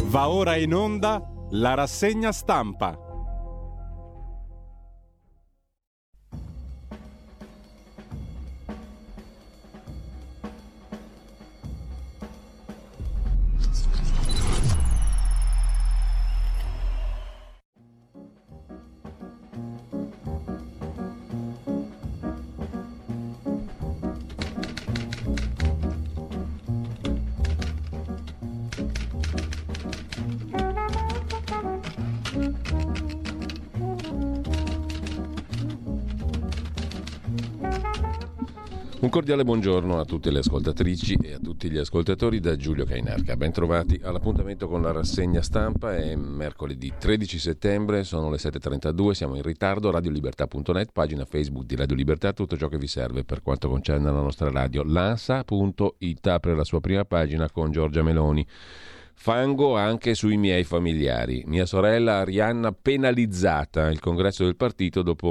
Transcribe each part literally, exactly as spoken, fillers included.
Va ora in onda la rassegna stampa. Un cordiale buongiorno a tutte le ascoltatrici e a tutti gli ascoltatori da Giulio Cainarca. Ben trovati all'appuntamento con la rassegna stampa. È mercoledì tredici settembre, sono le sette e trentadue, siamo in ritardo. radiolibertà punto net, pagina Facebook di Radio Libertà, tutto ciò che vi serve per quanto concerne la nostra radio. Lansa punto it apre la sua prima pagina con Giorgia Meloni. Fango anche sui miei familiari. Mia sorella Arianna penalizzata. Il congresso del partito dopo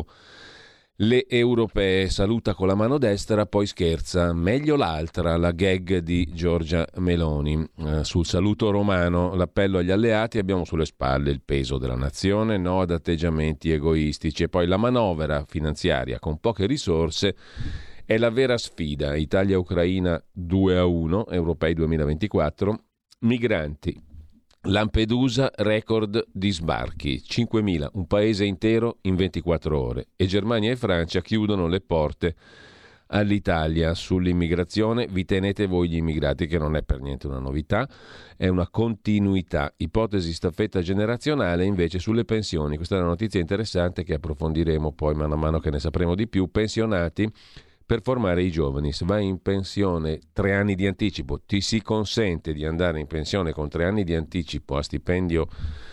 le europee, saluta con la mano destra, poi scherza. Meglio l'altra, la gag di Giorgia Meloni. Eh, sul saluto romano, l'appello agli alleati, abbiamo sulle spalle il peso della nazione, no ad atteggiamenti egoistici. E poi la manovra finanziaria con poche risorse è la vera sfida. Italia-Ucraina due a uno, europei duemilaventiquattro, migranti. Lampedusa, record di sbarchi, cinquemila, un paese intero in ventiquattro ore. E Germania e Francia chiudono le porte all'Italia sull'immigrazione. Vi tenete voi gli immigrati, che non è per niente una novità, è una continuità. Ipotesi staffetta generazionale invece sulle pensioni. Questa è una notizia interessante che approfondiremo poi man mano che ne sapremo di più. Pensionati per formare i giovani. Se vai in pensione tre anni di anticipo, ti si consente di andare in pensione con tre anni di anticipo a stipendio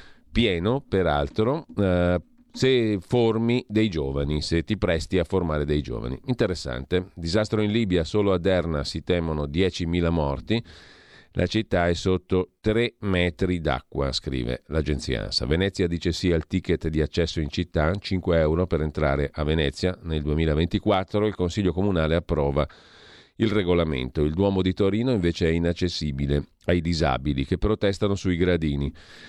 pieno, peraltro, eh, se formi dei giovani, se ti presti a formare dei giovani. Interessante. Disastro in Libia, solo a Derna si temono diecimila morti. La città è sotto tre metri d'acqua, scrive l'agenzia ANSA. Venezia dice sì al ticket di accesso in città, cinque euro per entrare a Venezia nel duemilaventiquattro. Il Consiglio Comunale approva il regolamento. Il Duomo di Torino invece è inaccessibile ai disabili che protestano sui gradini.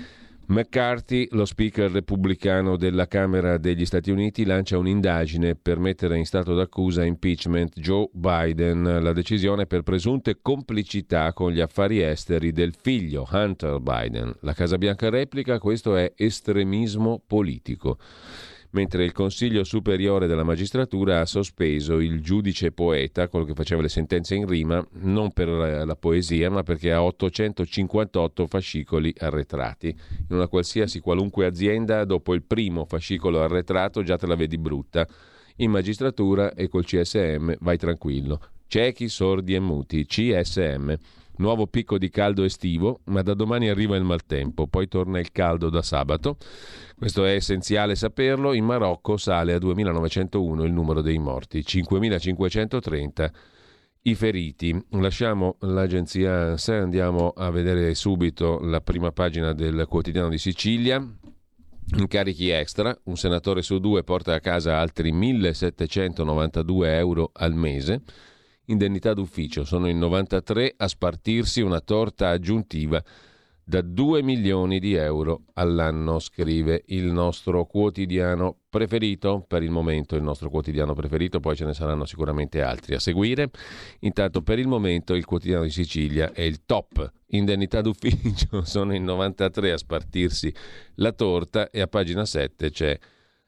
McCarthy, lo speaker repubblicano della Camera degli Stati Uniti, lancia un'indagine per mettere in stato d'accusa impeachment Joe Biden, la decisione per presunte complicità con gli affari esteri del figlio Hunter Biden. La Casa Bianca replica: questo è estremismo politico. Mentre il Consiglio Superiore della Magistratura ha sospeso il giudice poeta, quello che faceva le sentenze in rima, non per la poesia, ma perché ha ottocentocinquantotto fascicoli arretrati. In una qualsiasi qualunque azienda, dopo il primo fascicolo arretrato già te la vedi brutta. In magistratura e col C S M vai tranquillo. Ciechi, sordi e muti, C S M. Nuovo picco di caldo estivo, ma da domani arriva il maltempo, poi torna il caldo da sabato. Questo è essenziale saperlo. In Marocco sale a duemilanovecentouno il numero dei morti, cinquemilacinquecentotrenta i feriti. Lasciamo l'agenzia ANSA e andiamo a vedere subito la prima pagina del Quotidiano di Sicilia. Incarichi extra, un senatore su due porta a casa altri millesettecentonovantadue euro al mese. Indennità d'ufficio, sono in novantatré a spartirsi una torta aggiuntiva da due milioni di euro all'anno, scrive il nostro quotidiano preferito, per il momento il nostro quotidiano preferito, poi ce ne saranno sicuramente altri a seguire. Intanto per il momento il Quotidiano di Sicilia è il top. Indennità d'ufficio, sono in novantatré a spartirsi la torta, e a pagina sette c'è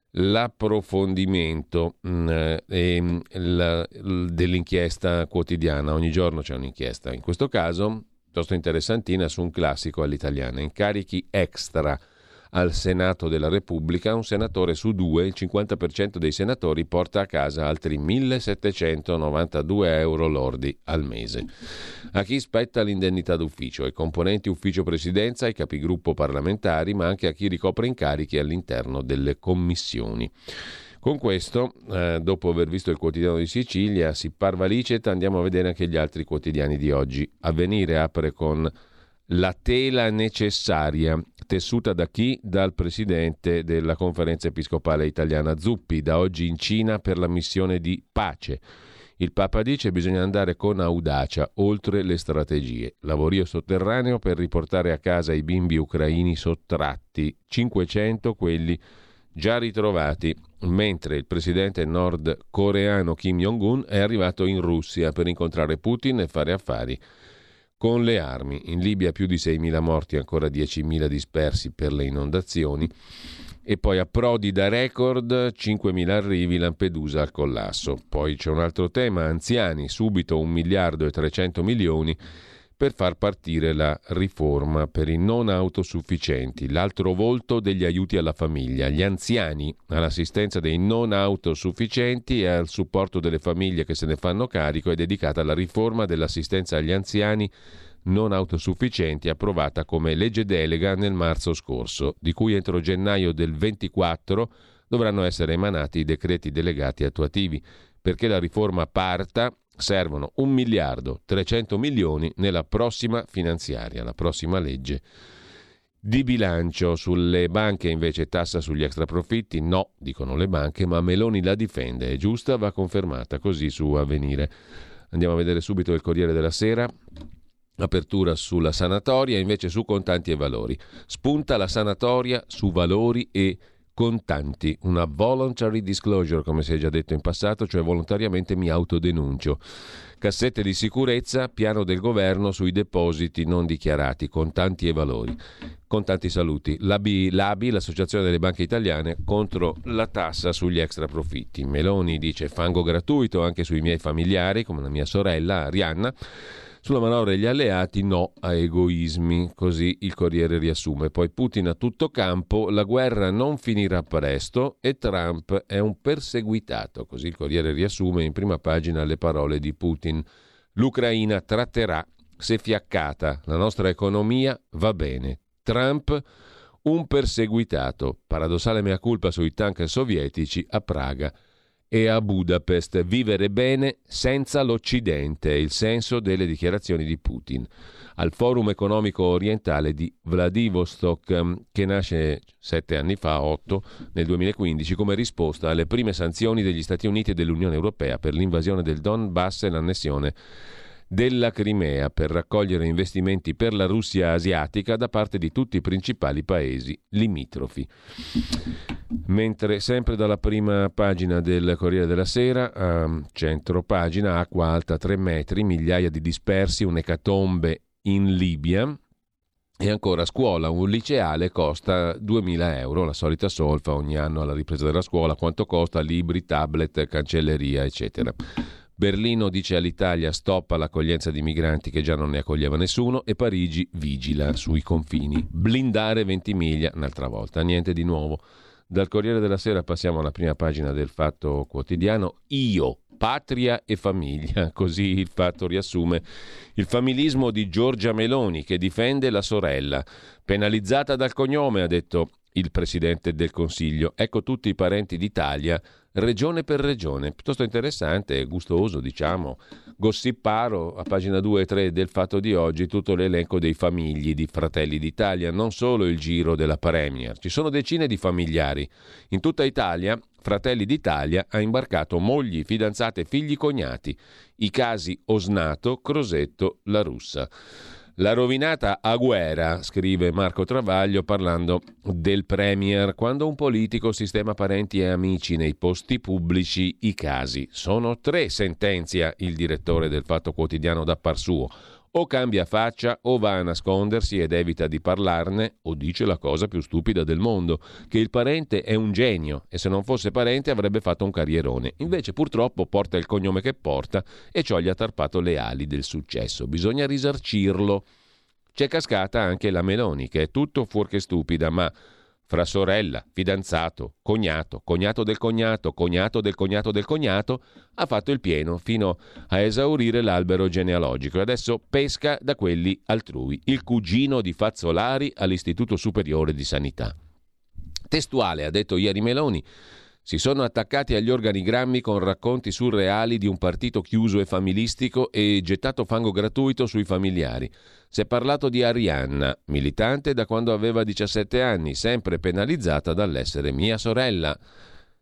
l'approfondimento mh, e, la, dell'inchiesta quotidiana. Ogni giorno c'è un'inchiesta, in questo caso piuttosto interessantina su un classico all'italiana. Incarichi extra al Senato della Repubblica, un senatore su due, il cinquanta per cento dei senatori, porta a casa altri millesettecentonovantadue euro lordi al mese. A chi spetta l'indennità d'ufficio? Ai componenti ufficio presidenza, ai capigruppo parlamentari, ma anche a chi ricopre incarichi all'interno delle commissioni. Con questo, eh, dopo aver visto il Quotidiano di Sicilia, si parva liceta, andiamo a vedere anche gli altri quotidiani di oggi. Avvenire apre con la tela necessaria, tessuta da chi? Dal presidente della Conferenza Episcopale Italiana Zuppi, da oggi in Cina per la missione di pace. Il Papa dice che bisogna andare con audacia oltre le strategie. Lavorio sotterraneo per riportare a casa i bimbi ucraini sottratti, cinquecento quelli già ritrovati, mentre il presidente nordcoreano Kim Jong-un è arrivato in Russia per incontrare Putin e fare affari con le armi. In Libia più di seimila morti, ancora diecimila dispersi per le inondazioni. E poi approdi da record, cinquemila arrivi, Lampedusa al collasso. Poi c'è un altro tema, anziani, subito un miliardo e trecento milioni per far partire la riforma per i non autosufficienti. L'altro volto degli aiuti alla famiglia, gli anziani, all'assistenza dei non autosufficienti e al supporto delle famiglie che se ne fanno carico, è dedicata alla riforma dell'assistenza agli anziani non autosufficienti, approvata come legge delega nel marzo scorso, di cui entro gennaio del ventiquattro dovranno essere emanati i decreti delegati attuativi. Perché la riforma parta, servono un miliardo trecento milioni nella prossima finanziaria, la prossima legge di bilancio. Sulle banche invece tassa sugli extraprofitti, no, dicono le banche, ma Meloni la difende, è giusta, va confermata, così su Avvenire. Andiamo a vedere subito il Corriere della Sera. Apertura sulla sanatoria, invece su contanti e valori. Spunta la sanatoria su valori e contanti, una voluntary disclosure, come si è già detto in passato, cioè volontariamente mi autodenuncio. Cassette di sicurezza, piano del governo sui depositi non dichiarati, contanti e valori. Contanti saluti. L'A B I, l'A B I, l'Associazione delle Banche Italiane, contro la tassa sugli extraprofitti. Meloni dice fango gratuito anche sui miei familiari, come la mia sorella Arianna. Sulla manovra degli alleati no a egoismi, così il Corriere riassume. Poi Putin a tutto campo, la guerra non finirà presto e Trump è un perseguitato, così il Corriere riassume in prima pagina le parole di Putin. L'Ucraina tratterà se fiaccata, la nostra economia va bene. Trump un perseguitato, paradossale mea culpa sui tank sovietici a Praga e a Budapest. Vivere bene senza l'Occidente, il senso delle dichiarazioni di Putin. Al Forum Economico Orientale di Vladivostok, che nasce sette anni fa, otto, nel duemilaquindici, come risposta alle prime sanzioni degli Stati Uniti e dell'Unione Europea per l'invasione del Donbass e l'annessione della Crimea, per raccogliere investimenti per la Russia asiatica da parte di tutti i principali paesi limitrofi. Mentre sempre dalla prima pagina del Corriere della Sera, a centro pagina, acqua alta tre metri, migliaia di dispersi, un'ecatombe in Libia. E ancora scuola, un liceale costa duemila euro, la solita solfa ogni anno alla ripresa della scuola, quanto costa, libri, tablet, cancelleria, eccetera. Berlino dice all'Italia stop all'accoglienza di migranti che già non ne accoglieva nessuno, e Parigi vigila sui confini. Blindare Ventimiglia, un'altra volta, niente di nuovo. Dal Corriere della Sera passiamo alla prima pagina del Fatto Quotidiano. Io, patria e famiglia, così il Fatto riassume il familismo di Giorgia Meloni che difende la sorella. Penalizzata dal cognome, ha detto il Presidente del Consiglio. Ecco tutti i parenti d'Italia, regione per regione. Piuttosto interessante e gustoso, diciamo, gossiparo. A pagina due e tre del Fatto di oggi tutto l'elenco dei famigli di Fratelli d'Italia, non solo il giro della Premier. Ci sono decine di familiari. In tutta Italia Fratelli d'Italia ha imbarcato mogli, fidanzate, figli, cognati. I casi Osnato, Crosetto, La Russa. La rovinata Agüera, scrive Marco Travaglio parlando del Premier. Quando un politico sistema parenti e amici nei posti pubblici, i casi sono tre, sentenzia il direttore del Fatto Quotidiano da par suo. O cambia faccia o va a nascondersi ed evita di parlarne, o dice la cosa più stupida del mondo, che il parente è un genio e se non fosse parente avrebbe fatto un carrierone. Invece purtroppo porta il cognome che porta e ciò gli ha tarpato le ali del successo. Bisogna risarcirlo. C'è cascata anche la Meloni, che è tutto fuorché stupida, ma fra sorella, fidanzato, cognato, cognato del cognato, cognato del cognato del cognato, ha fatto il pieno fino a esaurire l'albero genealogico e adesso pesca da quelli altrui. Il cugino di Fazzolari all'Istituto Superiore di Sanità. Testuale, ha detto ieri Meloni, si sono attaccati agli organigrammi con racconti surreali di un partito chiuso e familistico e gettato fango gratuito sui familiari. Si è parlato di Arianna, militante da quando aveva diciassette anni, sempre penalizzata dall'essere mia sorella.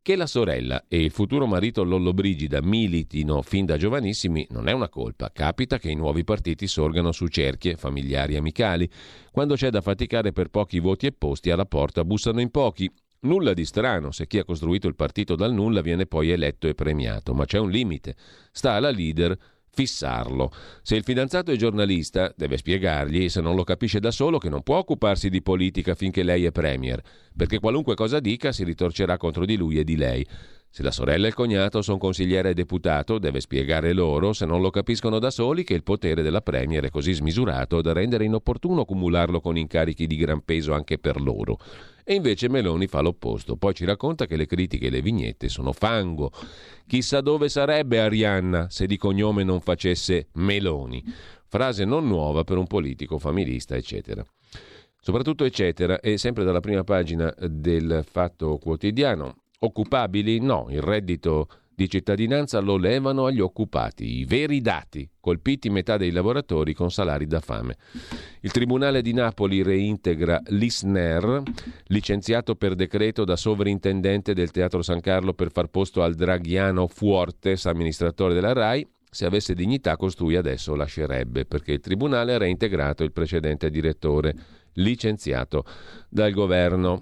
Che la sorella e il futuro marito Lollobrigida militino fin da giovanissimi non è una colpa. Capita che i nuovi partiti sorgano su cerchie familiari amicali. Quando c'è da faticare per pochi voti e posti, alla porta bussano in pochi. Nulla di strano se chi ha costruito il partito dal nulla viene poi eletto e premiato, ma c'è un limite. Sta alla leader fissarlo. Se il fidanzato è giornalista, deve spiegargli, se non lo capisce da solo, che non può occuparsi di politica finché lei è premier, perché qualunque cosa dica si ritorcerà contro di lui e di lei. Se la sorella e il cognato sono consigliere e deputato, deve spiegare loro, se non lo capiscono da soli, che il potere della premier è così smisurato da rendere inopportuno cumularlo con incarichi di gran peso anche per loro. E invece Meloni fa l'opposto. Poi ci racconta che le critiche e le vignette sono fango. Chissà dove sarebbe Arianna se di cognome non facesse Meloni. Frase non nuova per un politico familista, eccetera. Soprattutto eccetera, e sempre dalla prima pagina del Fatto Quotidiano. Occupabili? No, il reddito di cittadinanza lo levano agli occupati, i veri dati, colpiti metà dei lavoratori con salari da fame. Il Tribunale di Napoli reintegra l'Isner, licenziato per decreto da sovrintendente del Teatro San Carlo per far posto al draghiano Fuortes, amministratore della RAI. Se avesse dignità costui adesso lascerebbe, perché il Tribunale ha reintegrato il precedente direttore, licenziato dal governo.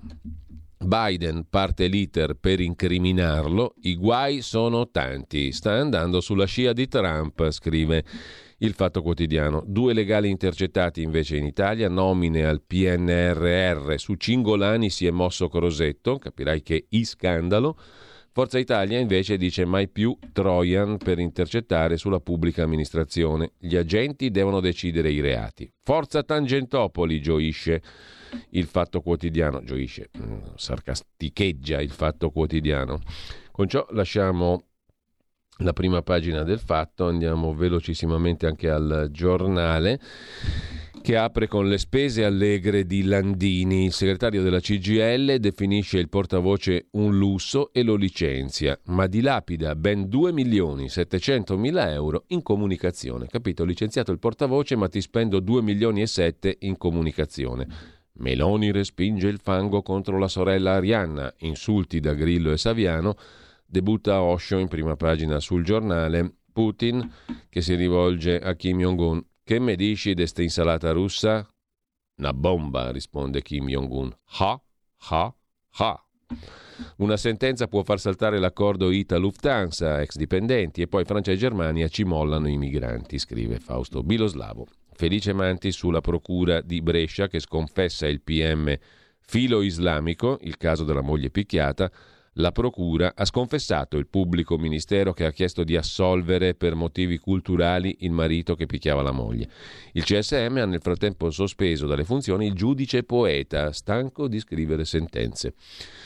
Biden parte l'iter per incriminarlo, i guai sono tanti, sta andando sulla scia di Trump, scrive il Fatto Quotidiano. Due legali intercettati invece in Italia, nomine al P N R R, su Cingolani si è mosso Crosetto, capirai che scandalo. Forza Italia invece dice mai più Trojan per intercettare sulla pubblica amministrazione, gli agenti devono decidere i reati. Forza Tangentopoli, gioisce il Fatto Quotidiano, gioisce, sarcasticheggia il Fatto Quotidiano. Con ciò lasciamo la prima pagina del Fatto, andiamo velocissimamente anche al Giornale, che apre con le spese allegre di Landini. Il segretario della C G I L definisce il portavoce un lusso e lo licenzia, ma dilapida ben due milioni settecentomila euro in comunicazione. Capito? Licenziato il portavoce, ma ti spendo due milioni e sette in comunicazione. Meloni respinge il fango contro la sorella Arianna, insulti da Grillo e Saviano, debutta Osho in prima pagina sul Giornale. Putin che si rivolge a Kim Jong-un. Che me dici de sta insalata russa? Una bomba, risponde Kim Jong-un. Ha, ha, ha. Una sentenza può far saltare l'accordo I T A-Lufthansa, ex dipendenti, e poi Francia e Germania ci mollano i migranti, scrive Fausto Biloslavo. Felice Manti sulla procura di Brescia che sconfessa il P M filo islamico, il caso della moglie picchiata. La procura ha sconfessato il pubblico ministero che ha chiesto di assolvere per motivi culturali il marito che picchiava la moglie. Il C S M ha nel frattempo sospeso dalle funzioni il giudice poeta, stanco di scrivere sentenze.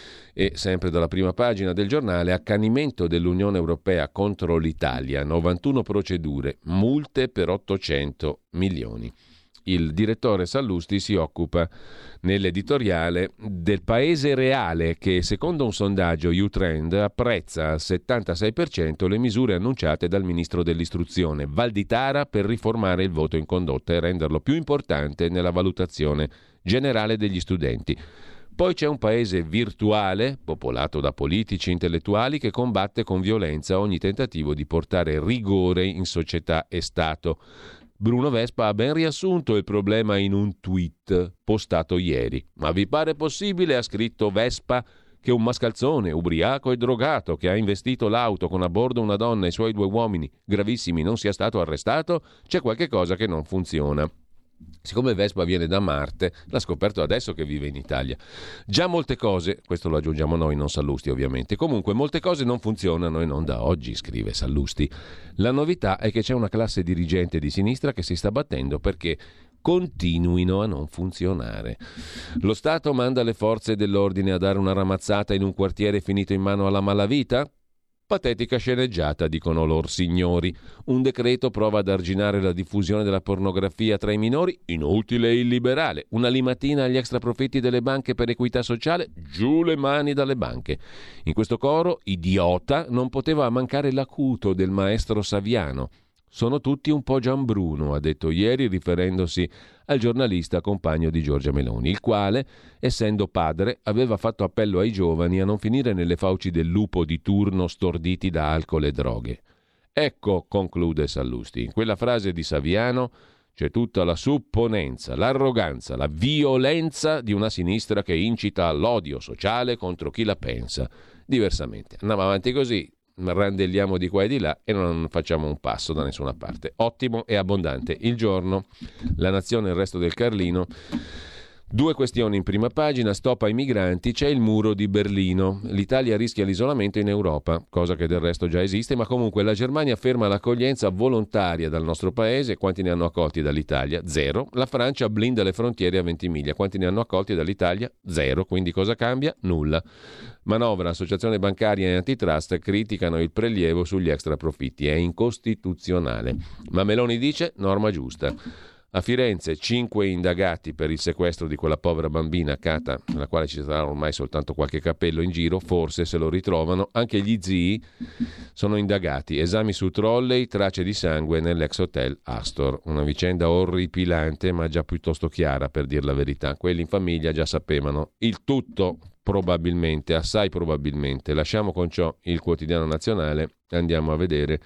E sempre dalla prima pagina del Giornale, accanimento dell'Unione Europea contro l'Italia, novantuno procedure, multe per ottocento milioni. Il direttore Sallusti si occupa nell'editoriale del paese reale che, secondo un sondaggio U-Trend, apprezza al settantasei per cento le misure annunciate dal ministro dell'istruzione Valditara per riformare il voto in condotta e renderlo più importante nella valutazione generale degli studenti. Poi c'è un paese virtuale, popolato da politici intellettuali, che combatte con violenza ogni tentativo di portare rigore in società e Stato. Bruno Vespa ha ben riassunto il problema in un tweet postato ieri. Ma vi pare possibile, ha scritto Vespa, che un mascalzone ubriaco e drogato che ha investito l'auto con a bordo una donna e i suoi due uomini gravissimi non sia stato arrestato? C'è qualche cosa che non funziona. Siccome Vespa viene da Marte, l'ha scoperto adesso che vive in Italia. Già molte cose, questo lo aggiungiamo noi, non Sallusti ovviamente, comunque molte cose non funzionano e non da oggi, scrive Sallusti. La novità è che c'è una classe dirigente di sinistra che si sta battendo perché continuino a non funzionare. Lo Stato manda le forze dell'ordine a dare una ramazzata in un quartiere finito in mano alla malavita? Patetica sceneggiata, dicono lor signori. Un decreto prova ad arginare la diffusione della pornografia tra i minori, inutile e illiberale. Una limatina agli extraprofitti delle banche per equità sociale, giù le mani dalle banche. In questo coro, idiota, non poteva mancare l'acuto del maestro Saviano. Sono tutti un po' Gianbruno, ha detto ieri riferendosi al giornalista compagno di Giorgia Meloni, il quale, essendo padre, aveva fatto appello ai giovani a non finire nelle fauci del lupo di turno storditi da alcol e droghe. Ecco, conclude Sallusti, in quella frase di Saviano c'è tutta la supponenza, l'arroganza, la violenza di una sinistra che incita all'odio sociale contro chi la pensa diversamente. Andiamo avanti così, randelliamo di qua e di là e non facciamo un passo da nessuna parte. Ottimo e abbondante il giorno, La Nazione e il Resto del Carlino. Due questioni in prima pagina: stop ai migranti, c'è il muro di Berlino, l'Italia rischia l'isolamento in Europa, cosa che del resto già esiste, ma comunque la Germania ferma l'accoglienza volontaria dal nostro paese. Quanti ne hanno accolti dall'Italia? Zero. La Francia blinda le frontiere a Ventimiglia, quanti ne hanno accolti dall'Italia? Zero. Quindi cosa cambia? Nulla. Manovra, associazione bancaria e antitrust criticano il prelievo sugli extraprofitti, è incostituzionale, ma Meloni dice norma giusta. A Firenze cinque indagati per il sequestro di quella povera bambina Cata, nella quale ci sarà ormai soltanto qualche capello in giro, forse se lo ritrovano. Anche gli zii sono indagati, esami su trolley, tracce di sangue nell'ex hotel Astor. Una vicenda orripilante ma già piuttosto chiara, per dir la verità. Quelli in famiglia già sapevano il tutto, probabilmente, assai probabilmente. Lasciamo con ciò il Quotidiano Nazionale, andiamo a vedere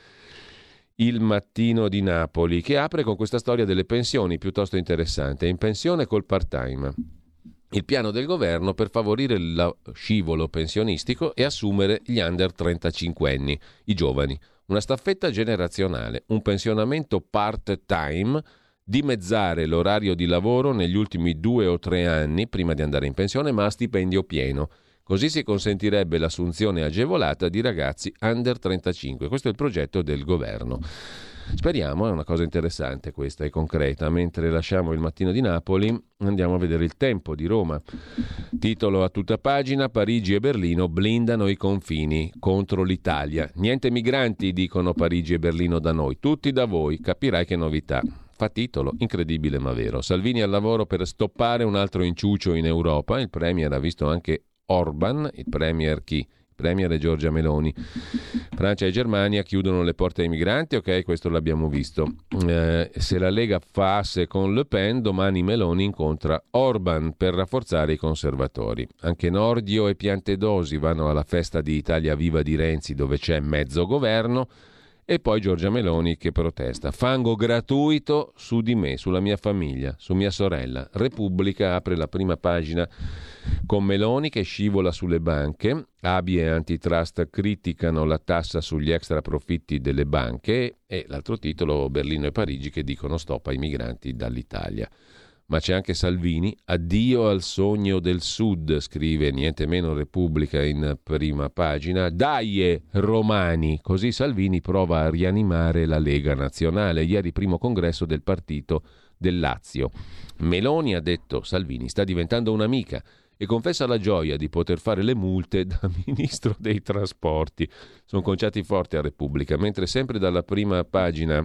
Il Mattino di Napoli, che apre con questa storia delle pensioni piuttosto interessante. In pensione col part-time. Il piano del governo per favorire lo scivolo pensionistico e assumere gli under trentacinquenni, i giovani. Una staffetta generazionale, un pensionamento part-time, dimezzare l'orario di lavoro negli ultimi due o tre anni prima di andare in pensione, ma a stipendio pieno. Così si consentirebbe l'assunzione agevolata di ragazzi under trentacinque. Questo è il progetto del governo. Speriamo, è una cosa interessante questa e concreta. Mentre lasciamo Il Mattino di Napoli, andiamo a vedere Il Tempo di Roma. Titolo a tutta pagina: Parigi e Berlino blindano i confini contro l'Italia. Niente migranti, dicono Parigi e Berlino da noi, tutti da voi, capirai che novità. Fa titolo, incredibile ma vero. Salvini al lavoro per stoppare un altro inciucio in Europa. Il premier ha visto anche Orban, il premier chi? Il premier è Giorgia Meloni. Francia e Germania chiudono le porte ai migranti, ok, questo l'abbiamo visto. Eh, se la Lega fa asse con Le Pen, domani Meloni incontra Orban per rafforzare i conservatori. Anche Nordio e Piantedosi vanno alla festa di Italia Viva di Renzi, dove c'è mezzo governo. E poi Giorgia Meloni che protesta. Fango gratuito su di me, sulla mia famiglia, su mia sorella. Repubblica apre la prima pagina con Meloni che scivola sulle banche. A B I e antitrust criticano la tassa sugli extra profitti delle banche. E l'altro titolo, Berlino e Parigi che dicono stop ai migranti dall'Italia. Ma c'è anche Salvini, addio al sogno del Sud, scrive niente meno Repubblica in prima pagina. Dai romani, così Salvini prova a rianimare la Lega Nazionale. Ieri primo congresso del partito del Lazio. Meloni, ha detto Salvini, sta diventando un'amica e confessa la gioia di poter fare le multe da ministro dei trasporti. Sono conciati forti a Repubblica, mentre sempre dalla prima pagina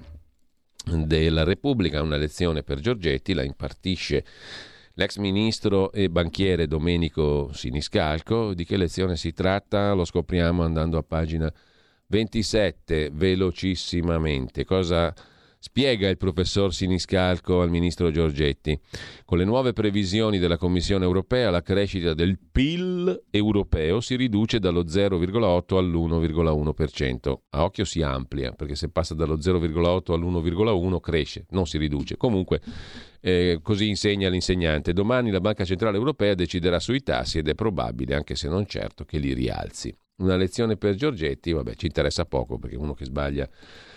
della Repubblica una lezione per Giorgetti la impartisce l'ex ministro e banchiere Domenico Siniscalco. Di che lezione si tratta? Lo scopriamo andando a pagina ventisette velocissimamente. Cosa spiega il professor Siniscalco al ministro Giorgetti? Con le nuove previsioni della Commissione europea la crescita del P I L europeo si riduce dallo zero virgola otto all'uno virgola uno per cento. A occhio si amplia, perché se passa dallo zero virgola otto all'uno virgola uno cresce, non si riduce. Comunque, eh, così insegna l'insegnante. Domani la Banca Centrale Europea deciderà sui tassi ed è probabile, anche se non certo, che li rialzi. Una lezione per Giorgetti, vabbè, ci interessa poco, perché uno che sbaglia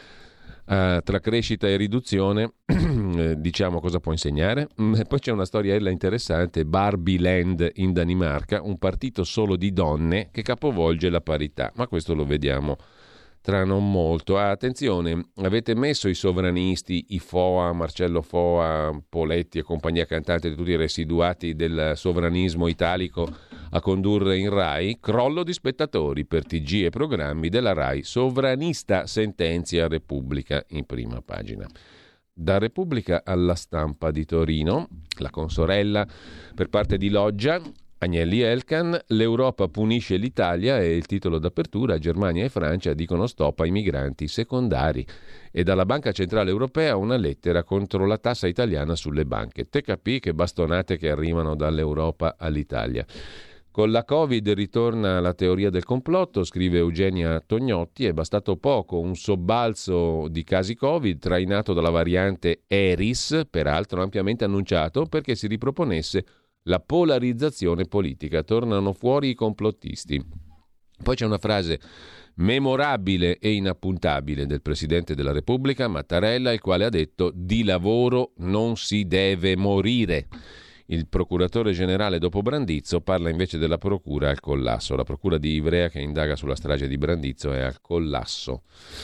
Uh, tra crescita e riduzione, diciamo cosa può insegnare. Poi c'è una storiella interessante, Barbie Land in Danimarca, un partito solo di donne che capovolge la parità, ma questo lo vediamo tra non molto. Ah, attenzione, avete messo i sovranisti, i Foa, Marcello Foa, Poletti e compagnia cantante, tutti i residuati del sovranismo italico a condurre in Rai? Crollo di spettatori per T G e programmi della Rai. Sovranista sentenzia Repubblica in prima pagina. Da Repubblica alla Stampa di Torino, la consorella per parte di Loggia. Agnelli Elkan, l'Europa punisce l'Italia è il titolo d'apertura, Germania e Francia dicono stop ai migranti secondari. E dalla Banca Centrale Europea una lettera contro la tassa italiana sulle banche. Te capì che bastonate che arrivano dall'Europa all'Italia. Con la Covid ritorna la teoria del complotto, scrive Eugenia Tognotti, è bastato poco, un sobbalzo di casi Covid trainato dalla variante Eris, peraltro ampiamente annunciato, perché si riproponesse la polarizzazione politica. Tornano fuori i complottisti. Poi c'è una frase memorabile e inappuntabile del Presidente della Repubblica, Mattarella, il quale ha detto: di lavoro non si deve morire. Il procuratore generale dopo Brandizzo parla invece della procura al collasso. La procura di Ivrea che indaga sulla strage di Brandizzo è al collasso.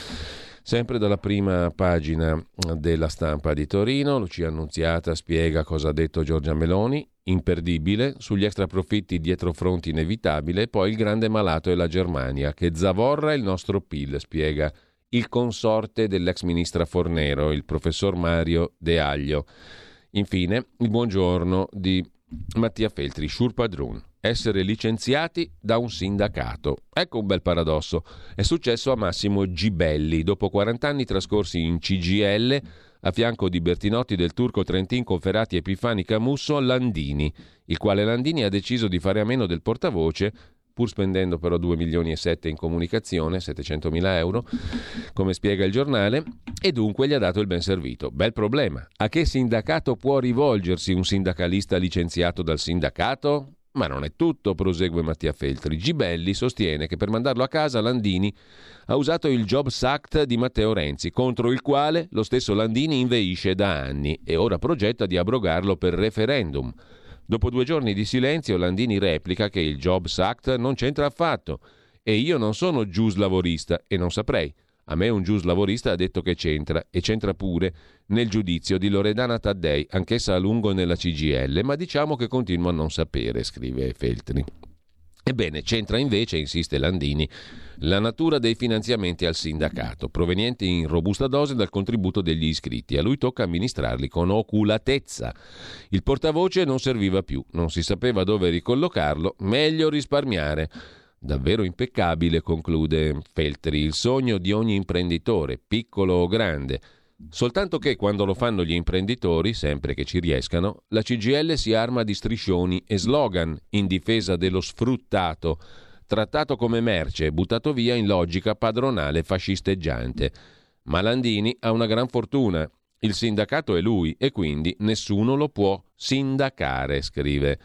Sempre dalla prima pagina della Stampa di Torino, Lucia Annunziata spiega cosa ha detto Giorgia Meloni, imperdibile, sugli extraprofitti dietro fronti inevitabile, poi il grande malato è la Germania, che zavorra il nostro P I L, spiega il consorte dell'ex ministra Fornero, il professor Mario De Aglio. Infine, il buongiorno di Mattia Feltri, Schurpadrun. Essere licenziati da un sindacato. Ecco un bel paradosso. È successo a Massimo Gibelli. Dopo quaranta anni trascorsi in C G I L, a fianco di Bertinotti, Del Turco, Trentin, Conferati, Epifani, Camusso, Landini, il quale Landini ha deciso di fare a meno del portavoce, pur spendendo però due milioni e sette in comunicazione, settecentomila euro, come spiega il giornale, e dunque gli ha dato il ben servito. Bel problema. A che sindacato può rivolgersi un sindacalista licenziato dal sindacato? Ma non è tutto, prosegue Mattia Feltri. Gibelli sostiene che per mandarlo a casa Landini ha usato il Jobs Act di Matteo Renzi, contro il quale lo stesso Landini inveisce da anni e ora progetta di abrogarlo per referendum. Dopo due giorni di silenzio Landini replica che il Jobs Act non c'entra affatto e io non sono giuslavorista e non saprei. A me un giuslavorista ha detto che c'entra, e c'entra pure nel giudizio di Loredana Taddei, anch'essa a lungo nella C G I L, ma diciamo che continuo a non sapere, scrive Feltri. Ebbene, c'entra invece, insiste Landini, la natura dei finanziamenti al sindacato, provenienti in robusta dose dal contributo degli iscritti. A lui tocca amministrarli con oculatezza. Il portavoce non serviva più, non si sapeva dove ricollocarlo, meglio risparmiare. Davvero impeccabile, conclude Feltri, il sogno di ogni imprenditore, piccolo o grande. Soltanto che quando lo fanno gli imprenditori, sempre che ci riescano, la C G I L si arma di striscioni e slogan in difesa dello sfruttato, trattato come merce e buttato via in logica padronale fascisteggiante. Ma Landini ha una gran fortuna. Il sindacato è lui e quindi nessuno lo può sindacare, scrive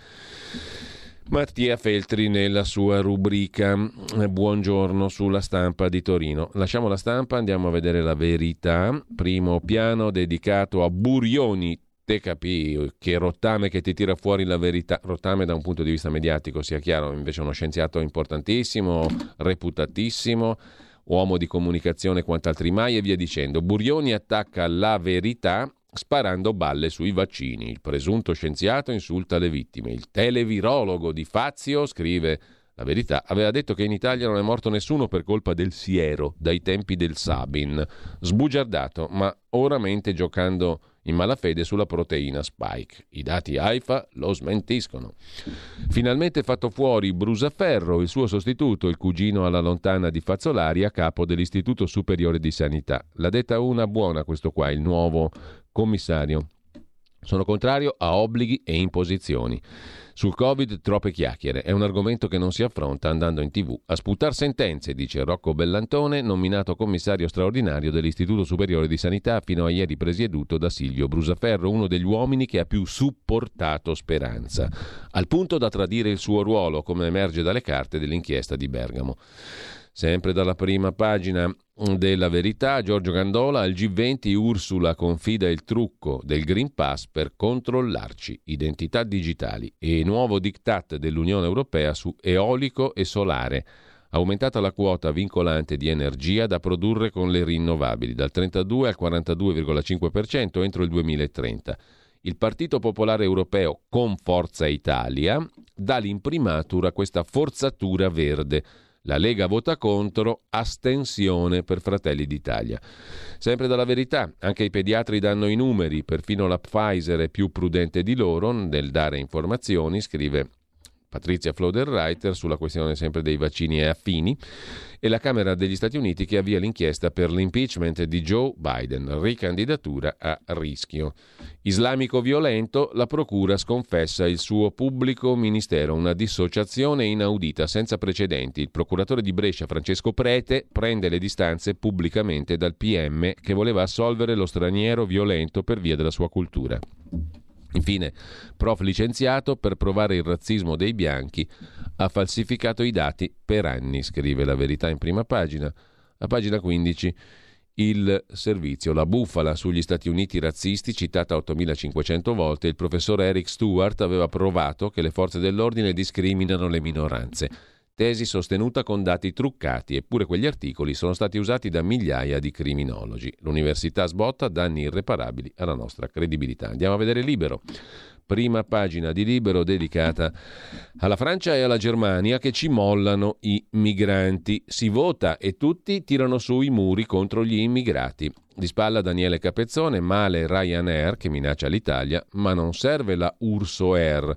Mattia Feltri nella sua rubrica Buongiorno sulla Stampa di Torino. Lasciamo la Stampa, andiamo a vedere La Verità, primo piano dedicato a Burioni. Te capì che rottame che ti tira fuori La Verità, rottame da un punto di vista mediatico, sia chiaro, invece uno scienziato importantissimo, reputatissimo, uomo di comunicazione quant'altri mai e via dicendo. Burioni attacca La Verità sparando balle sui vaccini. Il presunto scienziato insulta le vittime. Il televirologo di Fazio, scrive La Verità, aveva detto che in Italia non è morto nessuno per colpa del siero dai tempi del Sabin. Sbugiardato, ma ora mente giocando in malafede sulla proteina Spike. I dati AIFA lo smentiscono. Finalmente fatto fuori Brusaferro, il suo sostituto, il cugino alla lontana di Fazzolari, a capo dell'Istituto Superiore di Sanità. L'ha detta una buona questo qua, il nuovo commissario. Sono contrario a obblighi e imposizioni. Sul Covid troppe chiacchiere, è un argomento che non si affronta andando in tv a sputar sentenze, dice Rocco Bellantone, nominato commissario straordinario dell'Istituto Superiore di Sanità, fino a ieri presieduto da Silvio Brusaferro, uno degli uomini che ha più supportato Speranza, al punto da tradire il suo ruolo, come emerge dalle carte dell'inchiesta di Bergamo. Sempre dalla prima pagina della Verità, Giorgio Gandola, al G venti Ursula confida il trucco del Green Pass per controllarci, identità digitali e nuovo diktat dell'Unione Europea su eolico e solare. Aumentata la quota vincolante di energia da produrre con le rinnovabili, dal trentadue al quarantadue virgola cinque per cento entro il duemilatrenta. Il Partito Popolare Europeo, con Forza Italia, dà l'imprimatur a questa forzatura verde. La Lega vota contro, astensione per Fratelli d'Italia. Sempre dalla Verità, anche i pediatri danno i numeri, perfino la Pfizer è più prudente di loro nel dare informazioni, scrive Patrizia Floderreiter sulla questione sempre dei vaccini e affini, e la Camera degli Stati Uniti che avvia l'inchiesta per l'impeachment di Joe Biden, ricandidatura a rischio. Islamico violento, la procura sconfessa il suo pubblico ministero, una dissociazione inaudita senza precedenti. Il procuratore di Brescia Francesco Prete prende le distanze pubblicamente dal P M che voleva assolvere lo straniero violento per via della sua cultura. Infine, prof licenziato per provare il razzismo dei bianchi, ha falsificato i dati per anni, scrive La Verità in prima pagina. A pagina quindici, il servizio, la bufala sugli Stati Uniti razzisti, citata ottomilacinquecento volte, il professor Eric Stewart aveva provato che le forze dell'ordine discriminano le minoranze. Tesi sostenuta con dati truccati, eppure quegli articoli sono stati usati da migliaia di criminologi. L'università sbotta danni irreparabili alla nostra credibilità. Andiamo a vedere Libero. Prima pagina di Libero dedicata alla Francia e alla Germania che ci mollano i migranti. Si vota e tutti tirano su i muri contro gli immigrati. Di spalla Daniele Capezzone, male Ryanair che minaccia l'Italia, ma non serve la Urso Air.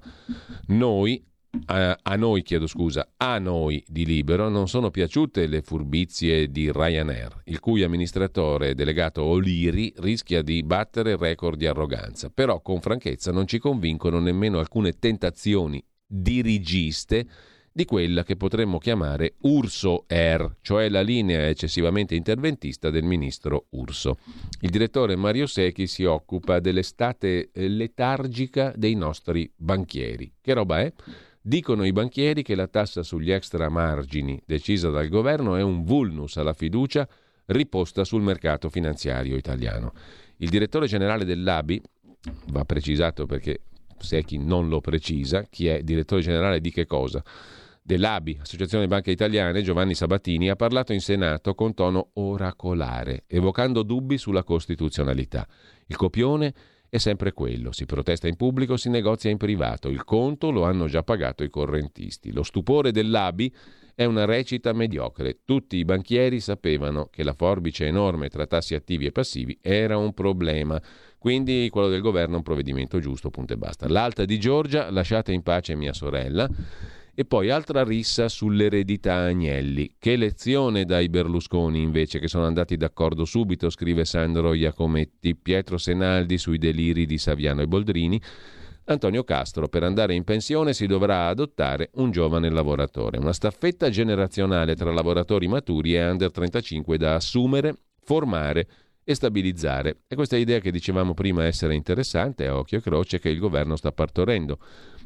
Noi A, a noi, chiedo scusa, a noi di Libero non sono piaciute le furbizie di Ryanair, il cui amministratore delegato O'Leary rischia di battere il record di arroganza. Però con franchezza non ci convincono nemmeno alcune tentazioni dirigiste di quella che potremmo chiamare Urso Air, cioè la linea eccessivamente interventista del ministro Urso. Il direttore Mario Secchi si occupa dell'estate letargica dei nostri banchieri. Che roba è? Dicono i banchieri che la tassa sugli extramargini decisa dal governo è un vulnus alla fiducia riposta sul mercato finanziario italiano. Il direttore generale dell'A B I, va precisato perché Secchi non lo precisa, chi è direttore generale di che cosa, dell'A B I, Associazione Banche Italiane, Giovanni Sabatini, ha parlato in Senato con tono oracolare, evocando dubbi sulla costituzionalità. Il copione è sempre quello, si protesta in pubblico, si negozia in privato, il conto lo hanno già pagato i correntisti. Lo stupore dell'A B I è una recita mediocre. Tutti i banchieri sapevano che la forbice enorme tra tassi attivi e passivi era un problema, quindi quello del governo è un provvedimento giusto, punto e basta. L'alta di Giorgia, lasciate in pace mia sorella. E poi altra rissa sull'eredità Agnelli. Che lezione dai Berlusconi invece, che sono andati d'accordo subito, scrive Sandro Iacometti. Pietro Senaldi sui deliri di Saviano e Boldrini. Antonio Castro, per andare in pensione si dovrà adottare un giovane lavoratore. Una staffetta generazionale tra lavoratori maturi e under trentacinque da assumere, formare e stabilizzare. E questa idea che dicevamo prima essere interessante, a occhio e croce, che il governo sta partorendo.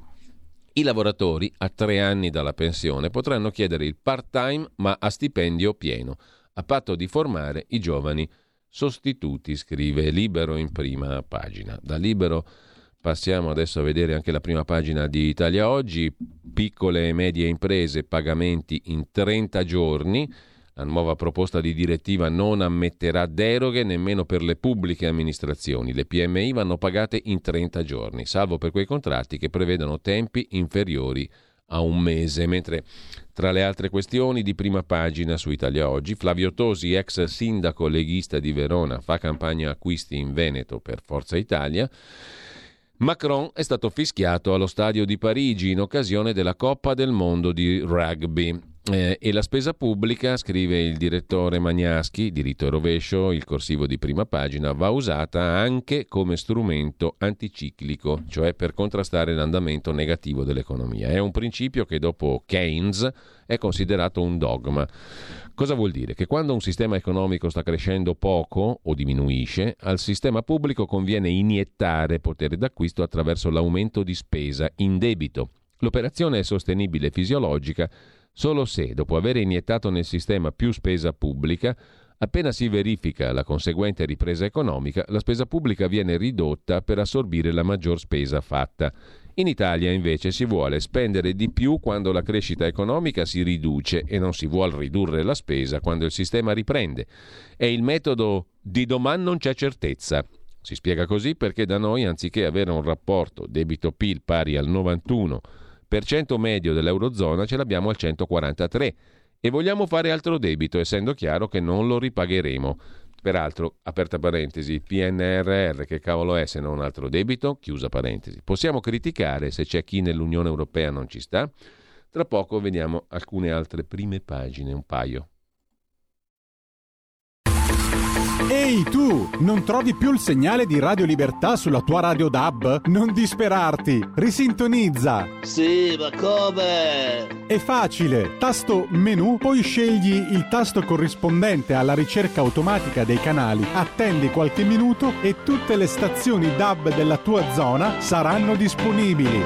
I lavoratori, a tre anni dalla pensione, potranno chiedere il part-time ma a stipendio pieno, a patto di formare i giovani sostituti, scrive Libero in prima pagina. Da Libero passiamo adesso a vedere anche la prima pagina di Italia Oggi. Piccole e medie imprese, pagamenti in trenta giorni. La nuova proposta di direttiva non ammetterà deroghe nemmeno per le pubbliche amministrazioni. Le P M I vanno pagate in trenta giorni, salvo per quei contratti che prevedono tempi inferiori a un mese. Mentre tra le altre questioni di prima pagina su Italia Oggi, Flavio Tosi, ex sindaco leghista di Verona, fa campagna acquisti in Veneto per Forza Italia. Macron è stato fischiato allo stadio di Parigi in occasione della Coppa del Mondo di rugby. Eh, e la spesa pubblica, scrive il direttore Magnaschi, diritto e rovescio, il corsivo di prima pagina, va usata anche come strumento anticiclico, cioè per contrastare l'andamento negativo dell'economia. È un principio che dopo Keynes è considerato un dogma. Cosa vuol dire? Che quando un sistema economico sta crescendo poco o diminuisce, al sistema pubblico conviene iniettare potere d'acquisto attraverso l'aumento di spesa in debito. L'operazione è sostenibile e fisiologica solo se, dopo aver iniettato nel sistema più spesa pubblica, appena si verifica la conseguente ripresa economica, la spesa pubblica viene ridotta per assorbire la maggior spesa fatta. In Italia, invece, si vuole spendere di più quando la crescita economica si riduce e non si vuole ridurre la spesa quando il sistema riprende. È il metodo di domani non c'è certezza. Si spiega così perché da noi, anziché avere un rapporto debito-P I L pari al novantuno per cento medio dell'Eurozona, ce l'abbiamo al centoquarantatré e vogliamo fare altro debito, essendo chiaro che non lo ripagheremo. Peraltro, aperta parentesi, P N R R, che cavolo è se non un altro debito? Chiusa parentesi. Possiamo criticare se c'è chi nell'Unione Europea non ci sta? Tra poco vediamo alcune altre prime pagine, un paio. Ehi tu, non trovi più il segnale di Radio Libertà sulla tua radio D A B? Non disperarti, risintonizza! Sì, ma come? È facile, tasto menu, poi scegli il tasto corrispondente alla ricerca automatica dei canali, attendi qualche minuto e tutte le stazioni D A B della tua zona saranno disponibili.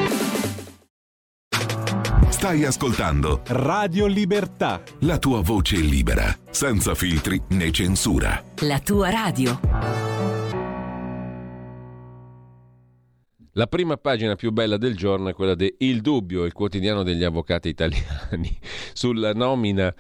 Stai ascoltando Radio Libertà, la tua voce libera, senza filtri né censura. La tua radio. La prima pagina più bella del giorno è quella di Il Dubbio, il quotidiano degli avvocati italiani, sulla nomina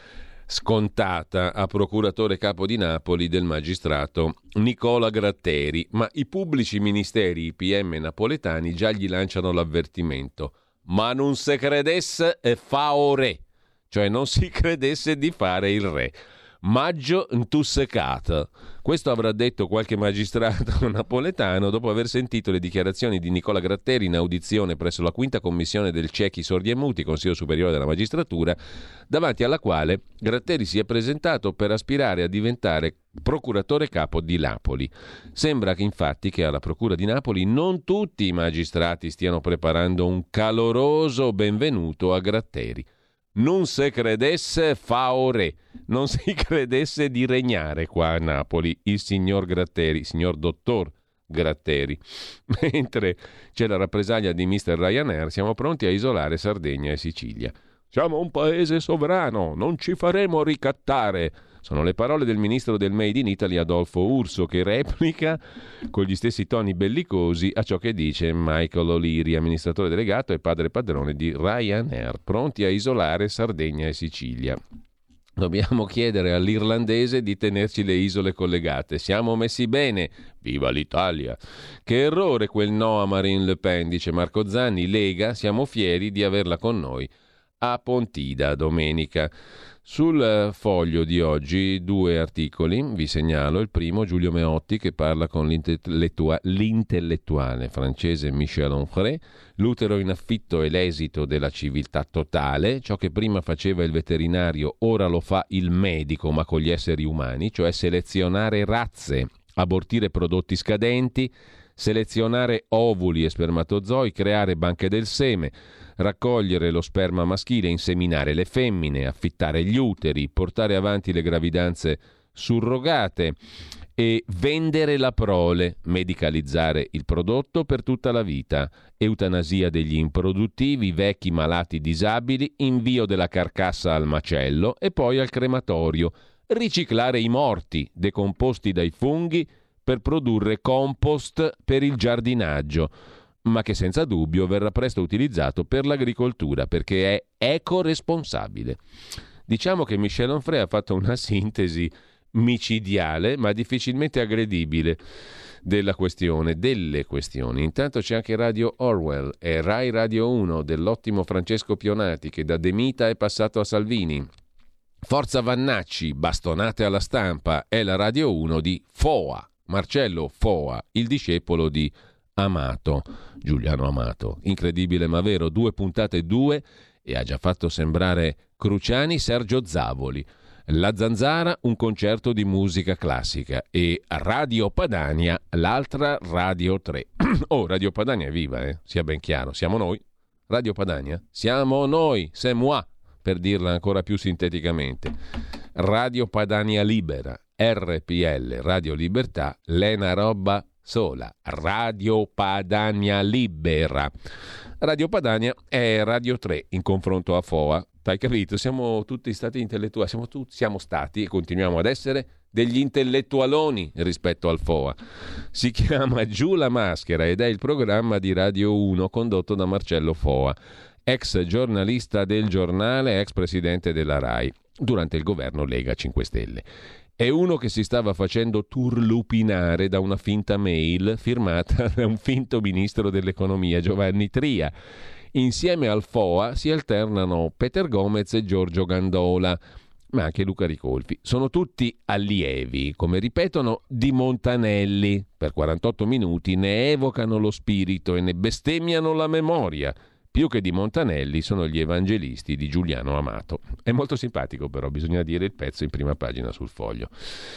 scontata a procuratore capo di Napoli del magistrato Nicola Gratteri, ma i pubblici ministeri, i P M napoletani, già gli lanciano l'avvertimento. Ma non se credesse e fa o re, cioè non si credesse di fare il re. Maggio ntussecata. Questo avrà detto qualche magistrato napoletano dopo aver sentito le dichiarazioni di Nicola Gratteri in audizione presso la quinta commissione del Ciechi Sordi e Muti, Consiglio Superiore della Magistratura, davanti alla quale Gratteri si è presentato per aspirare a diventare procuratore capo di Napoli. Sembra che infatti che alla Procura di Napoli non tutti i magistrati stiano preparando un caloroso benvenuto a Gratteri. Non se credesse fa o re, non si credesse di regnare qua a Napoli il signor Gratteri, signor dottor Gratteri. Mentre c'è la rappresaglia di mister Ryanair, siamo pronti a isolare Sardegna e Sicilia. Siamo un paese sovrano, non ci faremo ricattare. Sono le parole del ministro del Made in Italy Adolfo Urso, che replica con gli stessi toni bellicosi a ciò che dice Michael O'Leary, amministratore delegato e padre padrone di Ryanair, pronti a isolare Sardegna e Sicilia. Dobbiamo chiedere all'irlandese di tenerci le isole collegate. Siamo messi bene. Viva l'Italia! Che errore quel no a Marine Le Pen, dice Marco Zanni. Lega, siamo fieri di averla con noi a Pontida domenica. Sul Foglio di oggi due articoli, vi segnalo. Il primo, Giulio Meotti, che parla con l'intellettua- l'intellettuale francese Michel Onfray, l'utero in affitto e l'esito della civiltà totale, ciò che prima faceva il veterinario ora lo fa il medico ma con gli esseri umani, cioè selezionare razze, abortire prodotti scadenti, selezionare ovuli e spermatozoi, creare banche del seme, raccogliere lo sperma maschile, inseminare le femmine, affittare gli uteri, portare avanti le gravidanze surrogate e vendere la prole, medicalizzare il prodotto per tutta la vita, eutanasia degli improduttivi, vecchi, malati, disabili, invio della carcassa al macello e poi al crematorio, riciclare i morti decomposti dai funghi per produrre compost per il giardinaggio, ma che senza dubbio verrà presto utilizzato per l'agricoltura perché è ecoresponsabile. Diciamo che Michel Onfray ha fatto una sintesi micidiale ma difficilmente aggredibile della questione, delle questioni. Intanto c'è anche Radio Orwell e Rai Radio uno dell'ottimo Francesco Pionati, che da De Mita è passato a Salvini. Forza Vannacci, bastonate alla stampa, è la Radio uno di Foa, Marcello Foa, il discepolo di Amato, Giuliano Amato. Incredibile ma vero, due puntate due e ha già fatto sembrare Cruciani Sergio Zavoli. La Zanzara, un concerto di musica classica, e Radio Padania, l'altra Radio tre. Oh, Radio Padania è viva, eh? Sia ben chiaro, siamo noi. Radio Padania, siamo noi, c'est moi, per dirla ancora più sinteticamente. Radio Padania Libera, R P L, Radio Libertà, l'ena roba sola. Radio Padania Libera. Radio Padania è Radio tre in confronto a Foa. Hai capito? Siamo tutti stati intellettuali, siamo, tutti, siamo stati e continuiamo ad essere degli intellettualoni rispetto al Foa. Si chiama Giù la maschera ed è il programma di Radio uno condotto da Marcello Foa, ex giornalista del Giornale, ex presidente della Rai durante il governo Lega cinque Stelle. È uno che si stava facendo turlupinare da una finta mail firmata da un finto ministro dell'economia, Giovanni Tria. Insieme al Foa si alternano Peter Gomez e Giorgio Gandola. ma anche Luca Ricolfi. Sono tutti allievi, come ripetono, di Montanelli. Per quarantotto minuti ne evocano lo spirito e ne bestemmiano la memoria. Più che di Montanelli sono gli evangelisti di Giuliano Amato. È molto simpatico, però bisogna dire il pezzo in prima pagina sul Foglio.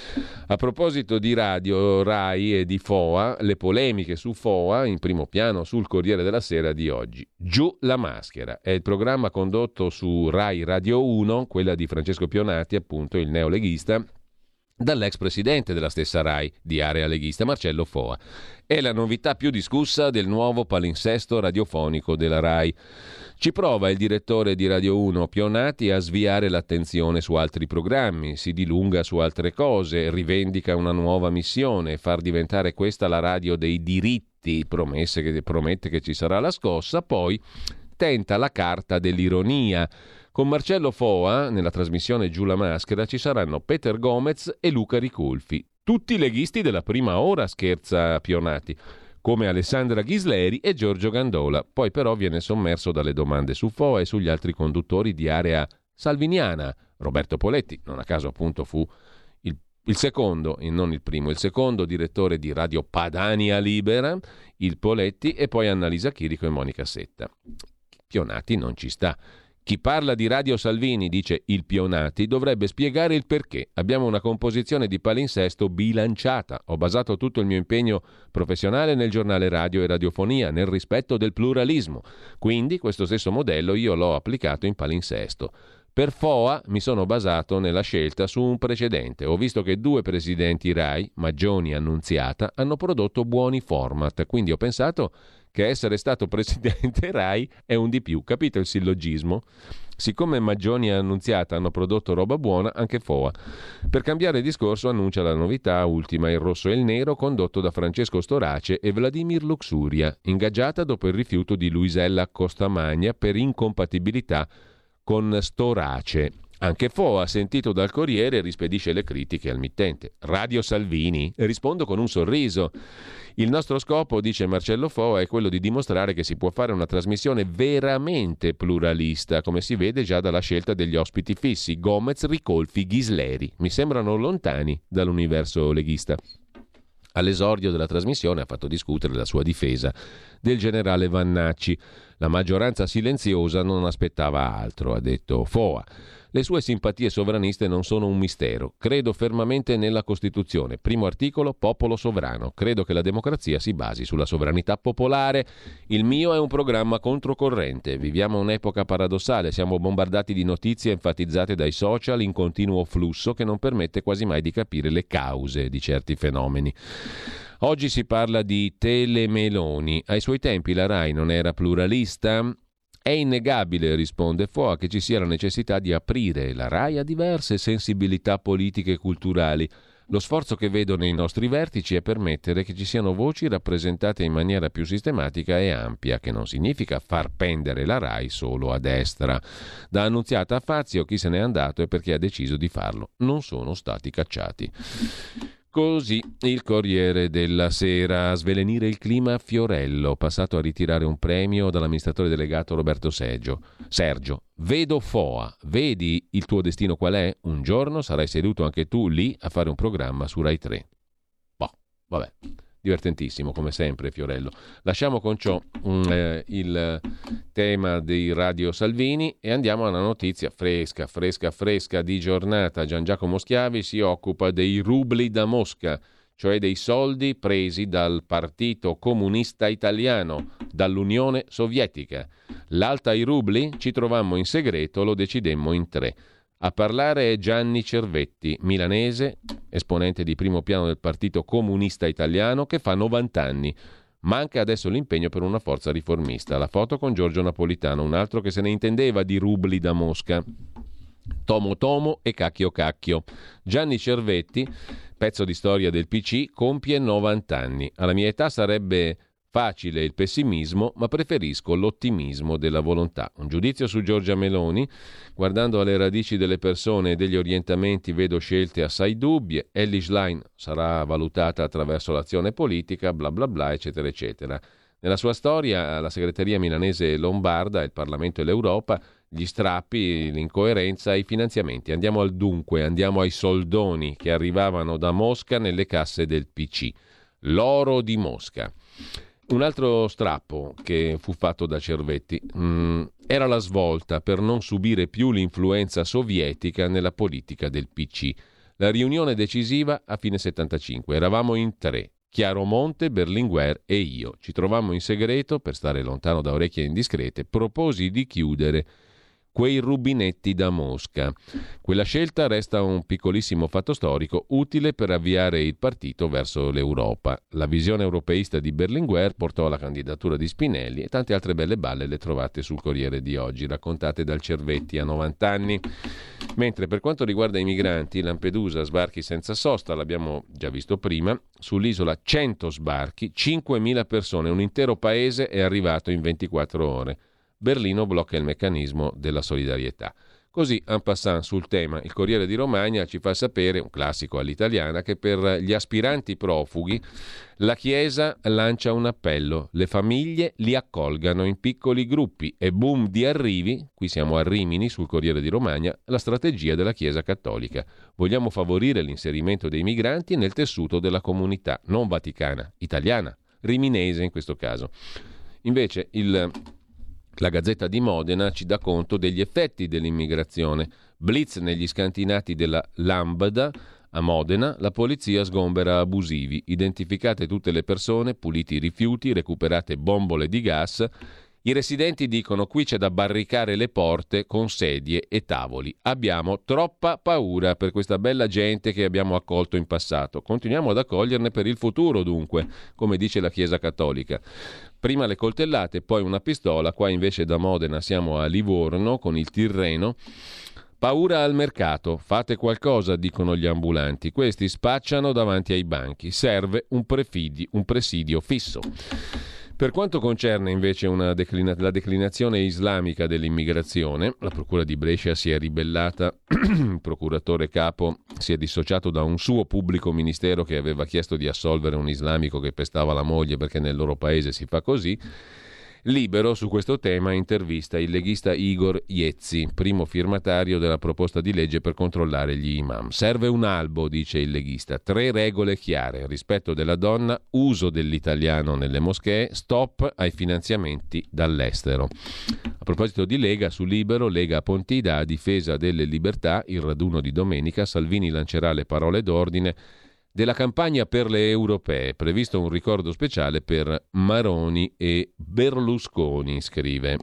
A proposito di Radio Rai e di F O A, le polemiche su F O A in primo piano sul Corriere della Sera di oggi. Giù la maschera è il programma condotto su Rai Radio uno, quella di Francesco Pionati, appunto il neoleghista, dall'ex presidente della stessa Rai di area leghista Marcello Foa. È la novità più discussa del nuovo palinsesto radiofonico della Rai. Ci prova il direttore di Radio uno Pionati a sviare l'attenzione su altri programmi, si dilunga su altre cose, rivendica una nuova missione, far diventare questa la radio dei diritti, promesse che, promette che ci sarà la scossa, poi tenta la carta dell'ironia. Con Marcello Foa, nella trasmissione Giù la maschera, ci saranno Peter Gomez e Luca Ricolfi. Tutti leghisti della prima ora, scherza Pionati, come Alessandra Ghisleri e Giorgio Gandola. Poi però viene sommerso dalle domande su Foa e sugli altri conduttori di area salviniana. Roberto Poletti, non a caso appunto fu il, il secondo, e non il primo, il secondo direttore di Radio Padania Libera, il Poletti, e poi Annalisa Chirico e Monica Setta. Pionati non ci sta. Chi parla di Radio Salvini, dice il Pionati, dovrebbe spiegare il perché. Abbiamo una composizione di palinsesto bilanciata. Ho basato tutto il mio impegno professionale nel giornale radio e radiofonia, nel rispetto del pluralismo. Quindi questo stesso modello io l'ho applicato in palinsesto. Per Foa mi sono basato nella scelta su un precedente. Ho visto che due presidenti Rai, Maggioni e Annunziata, hanno prodotto buoni format, quindi ho pensato che essere stato presidente Rai è un di più. Capito il sillogismo? Siccome Maggioni e Annunziata hanno prodotto roba buona, anche Foa. Per cambiare discorso annuncia la novità ultima, Il rosso e il nero, condotto da Francesco Storace e Vladimir Luxuria, ingaggiata dopo il rifiuto di Luisella Costamagna per incompatibilità con Storace. Anche Foa, sentito dal Corriere, rispedisce le critiche al mittente. Radio Salvini? Rispondo con un sorriso. Il nostro scopo, dice Marcello Foa, è quello di dimostrare che si può fare una trasmissione veramente pluralista, come si vede già dalla scelta degli ospiti fissi, Gomez, Ricolfi, Ghisleri. Mi sembrano lontani dall'universo leghista. All'esordio della trasmissione ha fatto discutere la sua difesa del generale Vannacci. La maggioranza silenziosa non aspettava altro, ha detto Foa. Le sue simpatie sovraniste non sono un mistero. Credo fermamente nella Costituzione. Primo articolo, popolo sovrano. Credo che la democrazia si basi sulla sovranità popolare. Il mio è un programma controcorrente. Viviamo un'epoca paradossale. Siamo bombardati di notizie enfatizzate dai social in continuo flusso che non permette quasi mai di capire le cause di certi fenomeni. Oggi si parla di telemeloni. Ai suoi tempi la Rai non era pluralista? È innegabile, risponde Foa, che ci sia la necessità di aprire la Rai a diverse sensibilità politiche e culturali. Lo sforzo che vedo nei nostri vertici è permettere che ci siano voci rappresentate in maniera più sistematica e ampia, che non significa far pendere la Rai solo a destra. Da Annunziata a Fazio, chi se n'è andato è perché ha deciso di farlo. Non sono stati cacciati. Così il Corriere della Sera. A svelenire il clima Fiorello, passato a ritirare un premio dall'amministratore delegato Roberto Sergio. Sergio, vedo Foa, vedi il tuo destino qual è? Un giorno sarai seduto anche tu lì a fare un programma su Rai tre. Boh, vabbè. Divertentissimo come sempre Fiorello. Lasciamo con ciò um, eh, il tema dei Radio Salvini e andiamo a una notizia fresca, fresca, fresca di giornata. Gian Giacomo Schiavi si occupa dei rubli da Mosca, cioè dei soldi presi dal Partito Comunista Italiano, dall'Unione Sovietica. L'alta ai rubli? Ci trovammo in segreto, lo decidemmo in tre. A parlare è Gianni Cervetti, milanese, esponente di primo piano del Partito Comunista Italiano, che fa novanta anni. Manca adesso l'impegno per una forza riformista. La foto con Giorgio Napolitano, un altro che se ne intendeva di rubli da Mosca. Tomo Tomo e Cacchio Cacchio. Gianni Cervetti, pezzo di storia del P C, compie novanta anni. Alla mia età sarebbe facile il pessimismo, ma preferisco l'ottimismo della volontà. Un giudizio su Giorgia Meloni. Guardando alle radici delle persone e degli orientamenti vedo scelte assai dubbie. Elly Schlein sarà valutata attraverso l'azione politica, bla bla bla, eccetera, eccetera. Nella sua storia, la segreteria milanese lombarda, il Parlamento e l'Europa gli strappi, l'incoerenza, i finanziamenti. Andiamo al dunque, andiamo ai soldoni che arrivavano da Mosca nelle casse del P C. L'oro di Mosca. Un altro strappo che fu fatto da Cervetti mh, era la svolta per non subire più l'influenza sovietica nella politica del P C. La riunione decisiva a fine settantacinque. Eravamo in tre. Chiaromonte, Berlinguer e io. Ci trovammo in segreto, per stare lontano da orecchie indiscrete, proposi di chiudere quei rubinetti da Mosca. Quella scelta resta un piccolissimo fatto storico utile per avviare il partito verso l'Europa. La visione europeista di Berlinguer portò alla candidatura di Spinelli e tante altre belle balle le trovate sul Corriere di oggi, raccontate dal Cervetti a novanta anni. Mentre per quanto riguarda i migranti, Lampedusa sbarchi senza sosta, l'abbiamo già visto prima, sull'isola cento sbarchi, cinquemila persone, un intero paese è arrivato in ventiquattro ore. Berlino blocca il meccanismo della solidarietà. Così, en passant sul tema, il Corriere di Romagna ci fa sapere, un classico all'italiana, che per gli aspiranti profughi la Chiesa lancia un appello. Le famiglie li accolgano in piccoli gruppi e boom di arrivi, qui siamo a Rimini sul Corriere di Romagna, la strategia della Chiesa Cattolica. Vogliamo favorire l'inserimento dei migranti nel tessuto della comunità, non vaticana, italiana, riminese in questo caso. Invece il... La Gazzetta di Modena ci dà conto degli effetti dell'immigrazione. Blitz negli scantinati della Lambda a Modena, la polizia sgombera abusivi, identificate tutte le persone, puliti i rifiuti, recuperate bombole di gas. I residenti dicono: qui c'è da barricare le porte con sedie e tavoli. Abbiamo troppa paura per questa bella gente che abbiamo accolto in passato. Continuiamo ad accoglierne per il futuro, dunque, come dice la Chiesa Cattolica. Prima le coltellate, poi una pistola. Qua invece da Modena siamo a Livorno con il Tirreno. Paura al mercato, fate qualcosa, dicono gli ambulanti. Questi spacciano davanti ai banchi. Serve un, prefidi, un presidio fisso. Per quanto concerne invece una declina- la declinazione islamica dell'immigrazione, la Procura di Brescia si è ribellata, il procuratore capo si è dissociato da un suo pubblico ministero che aveva chiesto di assolvere un islamico che pestava la moglie perché nel loro paese si fa così. Libero su questo tema intervista il leghista Igor Iezzi, primo firmatario della proposta di legge per controllare gli imam. Serve un albo, dice il leghista, tre regole chiare: rispetto della donna, uso dell'italiano nelle moschee, stop ai finanziamenti dall'estero. A proposito di Lega, su Libero, Lega a Pontida a difesa delle libertà, il raduno di domenica, Salvini lancerà le parole d'ordine della campagna per le europee, previsto un ricordo speciale per Maroni e Berlusconi, scrive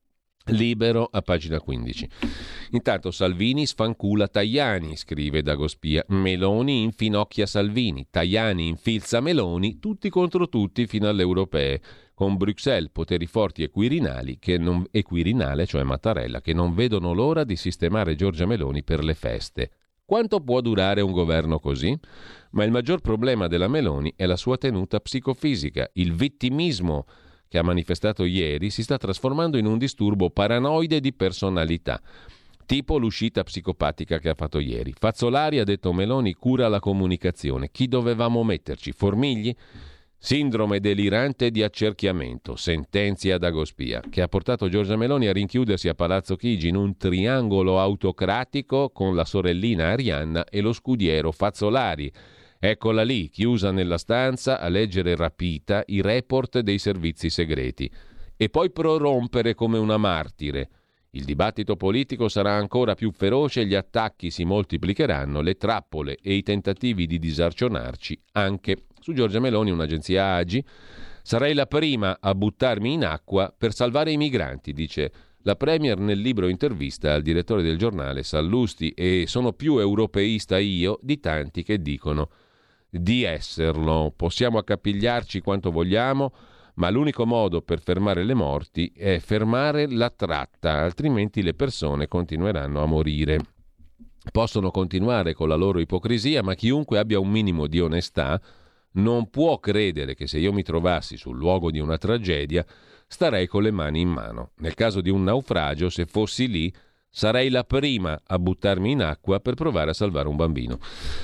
Libero a pagina quindici. Intanto Salvini sfancula Tajani, scrive Dagospia. Meloni infinocchia Salvini, Tajani infilza Meloni, tutti contro tutti fino alle europee, con Bruxelles, poteri forti e quirinali che non, e Quirinale, cioè Mattarella, che non vedono l'ora di sistemare Giorgia Meloni per le feste. Quanto può durare un governo così? Ma il maggior problema della Meloni è la sua tenuta psicofisica. Il vittimismo che ha manifestato ieri si sta trasformando in un disturbo paranoide di personalità, tipo l'uscita psicopatica che ha fatto ieri. Fazzolari, ha detto Meloni, cura la comunicazione. Chi dovevamo metterci? Formigli? Sindrome delirante di accerchiamento, sentenzia Dagospia, che ha portato Giorgia Meloni a rinchiudersi a Palazzo Chigi in un triangolo autocratico con la sorellina Arianna e lo scudiero Fazzolari. Eccola lì, chiusa nella stanza a leggere rapita i report dei servizi segreti. E poi prorompere come una martire. Il dibattito politico sarà ancora più feroce, gli attacchi si moltiplicheranno, le trappole e i tentativi di disarcionarci anche. Su Giorgia Meloni, un'agenzia Agi, sarei la prima a buttarmi in acqua per salvare i migranti, dice la Premier nel libro intervista al direttore del giornale Sallusti, e sono più europeista io di tanti che dicono di esserlo. Possiamo accapigliarci quanto vogliamo, ma l'unico modo per fermare le morti è fermare la tratta, altrimenti le persone continueranno a morire. Possono continuare con la loro ipocrisia, ma chiunque abbia un minimo di onestà non può credere che se io mi trovassi sul luogo di una tragedia starei con le mani in mano. Nel caso di un naufragio, se fossi lì, sarei la prima a buttarmi in acqua per provare a salvare un bambino.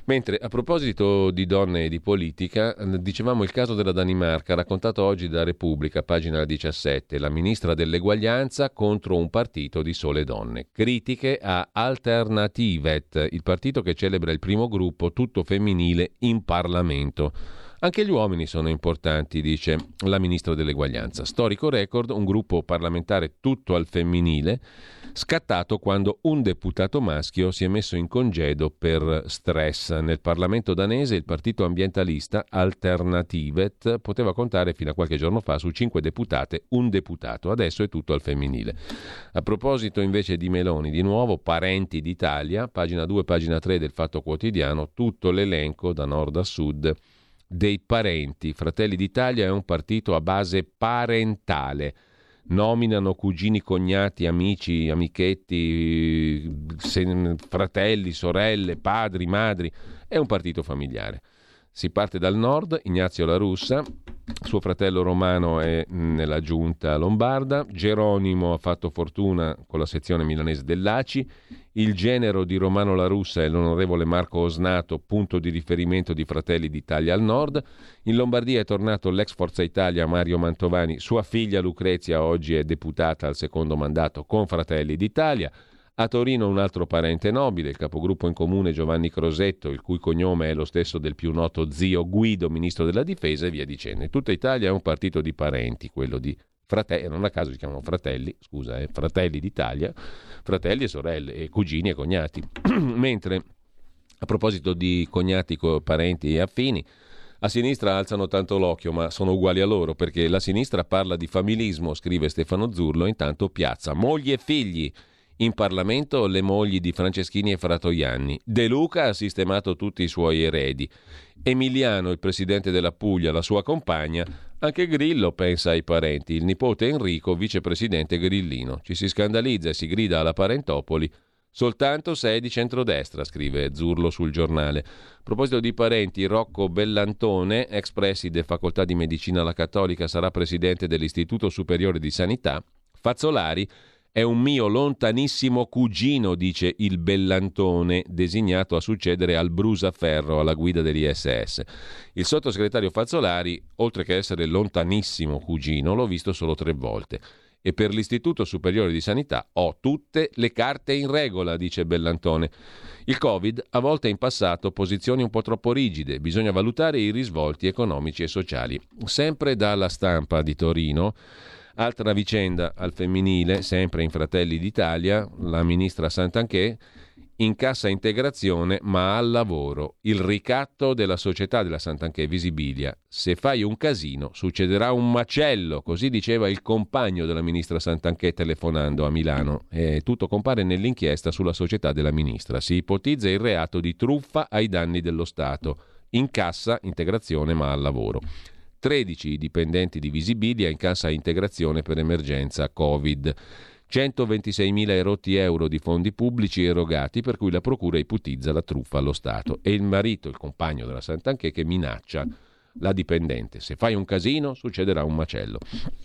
Mentre a proposito di donne e di politica, dicevamo il caso della Danimarca, raccontato oggi da Repubblica, pagina diciassette, la ministra dell'eguaglianza contro un partito di sole donne. Critiche a Alternativet, il partito che celebra il primo gruppo tutto femminile in Parlamento. Anche gli uomini sono importanti, dice la ministra dell'eguaglianza. Storico record, un gruppo parlamentare tutto al femminile, scattato quando un deputato maschio si è messo in congedo per stress. Nel Parlamento danese il partito ambientalista Alternativet poteva contare fino a qualche giorno fa su cinque deputate un deputato, adesso è tutto al femminile. A proposito invece di Meloni, di nuovo Parenti d'Italia, pagina due, pagina tre del Fatto Quotidiano, tutto l'elenco da nord a sud dei parenti. Fratelli d'Italia è un partito a base parentale. Nominano cugini, cognati, amici, amichetti, sen- fratelli, sorelle, padri, madri. È un partito familiare. Si parte dal nord, Ignazio La Russa, suo fratello Romano è nella giunta lombarda, Geronimo ha fatto fortuna con la sezione milanese dell'A C I, il genero di Romano La Russa è l'onorevole Marco Osnato, punto di riferimento di Fratelli d'Italia al nord, in Lombardia è tornato l'ex Forza Italia Mario Mantovani, sua figlia Lucrezia oggi è deputata al secondo mandato con Fratelli d'Italia. A Torino un altro parente nobile, il capogruppo in comune Giovanni Crosetto, il cui cognome è lo stesso del più noto zio Guido, ministro della difesa, e via dicendo. In tutta Italia è un partito di parenti, quello di fratelli, non a caso si chiamano fratelli, scusa, eh, Fratelli d'Italia, fratelli e sorelle, e cugini e cognati. Mentre, a proposito di cognati, parenti e affini, a sinistra alzano tanto l'occhio, ma sono uguali a loro, perché la sinistra parla di familismo, scrive Stefano Zurlo, intanto piazza mogli e figli. In Parlamento le mogli di Franceschini e Fratoianni. De Luca ha sistemato tutti i suoi eredi. Emiliano, il presidente della Puglia, la sua compagna. Anche Grillo pensa ai parenti. Il nipote Enrico, vicepresidente grillino. Ci si scandalizza e si grida alla parentopoli. Soltanto se è di centrodestra, scrive Zurlo sul giornale. A proposito di parenti, Rocco Bellantone, ex preside facoltà di medicina alla Cattolica, sarà presidente dell'Istituto Superiore di Sanità. Fazzolari è un mio lontanissimo cugino, dice il Bellantone, designato a succedere al Brusaferro alla guida dell'I S S. Il sottosegretario Fazzolari, oltre che essere lontanissimo cugino, l'ho visto solo tre volte. E per l'Istituto Superiore di Sanità ho tutte le carte in regola, dice Bellantone. Il Covid a volte in passato posizioni un po' troppo rigide, bisogna valutare i risvolti economici e sociali. Sempre dalla Stampa di Torino. Altra vicenda al femminile, sempre in Fratelli d'Italia, la ministra Santanchè in cassa integrazione ma al lavoro. Il ricatto della società della Santanchè Visibilia. Se fai un casino succederà un macello, così diceva il compagno della ministra Santanchè telefonando a Milano. E tutto compare nell'inchiesta sulla società della ministra. Si ipotizza il reato di truffa ai danni dello Stato. In cassa integrazione ma al lavoro. tredici dipendenti di Visibilia in cassa integrazione per emergenza Covid. centoventiseimila erotti euro di fondi pubblici erogati, per cui la procura ipotizza la truffa allo Stato. E il marito, il compagno della Santanchè, che minaccia la dipendente. Se fai un casino succederà un macello.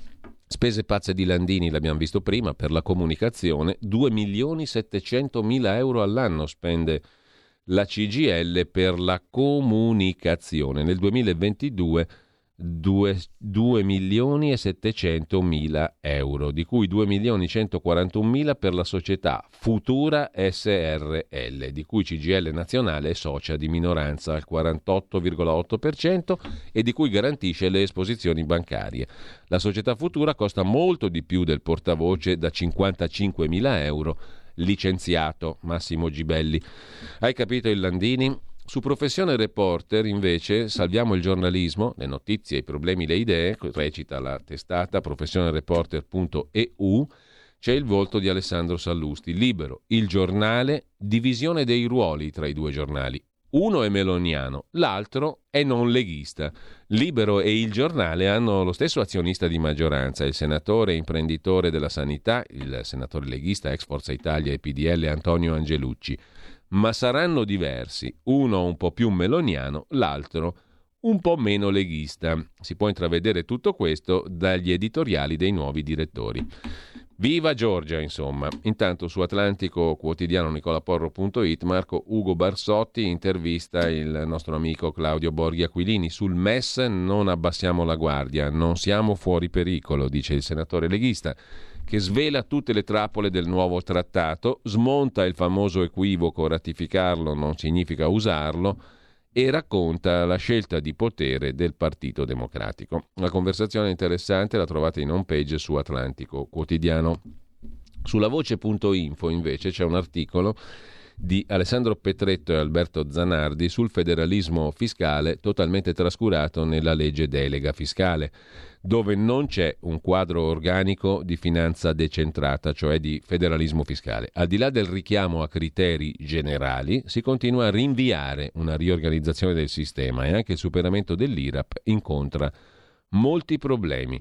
Spese pazze di Landini, l'abbiamo visto prima, per la comunicazione. due milioni settecentomila euro all'anno spende la C G I L per la comunicazione. Nel duemilaventidue due milioni e settecentomila euro, di cui due milioni centoquarantunomila per la società Futura S R L, di cui C G I L nazionale è socia di minoranza al quarantotto virgola otto per cento e di cui garantisce le esposizioni bancarie. La società Futura costa molto di più del portavoce da cinquantacinquemila euro, licenziato Massimo Gibelli. Hai capito il Landini? Su Professione Reporter, invece, salviamo il giornalismo, le notizie, i problemi, le idee, recita la testata professionereporter punto e u, c'è il volto di Alessandro Sallusti. Libero, il giornale, divisione dei ruoli tra i due giornali. Uno è meloniano, l'altro è non leghista. Libero e il giornale hanno lo stesso azionista di maggioranza, il senatore e imprenditore della sanità, il senatore leghista ex Forza Italia e P D L Antonio Angelucci. Ma saranno diversi, uno un po' più meloniano, l'altro un po' meno leghista. Si può intravedere tutto questo dagli editoriali dei nuovi direttori. Viva Giorgia, insomma. Intanto su Atlantico Quotidiano Nicolaporro punto it Marco Ugo Barsotti intervista il nostro amico Claudio Borghi Aquilini. Sul M E S non abbassiamo la guardia, non siamo fuori pericolo, dice il senatore leghista, che svela tutte le trappole del nuovo trattato, smonta il famoso equivoco ratificarlo non significa usarlo e racconta la scelta di potere del Partito Democratico. La conversazione interessante la trovate in home page su Atlantico Quotidiano. Sulla voce punto info invece c'è un articolo di Alessandro Petretto e Alberto Zanardi sul federalismo fiscale totalmente trascurato nella legge delega fiscale, dove non c'è un quadro organico di finanza decentrata, cioè di federalismo fiscale. Al di là del richiamo a criteri generali, si continua a rinviare una riorganizzazione del sistema e anche il superamento dell'I R A P incontra molti problemi.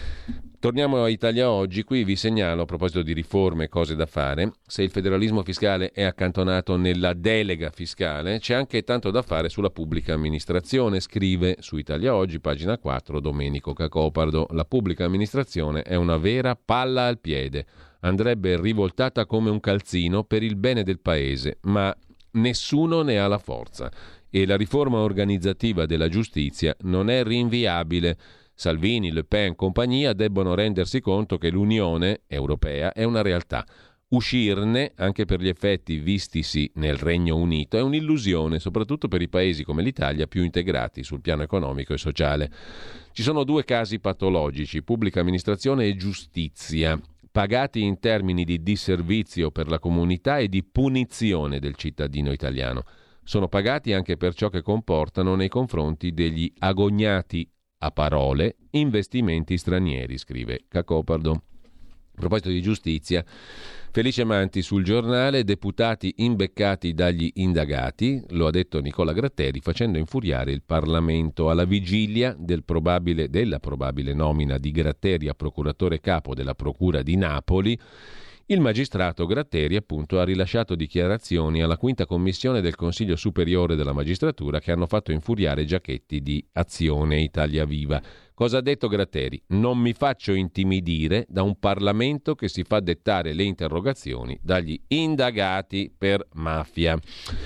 Torniamo a Italia Oggi, qui vi segnalo a proposito di riforme e cose da fare, se il federalismo fiscale è accantonato nella delega fiscale, c'è anche tanto da fare sulla pubblica amministrazione, scrive su Italia Oggi, pagina quattro, Domenico Cacopardo. La pubblica amministrazione è una vera palla al piede, andrebbe rivoltata come un calzino per il bene del paese, ma nessuno ne ha la forza e la riforma organizzativa della giustizia non è rinviabile. Salvini, Le Pen, compagnia debbono rendersi conto che l'Unione Europea è una realtà. Uscirne, anche per gli effetti vistisi nel Regno Unito, è un'illusione, soprattutto per i paesi come l'Italia più integrati sul piano economico e sociale. Ci sono due casi patologici, pubblica amministrazione e giustizia, pagati in termini di disservizio per la comunità e di punizione del cittadino italiano. Sono pagati anche per ciò che comportano nei confronti degli agognati a parole investimenti stranieri, scrive Cacopardo. A proposito di giustizia, Felice Manti sul Giornale, deputati imbeccati dagli indagati, lo ha detto Nicola Gratteri, facendo infuriare il Parlamento alla vigilia del probabile, della probabile nomina di Gratteri a procuratore capo della Procura di Napoli. Il magistrato Gratteri, appunto, ha rilasciato dichiarazioni alla quinta commissione del Consiglio Superiore della Magistratura che hanno fatto infuriare Giachetti di Azione Italia Viva. Cosa ha detto Gratteri? Non mi faccio intimidire da un Parlamento che si fa dettare le interrogazioni dagli indagati per mafia.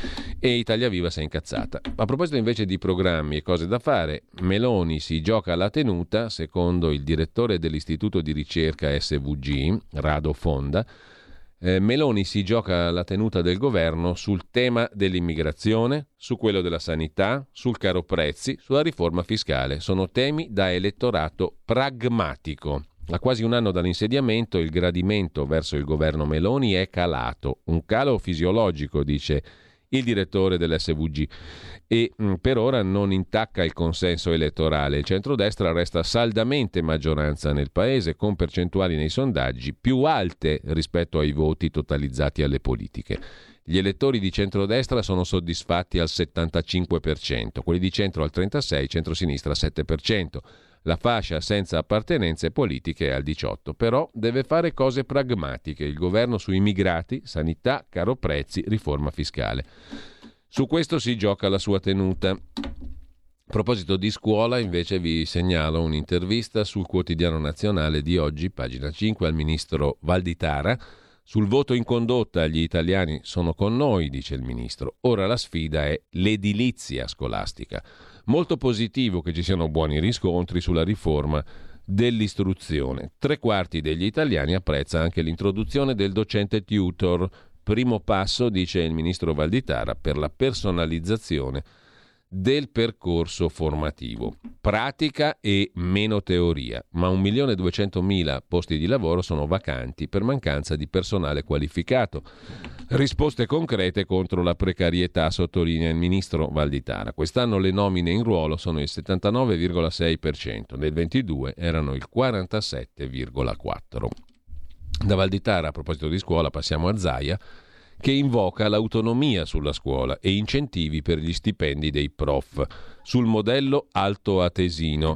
E Italia Viva si è incazzata. A proposito invece di programmi e cose da fare, Meloni si gioca la tenuta, secondo il direttore dell'Istituto di Ricerca S V G, Rado Fonda. Eh, Meloni si gioca la tenuta del governo sul tema dell'immigrazione, su quello della sanità, sul caro prezzi, sulla riforma fiscale. Sono temi da elettorato pragmatico. A quasi un anno dall'insediamento il gradimento verso il governo Meloni è calato. Un calo fisiologico, dice il direttore dell'S V G, e mh, per ora non intacca il consenso elettorale. Il centrodestra resta saldamente maggioranza nel paese, con percentuali nei sondaggi più alte rispetto ai voti totalizzati alle politiche. Gli elettori di centrodestra sono soddisfatti al settantacinque per cento, quelli di centro al trentasei per cento, centrosinistra al sette per cento. La fascia senza appartenenze politiche è al diciotto per cento, però deve fare cose pragmatiche. Il governo su immigrati, sanità, caro prezzi, riforma fiscale. Su questo si gioca la sua tenuta. A proposito di scuola, invece, vi segnalo un'intervista sul Quotidiano Nazionale di oggi, pagina cinque, al ministro Valditara. Sul voto in condotta gli italiani sono con noi, dice il ministro. Ora la sfida è l'edilizia scolastica. Molto positivo che ci siano buoni riscontri sulla riforma dell'istruzione. Tre quarti degli italiani apprezza anche l'introduzione del docente tutor. Primo passo, dice il ministro Valditara, per la personalizzazione del percorso formativo. Pratica e meno teoria, ma un milione e duecentomila posti di lavoro sono vacanti per mancanza di personale qualificato. Risposte concrete contro la precarietà, sottolinea il ministro Valditara. Quest'anno le nomine in ruolo sono il settantanove virgola sei per cento, nel ventidue erano il quarantasette virgola quattro per cento. Da Valditara, a proposito di scuola, passiamo a Zaia, che invoca l'autonomia sulla scuola e incentivi per gli stipendi dei prof, sul modello altoatesino.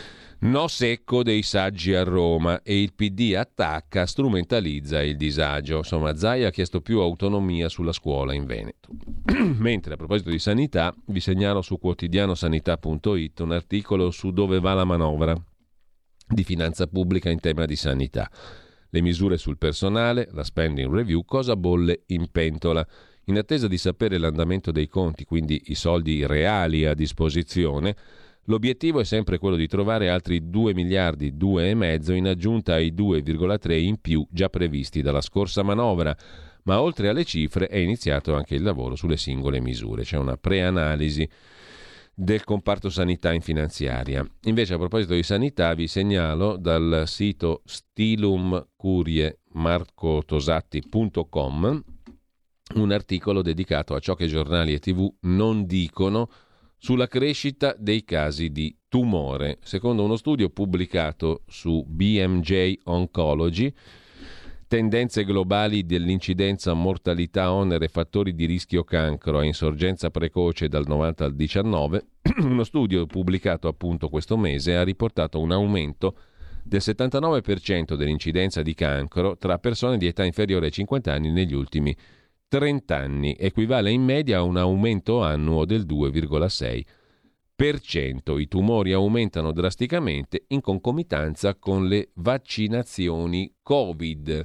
No secco dei saggi a Roma e il P D attacca, strumentalizza il disagio. Insomma, Zaia ha chiesto più autonomia sulla scuola in Veneto. Mentre a proposito di sanità, vi segnalo su quotidianosanità punto it un articolo su dove va la manovra di finanza pubblica in tema di sanità. Le misure sul personale, la spending review, cosa bolle in pentola. In attesa di sapere l'andamento dei conti, quindi i soldi reali a disposizione, l'obiettivo è sempre quello di trovare altri due miliardi, due e mezzo in aggiunta ai due virgola tre in più già previsti dalla scorsa manovra. Ma oltre alle cifre è iniziato anche il lavoro sulle singole misure. C'è una preanalisi del comparto sanità in finanziaria. Invece, a proposito di sanità, vi segnalo dal sito stilum curie marco tosatti punto com un articolo dedicato a ciò che giornali e tivù non dicono sulla crescita dei casi di tumore. Secondo uno studio pubblicato su B M J Oncology, tendenze globali dell'incidenza, mortalità, onere, fattori di rischio cancro a insorgenza precoce dal novanta al diciannove, uno studio pubblicato appunto questo mese ha riportato un aumento del settantanove per cento dell'incidenza di cancro tra persone di età inferiore ai cinquanta anni negli ultimi trenta anni, equivale in media a un aumento annuo del due virgola sei per cento. I tumori aumentano drasticamente in concomitanza con le vaccinazioni Covid,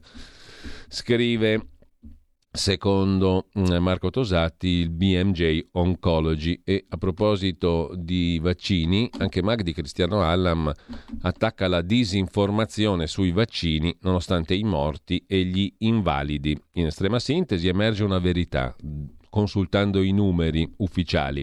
scrive secondo Marco Tosatti il B M J Oncology. E a proposito di vaccini, anche Magdi Cristiano Allam attacca la disinformazione sui vaccini nonostante i morti e gli invalidi. In estrema sintesi emerge una verità consultando i numeri ufficiali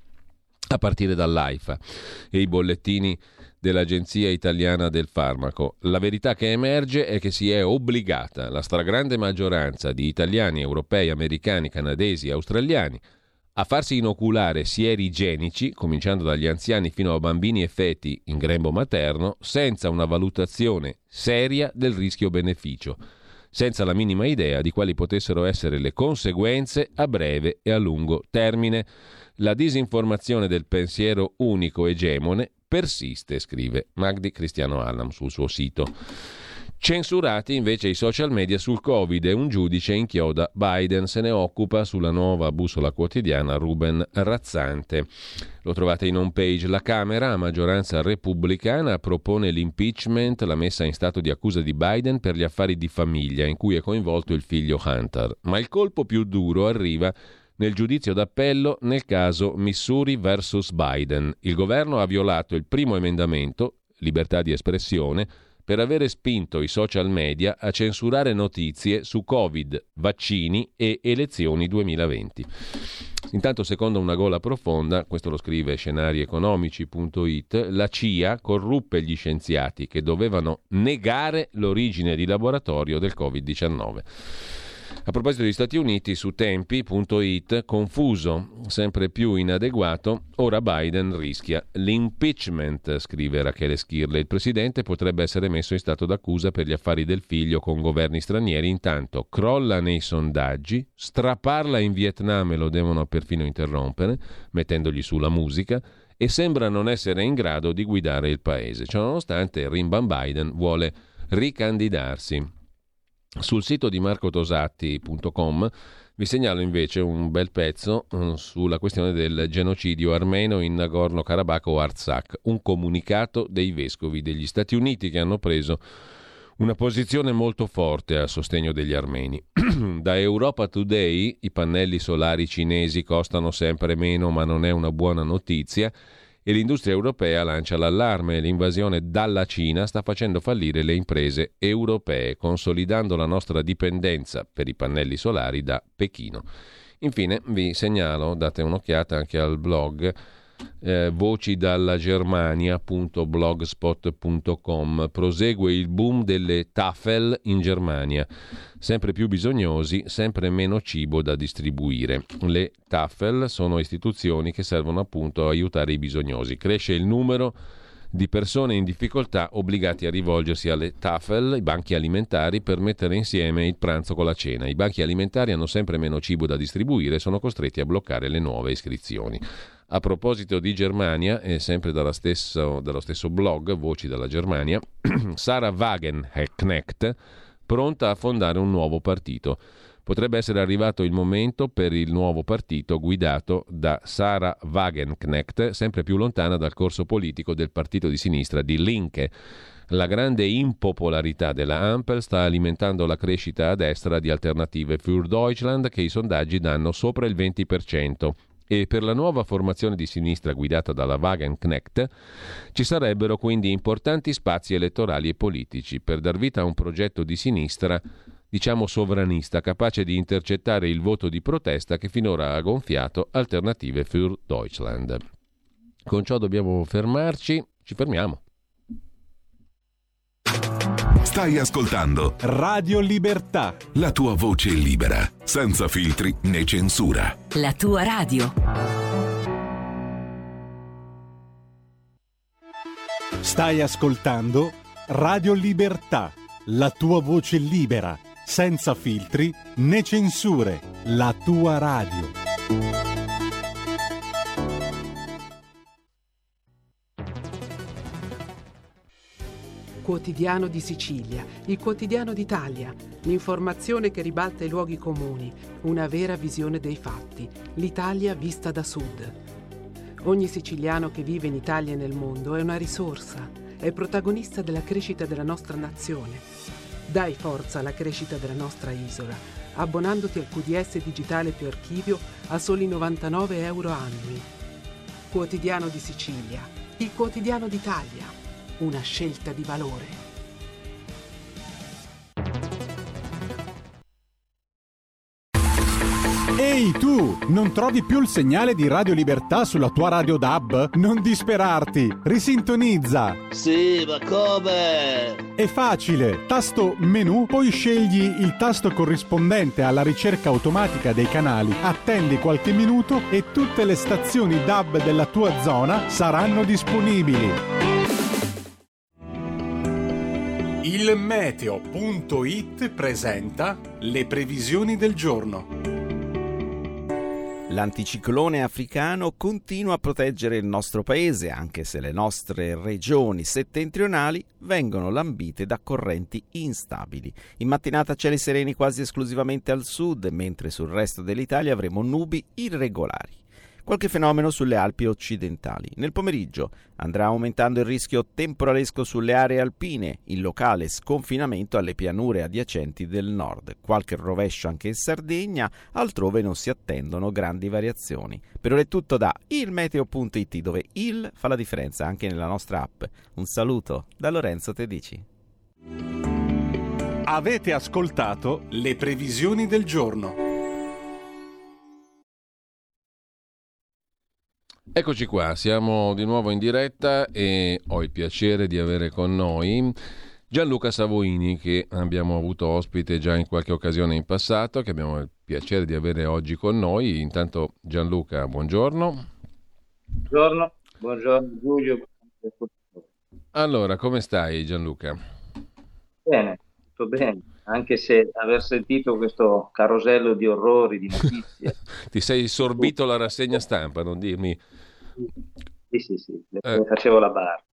a partire dall'AIFA e i bollettini dell'Agenzia Italiana del Farmaco. La verità che emerge è che si è obbligata la stragrande maggioranza di italiani, europei, americani, canadesi, australiani a farsi inoculare sieri igienici, cominciando dagli anziani fino a bambini e feti in grembo materno, senza una valutazione seria del rischio-beneficio, senza la minima idea di quali potessero essere le conseguenze a breve e a lungo termine. La disinformazione del pensiero unico egemone persiste, scrive Magdi Cristiano Allam sul suo sito. Censurati invece i social media sul Covid e un giudice inchioda Biden. Se ne occupa sulla Nuova Bussola Quotidiana Ruben Razzante. Lo trovate in home page. La Camera, a maggioranza repubblicana, propone l'impeachment, la messa in stato di accusa di Biden per gli affari di famiglia in cui è coinvolto il figlio Hunter. Ma il colpo più duro arriva nel giudizio d'appello nel caso Missouri versus Biden. Il governo ha violato il primo emendamento, libertà di espressione, per avere spinto i social media a censurare notizie su Covid, vaccini e elezioni duemilaventi. Intanto, secondo una gola profonda, questo lo scrive scenari economici punto it, la C I A corruppe gli scienziati che dovevano negare l'origine di laboratorio del covid diciannove. A proposito degli Stati Uniti, su tempi punto it, confuso, sempre più inadeguato, ora Biden rischia l'impeachment, scrive Rachele Schirle. Il presidente potrebbe essere messo in stato d'accusa per gli affari del figlio con governi stranieri, intanto crolla nei sondaggi, straparla in Vietnam e lo devono perfino interrompere, mettendogli su la musica, e sembra non essere in grado di guidare il paese. Ciononostante, Rimban Biden vuole ricandidarsi. Sul sito di marco tosatti punto com vi segnalo invece un bel pezzo uh, sulla questione del genocidio armeno in Nagorno-Karabakh o Artsakh, un comunicato dei vescovi degli Stati Uniti che hanno preso una posizione molto forte a sostegno degli armeni. Da Europa Today, i pannelli solari cinesi costano sempre meno, ma non è una buona notizia. E l'industria europea lancia l'allarme. L'invasione dalla Cina sta facendo fallire le imprese europee, consolidando la nostra dipendenza per i pannelli solari da Pechino. Infine vi segnalo, date un'occhiata anche al blog eh, voci dalla Germania punto blogspot punto com. Prosegue il boom delle Tafel in Germania. Sempre più bisognosi, sempre meno cibo da distribuire. Le Tafel sono istituzioni che servono appunto a aiutare i bisognosi. Cresce il numero di persone in difficoltà obbligati a rivolgersi alle Tafel, i banchi alimentari, per mettere insieme il pranzo con la cena. I banchi alimentari hanno sempre meno cibo da distribuire e sono costretti a bloccare le nuove iscrizioni. A proposito di Germania, e sempre dallo stesso, dallo stesso blog, Voci dalla Germania, Sarah Wagenknecht, pronta a fondare un nuovo partito. Potrebbe essere arrivato il momento per il nuovo partito guidato da Sarah Wagenknecht, sempre più lontana dal corso politico del partito di sinistra di Linke. La grande impopolarità della Ampel sta alimentando la crescita a destra di Alternative für Deutschland, che i sondaggi danno sopra il venti per cento. E per la nuova formazione di sinistra guidata dalla Wagenknecht ci sarebbero quindi importanti spazi elettorali e politici per dar vita a un progetto di sinistra, diciamo sovranista, capace di intercettare il voto di protesta che finora ha gonfiato Alternative für Deutschland. Con ciò dobbiamo fermarci, ci fermiamo. Stai ascoltando Radio Libertà, la tua voce libera, senza filtri né censura. La tua radio. stai ascoltando Radio Libertà, la tua voce libera, senza filtri né censure, la tua radio. Quotidiano di Sicilia, il quotidiano d'Italia, l'informazione che ribalta i luoghi comuni, una vera visione dei fatti, l'Italia vista da sud. Ogni siciliano che vive in Italia e nel mondo è una risorsa, è protagonista della crescita della nostra nazione. Dai forza alla crescita della nostra isola, abbonandoti al Q D S digitale più archivio a soli novantanove euro annui. Quotidiano di Sicilia, il quotidiano d'Italia. Una scelta di valore. Ehi tu, non trovi più il segnale di Radio Libertà sulla tua radio D A B? Non disperarti, risintonizza. Sì, ma come? È facile, tasto menu, poi scegli il tasto corrispondente alla ricerca automatica dei canali, attendi qualche minuto e tutte le stazioni D A B della tua zona saranno disponibili. Il meteo punto it presenta le previsioni del giorno. L'anticiclone africano continua a proteggere il nostro paese, anche se le nostre regioni settentrionali vengono lambite da correnti instabili. In mattinata cieli sereni quasi esclusivamente al sud, mentre sul resto dell'Italia avremo nubi irregolari. Qualche fenomeno sulle Alpi occidentali. Nel pomeriggio andrà aumentando il rischio temporalesco sulle aree alpine, in locale sconfinamento alle pianure adiacenti del nord. Qualche rovescio anche in Sardegna, altrove non si attendono grandi variazioni. Per ora è tutto da il meteo punto it, dove il fa la differenza anche nella nostra app. Un saluto da Lorenzo Tedici. Avete ascoltato le previsioni del giorno. Eccoci qua, siamo di nuovo in diretta e ho il piacere di avere con noi Gianluca Savoini, che abbiamo avuto ospite già in qualche occasione in passato, che abbiamo il piacere di avere oggi con noi. Intanto Gianluca, buongiorno. Buongiorno, buongiorno Giulio. Allora, come stai Gianluca? Bene, tutto bene, anche se aver sentito questo carosello di orrori, di notizie. Ti sei sorbito la rassegna stampa, non dirmi... Sì, sì, sì, le, eh. le facevo la barra.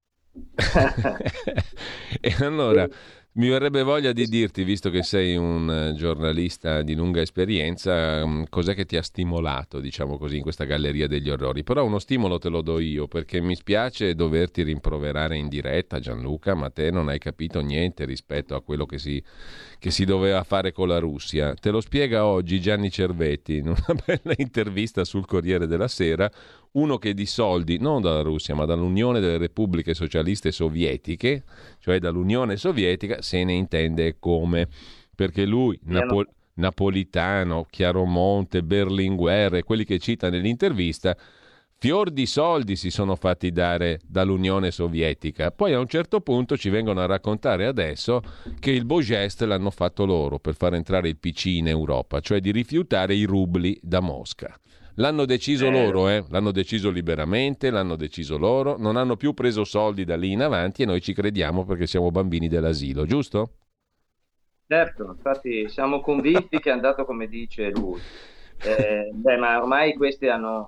E allora mi verrebbe voglia di dirti, visto che sei un giornalista di lunga esperienza, cos'è che ti ha stimolato, diciamo così, in questa galleria degli orrori? Però uno stimolo te lo do io, perché mi spiace doverti rimproverare in diretta, Gianluca, ma te non hai capito niente rispetto a quello che si, che si doveva fare con la Russia. Te lo spiega oggi Gianni Cervetti in una bella intervista sul Corriere della Sera, uno che di soldi, non dalla Russia, ma dall'Unione delle Repubbliche Socialiste Sovietiche, cioè dall'Unione Sovietica, se ne intende come, perché lui, Napo- Napolitano, Chiaromonte, Berlinguer, quelli che cita nell'intervista, fior di soldi si sono fatti dare dall'Unione Sovietica. Poi a un certo punto ci vengono a raccontare adesso che il beau geste l'hanno fatto loro per far entrare il P C in Europa, cioè di rifiutare i rubli da Mosca. L'hanno deciso eh. loro, eh? L'hanno deciso liberamente, l'hanno deciso loro, non hanno più preso soldi da lì in avanti e noi ci crediamo perché siamo bambini dell'asilo, giusto? Certo, infatti siamo convinti che è andato come dice lui. Eh, beh, ma ormai questi hanno,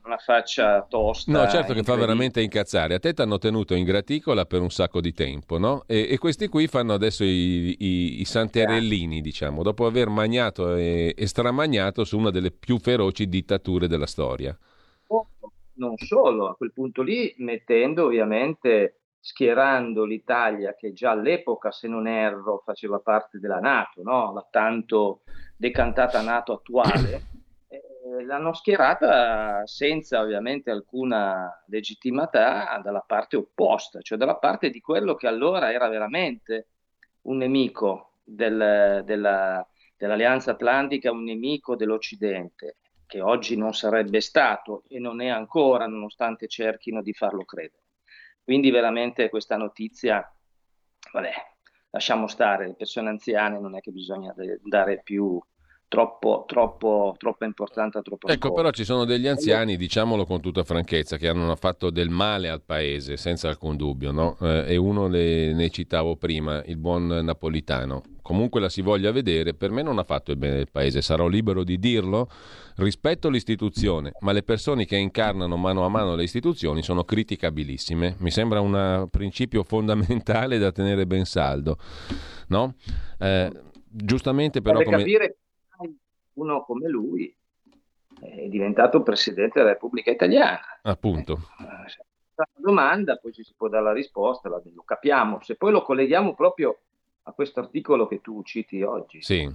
una faccia tosta. No, certo che fa veramente incazzare. A te ti hanno tenuto in graticola per un sacco di tempo, no? E, e questi qui fanno adesso i, i, i santerellini, diciamo, dopo aver magnato e, e stramagnato su una delle più feroci dittature della storia. Non solo, a quel punto lì mettendo ovviamente, schierando l'Italia che già all'epoca, se non erro, faceva parte della NATO, no? La tanto decantata NATO attuale. L'hanno schierata senza ovviamente alcuna legittimità dalla parte opposta, cioè dalla parte di quello che allora era veramente un nemico del, della, dell'Alleanza Atlantica, un nemico dell'Occidente, che oggi non sarebbe stato e non è ancora, nonostante cerchino di farlo credere. Quindi veramente questa notizia, vabbè, lasciamo stare, le persone anziane non è che bisogna dare più troppo, troppo, troppo importante, troppo ecco, ancora. però ci sono degli anziani, diciamolo con tutta franchezza, che hanno fatto del male al paese, senza alcun dubbio, no? Eh, e uno le, ne citavo prima, il buon Napolitano. Comunque la si voglia vedere, per me non ha fatto il bene del paese, sarò libero di dirlo, rispetto l'istituzione, ma le persone che incarnano mano a mano le istituzioni sono criticabilissime. Mi sembra un principio fondamentale da tenere ben saldo, no? Eh, giustamente però... Deve come... capire uno come lui è diventato Presidente della Repubblica Italiana. Appunto. Se fa una domanda, poi ci si può dare la risposta, lo capiamo. Se poi lo colleghiamo proprio a questo articolo che tu citi oggi. Sì.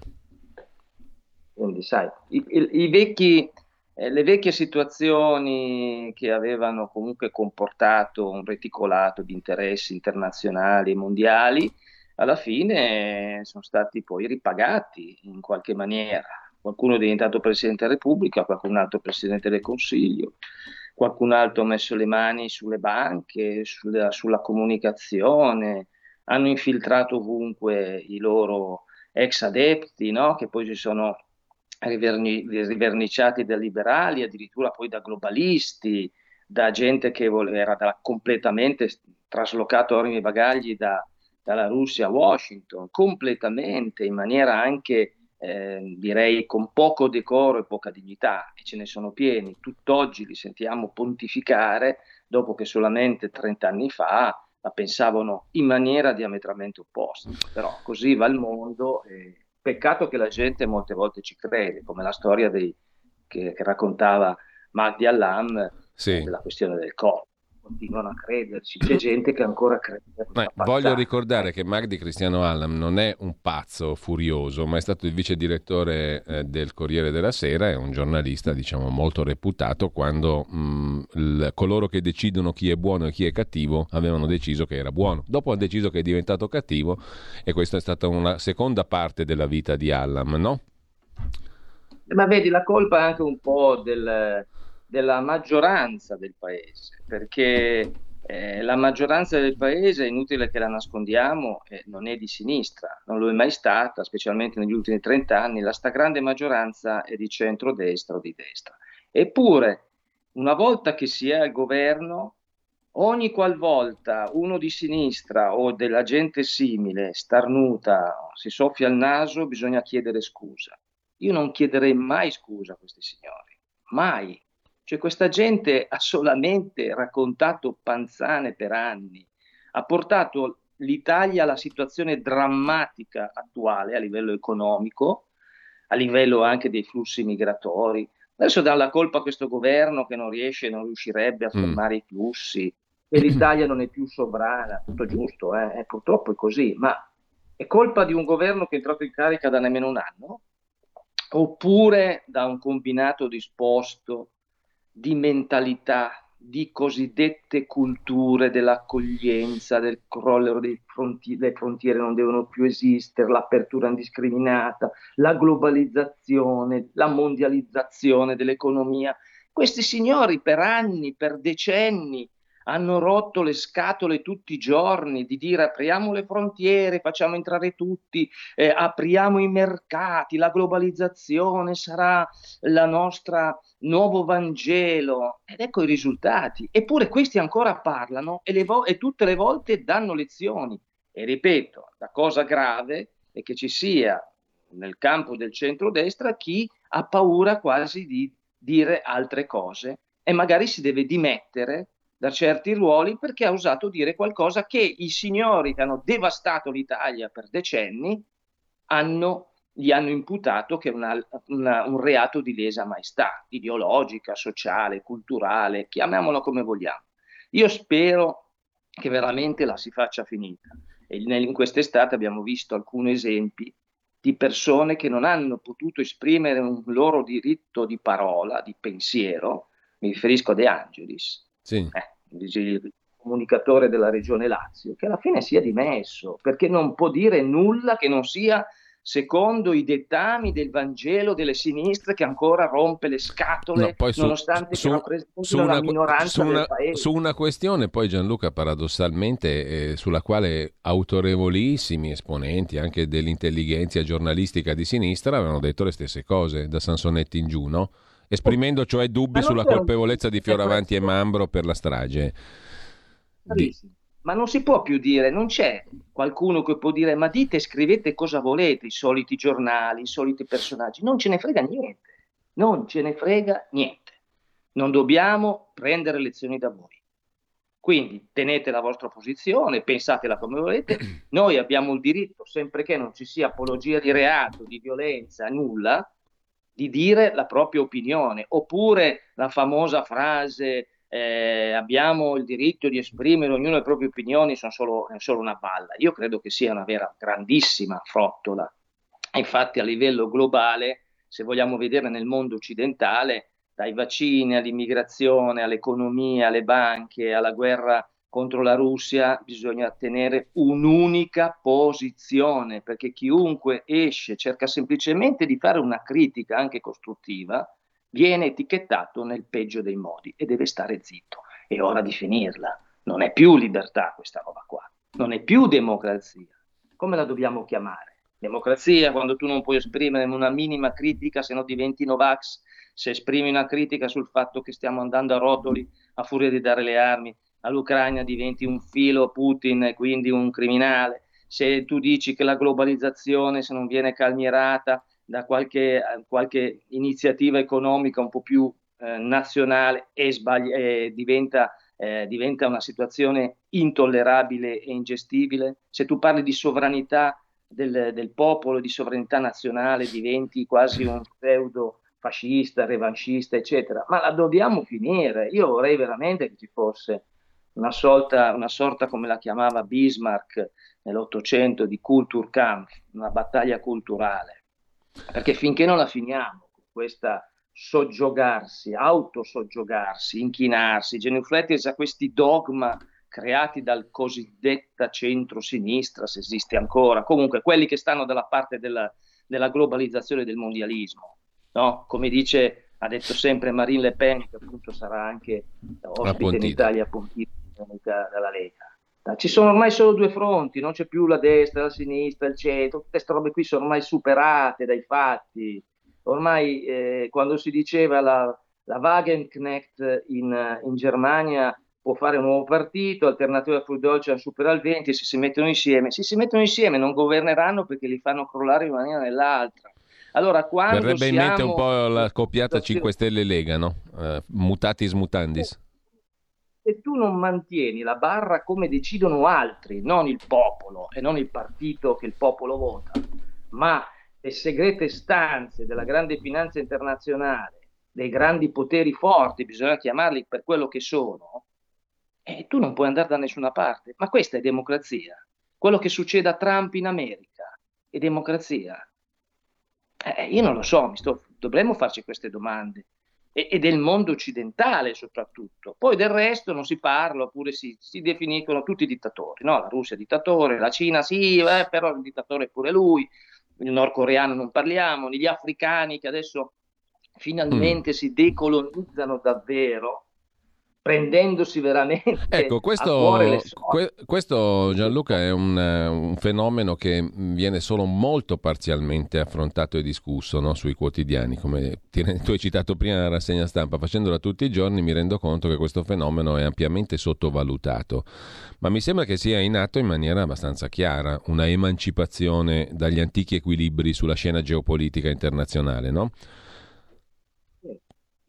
Quindi, sai, i, i, i vecchi, eh, le vecchie situazioni che avevano comunque comportato un reticolato di interessi internazionali e mondiali, alla fine sono stati poi ripagati in qualche maniera. Qualcuno è diventato Presidente della Repubblica, qualcun altro Presidente del Consiglio, qualcun altro ha messo le mani sulle banche, sulla, sulla comunicazione, hanno infiltrato ovunque i loro ex adepti, no? Che poi si sono riverni, riverniciati da liberali, addirittura poi da globalisti, da gente che voleva, era da, completamente traslocato armi e bagagli da, dalla Russia a Washington, completamente, in maniera anche... Eh, direi con poco decoro e poca dignità, e ce ne sono pieni. Tutt'oggi li sentiamo pontificare dopo che solamente trent'anni fa la pensavano in maniera diametralmente opposta. Però così va il mondo, e peccato che la gente molte volte ci crede, come la storia dei, che, che raccontava Mahdi Allam, sì, della questione del corpo. Continuano a crederci, c'è gente che ancora crede. Eh, voglio ricordare che Mahdi Cristiano Allam non è un pazzo furioso, ma è stato il vice direttore eh, del Corriere della Sera, è un giornalista, diciamo, molto reputato, quando mh, il, coloro che decidono chi è buono e chi è cattivo avevano deciso che era buono. Dopo ha deciso che è diventato cattivo, e questa è stata una seconda parte della vita di Allam, no? Ma vedi, la colpa è anche un po' del... della maggioranza del paese, perché eh, la maggioranza del paese, è inutile che la nascondiamo, eh, non è di sinistra, non lo è mai stata, specialmente negli ultimi trent'anni, la stragrande maggioranza è di centrodestra o di destra. Eppure, una volta che si è al governo, ogni qualvolta uno di sinistra o della gente simile starnuta, si soffia il naso, bisogna chiedere scusa. Io non chiederei mai scusa a questi signori, mai. Cioè, questa gente ha solamente raccontato panzane per anni, ha portato l'Italia alla situazione drammatica attuale a livello economico, a livello anche dei flussi migratori. Adesso dà la colpa a questo governo che non riesce, non riuscirebbe a fermare mm. i flussi, e l'Italia non è più sovrana, tutto giusto, eh? Eh, purtroppo è così, ma è colpa di un governo che è entrato in carica da nemmeno un anno? Oppure da un combinato disposto di mentalità, di cosiddette culture dell'accoglienza, del crollo dei fronti- le frontiere non devono più esistere, l'apertura indiscriminata, la globalizzazione, la mondializzazione dell'economia. Questi signori per anni, per decenni, hanno rotto le scatole tutti i giorni di dire apriamo le frontiere, facciamo entrare tutti, eh, apriamo i mercati, la globalizzazione sarà la nostra nuovo Vangelo, ed ecco i risultati. Eppure questi ancora parlano e, le vo- e tutte le volte danno lezioni. E ripeto, la cosa grave è che ci sia nel campo del centrodestra chi ha paura quasi di dire altre cose e magari si deve dimettere da certi ruoli perché ha osato dire qualcosa che i signori che hanno devastato l'Italia per decenni hanno, gli hanno imputato che è una, una, un reato di lesa maestà, ideologica, sociale, culturale, chiamiamola come vogliamo. Io spero che veramente la si faccia finita. E in quest'estate abbiamo visto alcuni esempi di persone che non hanno potuto esprimere un loro diritto di parola, di pensiero. Mi riferisco a De Angelis, sì. eh, il comunicatore della regione Lazio, che alla fine si è dimesso perché non può dire nulla che non sia secondo i dettami del Vangelo delle sinistre, che ancora rompe le scatole, no, poi su, nonostante su, che rappresenti su una minoranza su una, del paese. Su una questione poi, Gianluca, paradossalmente, eh, sulla quale autorevolissimi esponenti anche dell'intelligenza giornalistica di sinistra avevano detto le stesse cose, da Sansonetti in giù, no? Esprimendo cioè dubbi sulla colpevolezza di Fioravanti e Mambro per la strage. Di... Ma non si può più dire, non c'è qualcuno che può dire ma dite, scrivete cosa volete, i soliti giornali, i soliti personaggi, non ce ne frega niente, non ce ne frega niente, non dobbiamo prendere lezioni da voi, quindi tenete la vostra posizione, pensatela come volete, noi abbiamo il diritto, sempre che non ci sia apologia di reato, di violenza, nulla, di dire la propria opinione, oppure la famosa frase Eh, abbiamo il diritto di esprimere ognuno le proprie opinioni, sono solo, è solo una balla. Io credo che sia una vera grandissima frottola. Infatti a livello globale, se vogliamo vedere nel mondo occidentale, dai vaccini all'immigrazione, all'economia, alle banche, alla guerra contro la Russia, bisogna tenere un'unica posizione, perché chiunque esce cerca semplicemente di fare una critica anche costruttiva, viene etichettato nel peggio dei modi e deve stare zitto. È ora di finirla. Non è più libertà questa roba qua. Non è più democrazia. Come la dobbiamo chiamare? Democrazia quando tu non puoi esprimere una minima critica, se no diventi Novax. Se esprimi una critica sul fatto che stiamo andando a rotoli a furia di dare le armi all'Ucraina, diventi un filo Putin e quindi un criminale. Se tu dici che la globalizzazione, se non viene calmierata da qualche, qualche iniziativa economica un po' più eh, nazionale e sbagli- eh, diventa, eh, diventa una situazione intollerabile e ingestibile. Se tu parli di sovranità del, del popolo, di sovranità nazionale, diventi quasi un pseudo fascista, revanchista, eccetera. Ma la dobbiamo finire. Io vorrei veramente che ci fosse una sorta, una sorta come la chiamava Bismarck nell'Ottocento, di Kulturkampf, una battaglia culturale. Perché finché non la finiamo con questa soggiogarsi, autosoggiogarsi, inchinarsi, genuflettersi a questi dogma creati dal cosiddetta centro-sinistra, se esiste ancora, comunque quelli che stanno dalla parte della, della globalizzazione del mondialismo, no? Come dice, ha detto sempre Marine Le Pen, che appunto sarà anche ospite in Italia appuntita dalla Lega. Ci sono ormai solo due fronti, non c'è più la destra, la sinistra, il centro, tutte queste robe qui sono ormai superate dai fatti. Ormai eh, quando si diceva la, la Wagenknecht in, in Germania può fare un nuovo partito, Alternativa für Deutschland supera il venti, se si mettono insieme, se si mettono insieme non governeranno perché li fanno crollare in una maniera o nell'altra. Allora, quando verrebbe siamo... in mente un po' la coppiata cinque Stelle Lega, no? Uh, mutatis mutandis. Se tu non mantieni la barra come decidono altri, non il popolo e non il partito che il popolo vota, ma le segrete stanze della grande finanza internazionale, dei grandi poteri forti, bisogna chiamarli per quello che sono, e tu non puoi andare da nessuna parte. Ma questa è democrazia. Quello che succede a Trump in America è democrazia. Eh, io non lo so, mi sto, dovremmo farci queste domande. E del mondo occidentale soprattutto. Poi del resto non si parla, oppure si, si definiscono tutti dittatori, no? La Russia è dittatore, la Cina sì, eh, però il dittatore è pure lui, il nordcoreano non parliamo, gli africani che adesso finalmente mm. si decolonizzano davvero, prendendosi veramente ecco, questo, a cuore le que, questo Gianluca è un, un fenomeno che viene solo molto parzialmente affrontato e discusso, no? Sui quotidiani, come ti, tu hai citato prima nella rassegna stampa. Facendola tutti i giorni mi rendo conto che questo fenomeno è ampiamente sottovalutato, ma mi sembra che sia in atto in maniera abbastanza chiara una emancipazione dagli antichi equilibri sulla scena geopolitica internazionale, no?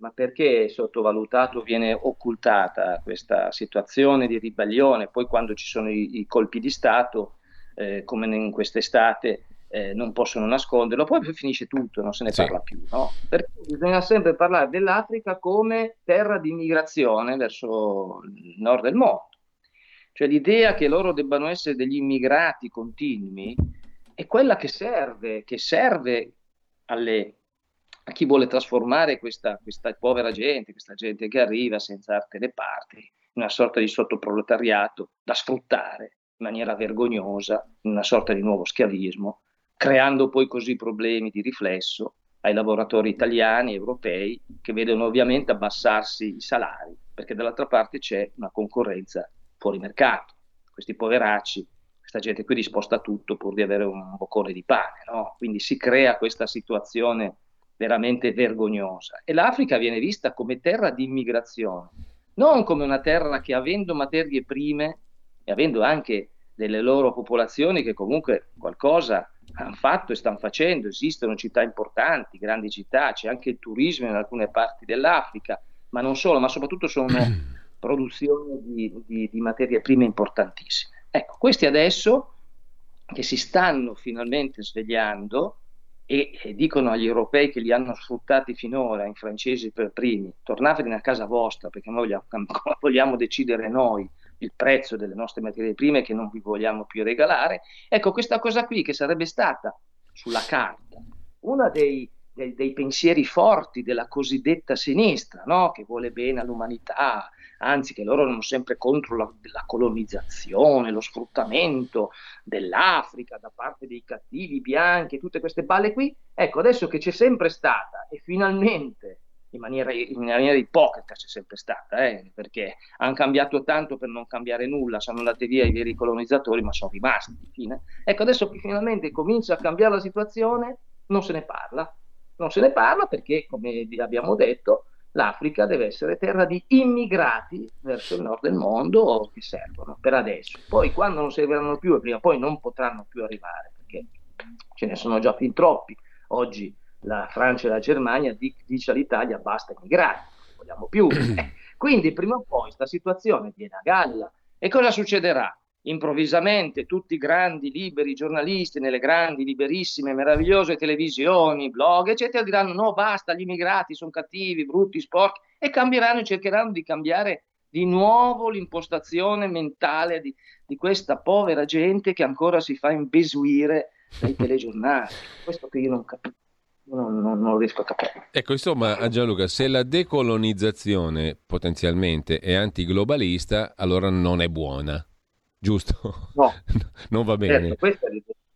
ma perché è sottovalutato, viene occultata questa situazione di ribellione? Poi quando ci sono i, i colpi di Stato, eh, come in quest'estate, eh, non possono nasconderlo, poi finisce tutto, non se ne Sì. parla più, no? Perché bisogna sempre parlare dell'Africa come terra di migrazione verso il nord del mondo. Cioè l'idea che loro debbano essere degli immigrati continui è quella che serve, che serve alle, a chi vuole trasformare questa, questa povera gente, questa gente che arriva senza arte né parte, in una sorta di sottoproletariato da sfruttare in maniera vergognosa, in una sorta di nuovo schiavismo, creando poi così problemi di riflesso ai lavoratori italiani, europei, che vedono ovviamente abbassarsi i salari, perché dall'altra parte c'è una concorrenza fuori mercato. Questi poveracci, questa gente qui disposta a tutto pur di avere un boccone di pane, no? Quindi si crea questa situazione veramente vergognosa. E l'Africa viene vista come terra di immigrazione, non come una terra che, avendo materie prime e avendo anche delle loro popolazioni che comunque qualcosa hanno fatto e stanno facendo, esistono città importanti, grandi città, c'è anche il turismo in alcune parti dell'Africa, ma non solo, ma soprattutto sono produzioni di, di, di materie prime importantissime. Ecco, questi adesso che si stanno finalmente svegliando e, e dicono agli europei che li hanno sfruttati finora, i francesi per primi, tornatene a casa vostra perché noi vogliamo, vogliamo decidere noi il prezzo delle nostre materie prime che non vi vogliamo più regalare. Ecco, questa cosa qui che sarebbe stata sulla carta una dei, dei, dei pensieri forti della cosiddetta sinistra, no? Che vuole bene all'umanità, anzi che loro erano sempre contro la, la colonizzazione, lo sfruttamento dell'Africa da parte dei cattivi bianchi, tutte queste balle qui. Ecco, adesso che c'è sempre stata e finalmente in maniera, in maniera ipocrita c'è sempre stata, eh, perché hanno cambiato tanto per non cambiare nulla, sono andati via i veri colonizzatori, ma sono rimasti. Fine. Ecco, adesso che finalmente comincia a cambiare la situazione, non se ne parla. Non se ne parla perché, come abbiamo detto, l'Africa deve essere terra di immigrati verso il nord del mondo che servono per adesso. Poi quando non serviranno più e prima o poi non potranno più arrivare, perché ce ne sono già fin troppi. Oggi la Francia e la Germania dice all'Italia basta immigrati, non vogliamo più. Eh, quindi prima o poi questa situazione viene a galla. E cosa succederà? Improvvisamente tutti i grandi liberi giornalisti nelle grandi, liberissime, meravigliose televisioni, blog, eccetera, diranno no, basta, gli immigrati sono cattivi, brutti, sporchi, e cambieranno e cercheranno di cambiare di nuovo l'impostazione mentale di, di questa povera gente che ancora si fa imbesuire dai telegiornali. Questo che io non capisco. Non, non, non riesco a capire. Ecco, insomma, Gianluca, se la decolonizzazione potenzialmente è antiglobalista, allora non è buona, giusto? No, non va bene. Certo,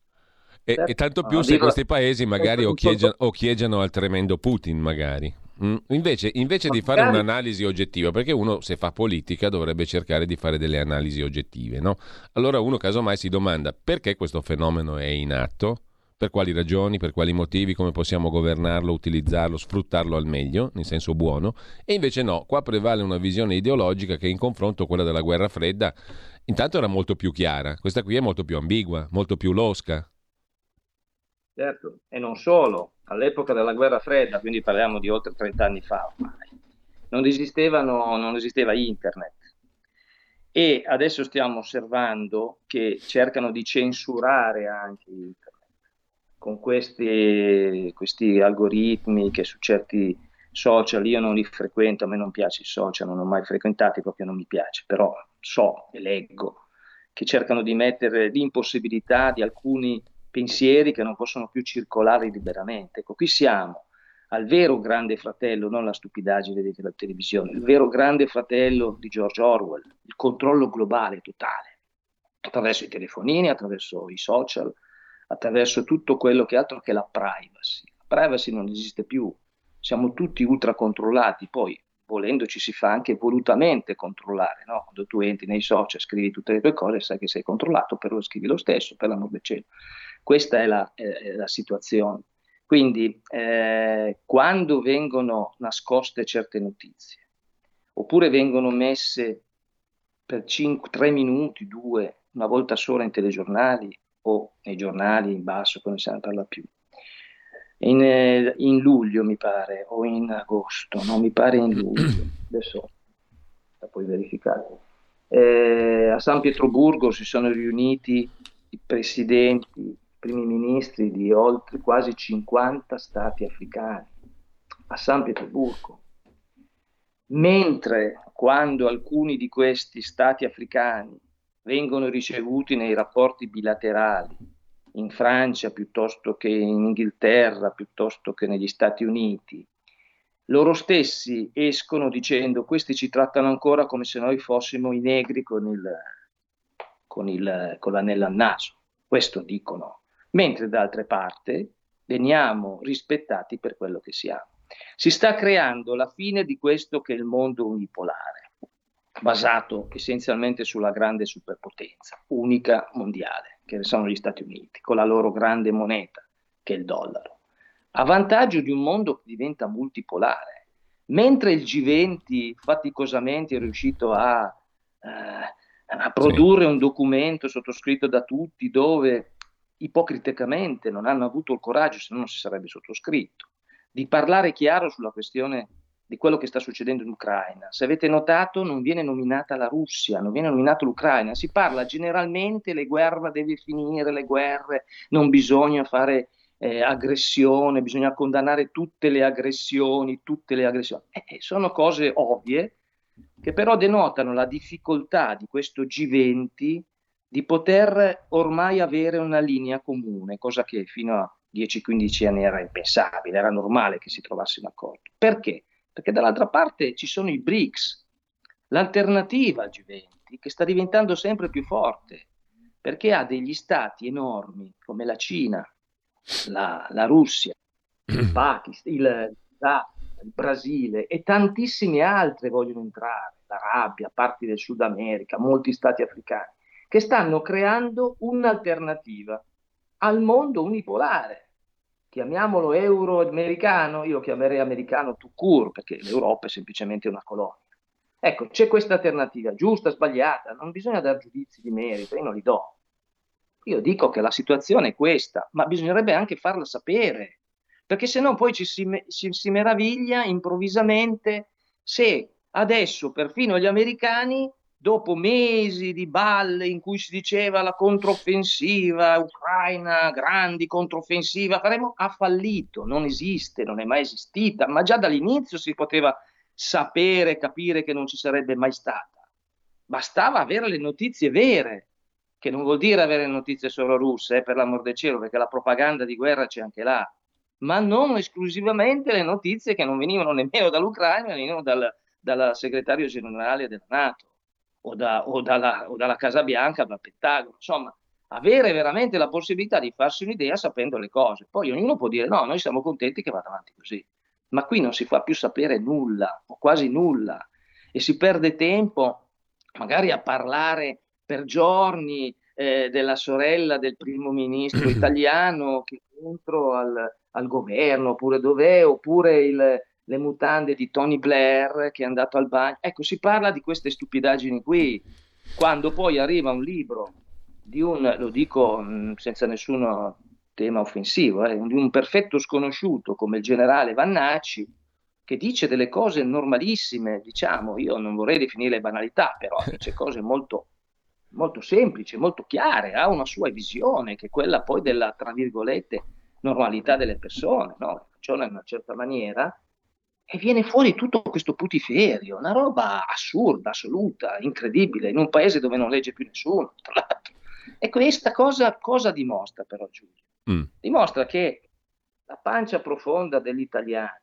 è... e, e tanto più no, se dico... questi paesi magari occhieggiano, occhieggiano al tremendo Putin, magari. Mm? Invece, invece di fare magari... un'analisi oggettiva, perché uno se fa politica dovrebbe cercare di fare delle analisi oggettive, no? Allora uno casomai si domanda perché questo fenomeno è in atto. Per quali ragioni, per quali motivi, come possiamo governarlo, utilizzarlo, sfruttarlo al meglio, in senso buono, e invece no, qua prevale una visione ideologica che in confronto a quella della guerra fredda intanto era molto più chiara, questa qui è molto più ambigua, molto più losca. Certo, e non solo, all'epoca della guerra fredda, quindi parliamo di oltre trenta anni fa ormai, non esistevano, non esisteva internet. E adesso stiamo osservando che cercano di censurare anche internet con questi, questi algoritmi che su certi social, io non li frequento, a me non piace i social, non ho mai frequentati, proprio non mi piace, però so e leggo che cercano di mettere l'impossibilità di alcuni pensieri che non possono più circolare liberamente. Ecco, qui siamo al vero grande fratello, non la stupidaggine della televisione, il vero grande fratello di George Orwell, il controllo globale totale, attraverso i telefonini, attraverso i social, attraverso tutto quello che altro che la privacy. La privacy non esiste più, siamo tutti ultra controllati, poi volendo ci si fa anche volutamente controllare, no? Quando tu entri nei social, scrivi tutte le tue cose, sai che sei controllato, però lo scrivi lo stesso, per l'amor del cielo. Questa è la, è la situazione. Quindi eh, quando vengono nascoste certe notizie, oppure vengono messe per cinque, tre minuti, due, una volta sola in telegiornali, o nei giornali in basso, come se ne parla più, in, eh, in luglio mi pare, o in agosto, no mi pare in luglio, adesso la puoi verificare. Eh, a San Pietroburgo si sono riuniti i presidenti, i primi ministri di oltre quasi cinquanta stati africani, a San Pietroburgo. Mentre quando alcuni di questi stati africani vengono ricevuti nei rapporti bilaterali in Francia piuttosto che in Inghilterra, piuttosto che negli Stati Uniti, loro stessi escono dicendo: questi ci trattano ancora come se noi fossimo i negri con, il, con, il, con l'anello al naso. Questo dicono. Mentre d'altra parte veniamo rispettati per quello che siamo. Si sta creando la fine di questo che è il mondo unipolare, basato essenzialmente sulla grande superpotenza, unica mondiale, che sono gli Stati Uniti, con la loro grande moneta, che è il dollaro, a vantaggio di un mondo che diventa multipolare. Mentre il G venti faticosamente è riuscito a, eh, a produrre sì. un documento sottoscritto da tutti, dove ipocriticamente non hanno avuto il coraggio, se no non si sarebbe sottoscritto, di parlare chiaro sulla questione di quello che sta succedendo in Ucraina. Se avete notato, non viene nominata la Russia, non viene nominata l'Ucraina, si parla generalmente le guerre deve finire, le guerre, non bisogna fare eh, aggressione, bisogna condannare tutte le aggressioni, tutte le aggressioni. Eh, sono cose ovvie che però denotano la difficoltà di questo G venti di poter ormai avere una linea comune, cosa che fino a dieci quindici anni era impensabile, era normale che si trovasse un accordo. Perché? Perché dall'altra parte ci sono i B R I C S, l'alternativa al G venti, che sta diventando sempre più forte, perché ha degli stati enormi come la Cina, la, la Russia, il Pakistan, il, il Brasile e tantissimi altri vogliono entrare, l'Arabia, parti del Sud America, molti stati africani, che stanno creando un'alternativa al mondo unipolare. Chiamiamolo euro-americano, io chiamerei americano tout court, perché l'Europa è semplicemente una colonia. Ecco, c'è questa alternativa, giusta, sbagliata, non bisogna dar giudizi di merito, io non li do. Io dico che la situazione è questa, ma bisognerebbe anche farla sapere, perché se no poi ci si, si, si meraviglia improvvisamente se adesso perfino gli americani, dopo mesi di balle in cui si diceva la controffensiva ucraina, grandi controffensiva, faremo, ha fallito, non esiste, non è mai esistita, ma già dall'inizio si poteva sapere, capire che non ci sarebbe mai stata. Bastava avere le notizie vere, che non vuol dire avere notizie solo russe, eh, per l'amor del cielo, perché la propaganda di guerra c'è anche là, ma non esclusivamente le notizie che non venivano nemmeno dall'Ucraina, venivano dal, dal segretario generale della NATO. O, da, o, dalla, o dalla Casa Bianca, dal Pentagono, insomma, avere veramente la possibilità di farsi un'idea sapendo le cose. Poi ognuno può dire no, noi siamo contenti che vada avanti così, ma qui non si fa più sapere nulla, o quasi nulla, e si perde tempo magari a parlare per giorni eh, della sorella del primo ministro italiano che è contro al, al governo, oppure dov'è, oppure il le mutande di Tony Blair che è andato al bagno. Ecco, si parla di queste stupidaggini qui, quando poi arriva un libro di un, lo dico mh, senza nessun tema offensivo, eh, di un perfetto sconosciuto come il generale Vannacci, che dice delle cose normalissime, diciamo, io non vorrei definire banalità, però dice cose molto, molto semplici, molto chiare, ha una sua visione, che è quella poi della, tra virgolette, normalità delle persone, no? Facciamo in una certa maniera, e viene fuori tutto questo putiferio, una roba assurda, assoluta, incredibile, in un paese dove non legge più nessuno, tra l'altro. E questa cosa cosa dimostra però, Giulio? Mm. Dimostra che la pancia profonda degli italiani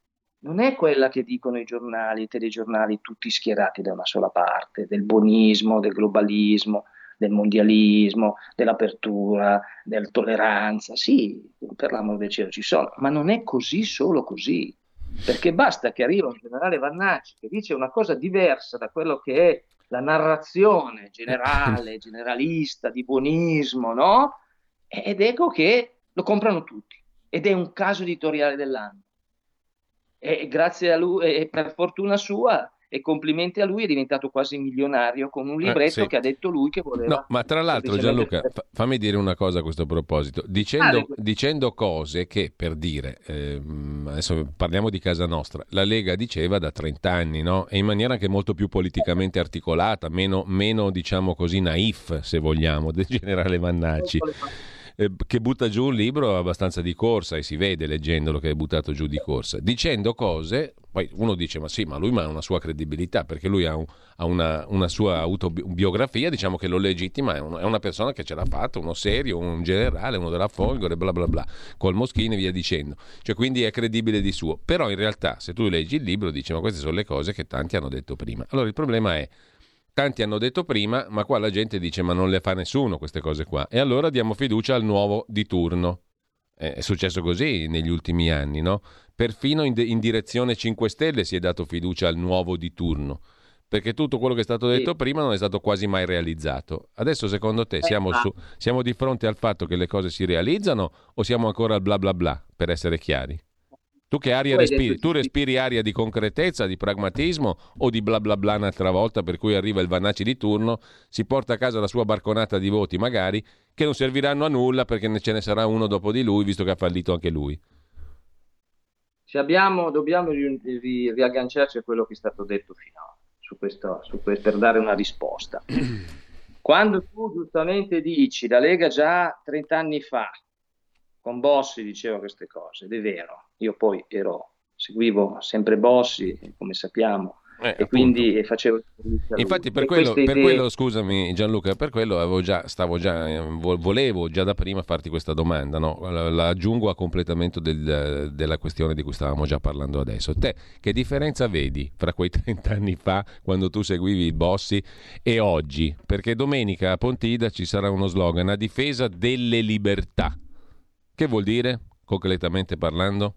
non è quella che dicono i giornali, i telegiornali, tutti schierati da una sola parte, del buonismo, del globalismo, del mondialismo, dell'apertura, della tolleranza. Sì, per l'amor del cielo ci sono, ma non è così solo così. Perché basta che arriva un generale Vannacci che dice una cosa diversa da quello che è la narrazione generale, generalista, di buonismo, no? Ed ecco che lo comprano tutti. Ed è un caso editoriale dell'anno. E grazie a lui, e per fortuna sua, e complimenti a lui, è diventato quasi milionario con un libretto eh, sì. che ha detto lui che voleva. No, ma tra l'altro Gianluca, fa, fammi dire una cosa a questo proposito, dicendo, ah, dicendo cose che, per dire, ehm, adesso parliamo di casa nostra, la Lega diceva da trenta anni, no? E in maniera anche molto più politicamente articolata, meno, meno diciamo così naif, se vogliamo, del generale Vannacci, eh, che butta giù un libro abbastanza di corsa, e si vede leggendolo che è buttato giù di corsa, dicendo cose. Poi uno dice, ma sì, ma lui ha una sua credibilità, perché lui ha, un, ha una, una sua autobiografia, diciamo che lo legittima, è, un, è una persona che ce l'ha fatta, uno serio, un generale, uno della Folgore, bla bla bla, col Moschini e via dicendo. Cioè, quindi è credibile di suo. Però in realtà, se tu leggi il libro, dici, ma queste sono le cose che tanti hanno detto prima. Allora il problema è, tanti hanno detto prima, ma qua la gente dice, ma non le fa nessuno queste cose qua. E allora diamo fiducia al nuovo di turno. È successo così negli ultimi anni, no? Perfino in, de- in direzione cinque Stelle si è dato fiducia al nuovo di turno, perché tutto quello che è stato detto sì. prima non è stato quasi mai realizzato. Adesso secondo te siamo, su, siamo di fronte al fatto che le cose si realizzano o siamo ancora al bla bla bla, per essere chiari? Tu che aria respiri? Tu respiri aria di concretezza, di pragmatismo o di bla bla bla un'altra volta, per cui arriva il Vannacci di turno, si porta a casa la sua barconata di voti magari, che non serviranno a nulla perché ce ne sarà uno dopo di lui, visto che ha fallito anche lui. Se abbiamo, dobbiamo ri, ri, riagganciarci a quello che è stato detto finora, su questo, su questo, per dare una risposta. Quando tu giustamente dici, la Lega già trenta anni fa, con Bossi diceva queste cose, ed è vero, io poi ero, seguivo sempre Bossi, come sappiamo, eh, e appunto. Quindi facevo... Infatti per quello, per idee... quello, scusami Gianluca, per quello avevo già, stavo già, volevo già da prima farti questa domanda, no? La, la aggiungo a completamento del, della questione di cui stavamo già parlando adesso. Te, che differenza vedi fra quei trenta anni fa, quando tu seguivi il Bossi, e oggi? Perché domenica a Pontida ci sarà uno slogan, a difesa delle libertà. Che vuol dire, concretamente parlando?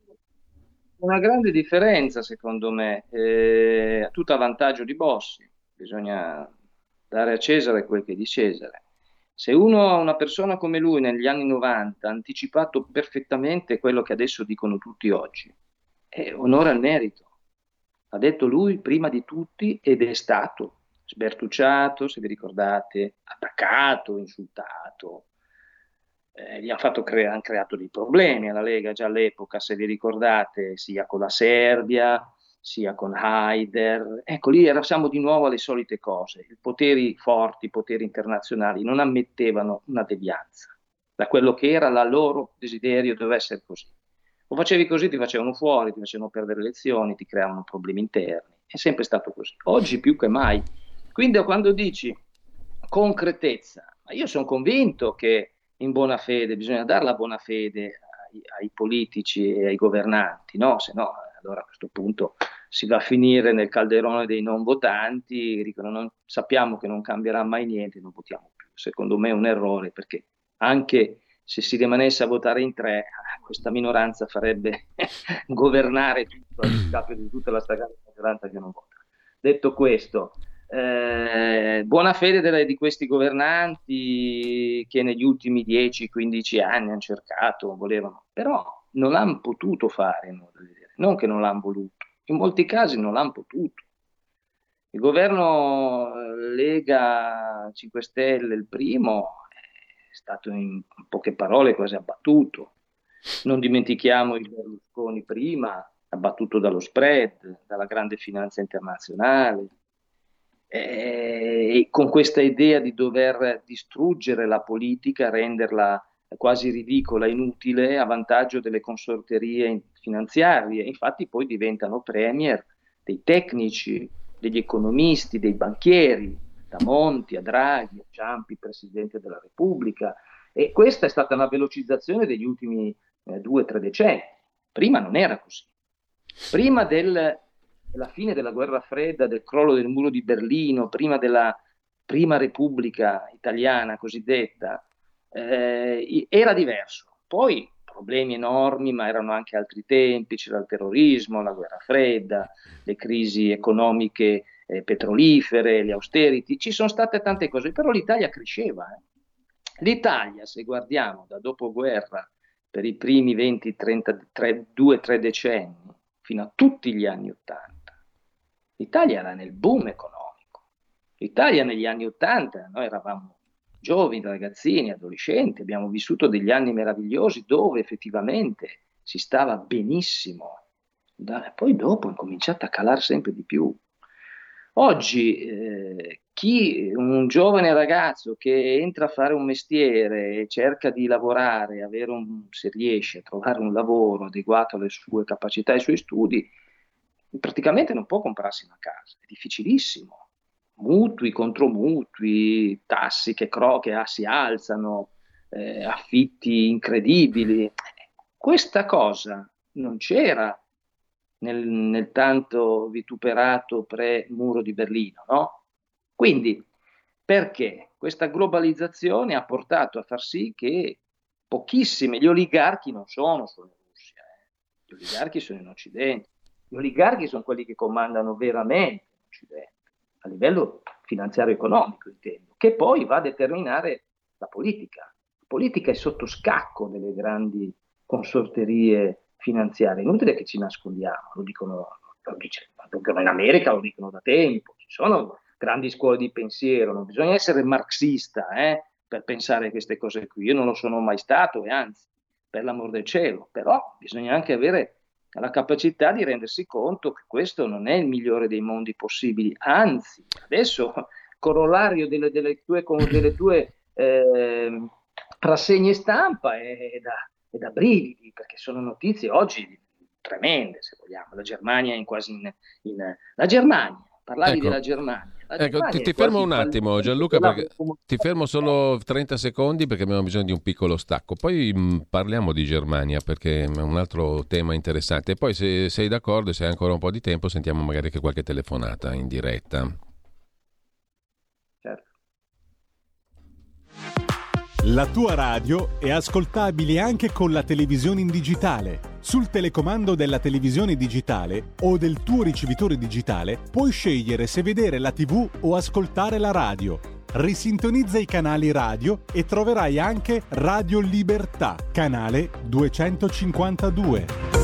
Una grande differenza, secondo me, eh, tutto a vantaggio di Bossi. Bisogna dare a Cesare quel che è di Cesare. Se uno, una persona come lui negli anni novanta ha anticipato perfettamente quello che adesso dicono tutti oggi, è onore al merito. Ha detto lui prima di tutti ed è stato sbertucciato, se vi ricordate, attaccato, insultato. Eh, gli hanno fatto crea- han creato dei problemi alla Lega già all'epoca, se vi ricordate, sia con la Serbia, sia con Haider. Ecco, lì era, siamo di nuovo alle solite cose. I poteri forti, i poteri internazionali non ammettevano una devianza da quello che era la loro desiderio, doveva essere così. O facevi così, ti facevano fuori, ti facevano perdere le elezioni, ti creavano problemi interni. È sempre stato così. Oggi più che mai. Quindi quando dici concretezza, ma io sono convinto che in buona fede, bisogna dare la buona fede ai, ai politici e ai governanti, no? Se no, allora a questo punto si va a finire nel calderone dei non votanti, dicono non, sappiamo che non cambierà mai niente, non votiamo più. Secondo me è un errore, perché anche se si rimanesse a votare in tre, questa minoranza farebbe governare tutto a discapito di tutta la stragrande maggioranza che non vota. Detto questo, Eh, buona fede delle, di questi governanti che negli ultimi dieci quindici anni hanno cercato, volevano, però non l'hanno potuto fare, non che non l'hanno voluto, in molti casi non l'hanno potuto. Il governo Lega cinque Stelle, il primo, è stato in poche parole quasi abbattuto. Non dimentichiamo il Berlusconi prima, abbattuto dallo spread, dalla grande finanza internazionale. E con questa idea di dover distruggere la politica, renderla quasi ridicola, inutile, a vantaggio delle consorterie finanziarie. Infatti poi diventano premier dei tecnici, degli economisti, dei banchieri, da Monti a Draghi, a Ciampi, Presidente della Repubblica. E questa è stata una velocizzazione degli ultimi eh, due o tre decenni. Prima non era così. Prima del alla fine della guerra fredda, del crollo del muro di Berlino, prima della prima Repubblica italiana cosiddetta, eh, era diverso. Poi problemi enormi, ma erano anche altri tempi, c'era il terrorismo, la guerra fredda, le crisi economiche eh, petrolifere, le austerity, ci sono state tante cose, però l'Italia cresceva. Eh. L'Italia, se guardiamo da dopoguerra, per i primi venti, trenta, due tre decenni, fino a tutti gli anni Ottanta, L'Italia era nel boom economico. L'Italia negli anni Ottanta, noi eravamo giovani, ragazzini, adolescenti, abbiamo vissuto degli anni meravigliosi dove effettivamente si stava benissimo. Da, poi dopo è cominciato a calare sempre di più. Oggi eh, chi, un giovane ragazzo che entra a fare un mestiere e cerca di lavorare, avere un, se riesce a trovare un lavoro adeguato alle sue capacità e ai suoi studi, praticamente non può comprarsi una casa, è difficilissimo. Mutui contro mutui, tassi che, cro- che si alzano, eh, affitti incredibili. Questa cosa non c'era nel, nel tanto vituperato pre-muro di Berlino, no? Quindi, perché? Questa globalizzazione ha portato a far sì che pochissime, gli oligarchi non sono solo in Russia, eh. Gli oligarchi sono in Occidente, gli oligarchi sono quelli che comandano veramente in Occidente, a livello finanziario economico intendo, che poi va a determinare la politica. La politica è sotto scacco delle grandi consorterie finanziarie, inutile che ci nascondiamo, lo dicono, lo dicono in America, lo dicono da tempo, ci sono grandi scuole di pensiero, non bisogna essere marxista eh, per pensare a queste cose qui, io non lo sono mai stato e anzi, per l'amor del cielo, però bisogna anche avere la capacità di rendersi conto che questo non è il migliore dei mondi possibili, anzi, adesso corollario delle, delle tue, delle tue eh, rassegne stampa è, è, da, è da brividi, perché sono notizie oggi tremende, se vogliamo, la Germania è in quasi in, in la Germania, parlavi ecco. della Germania. Ecco, ti, ti fermo un attimo Gianluca, perché ti fermo solo trenta secondi perché abbiamo bisogno di un piccolo stacco, poi mh, parliamo di Germania perché è un altro tema interessante e poi se sei d'accordo e se hai ancora un po' di tempo sentiamo magari anche qualche telefonata in diretta. Certo. La tua radio è ascoltabile anche con la televisione in digitale. Sul telecomando della televisione digitale o del tuo ricevitore digitale puoi scegliere se vedere la tivù o ascoltare la radio. Risintonizza i canali radio e troverai anche Radio Libertà, canale duecentocinquantadue.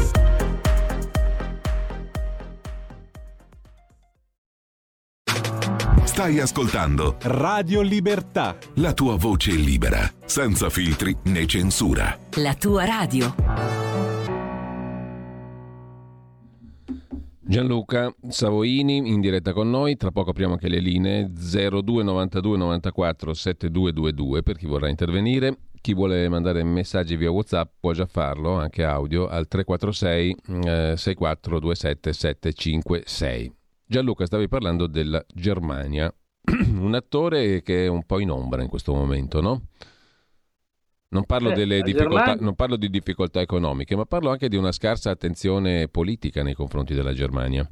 Stai ascoltando Radio Libertà, la tua voce libera, senza filtri né censura. La tua radio. Gianluca Savoini in diretta con noi, tra poco apriamo anche le linee zero due novantadue novantaquattro settantadue ventidue per chi vorrà intervenire. Chi vuole mandare messaggi via WhatsApp può già farlo, anche audio, al tre quattro sei sei quattro due sette sette cinque sei. Gianluca, stavi parlando della Germania, un attore che è un po' in ombra in questo momento, no? Non parlo, eh, delle difficoltà, Germania... non parlo di difficoltà economiche, ma parlo anche di una scarsa attenzione politica nei confronti della Germania.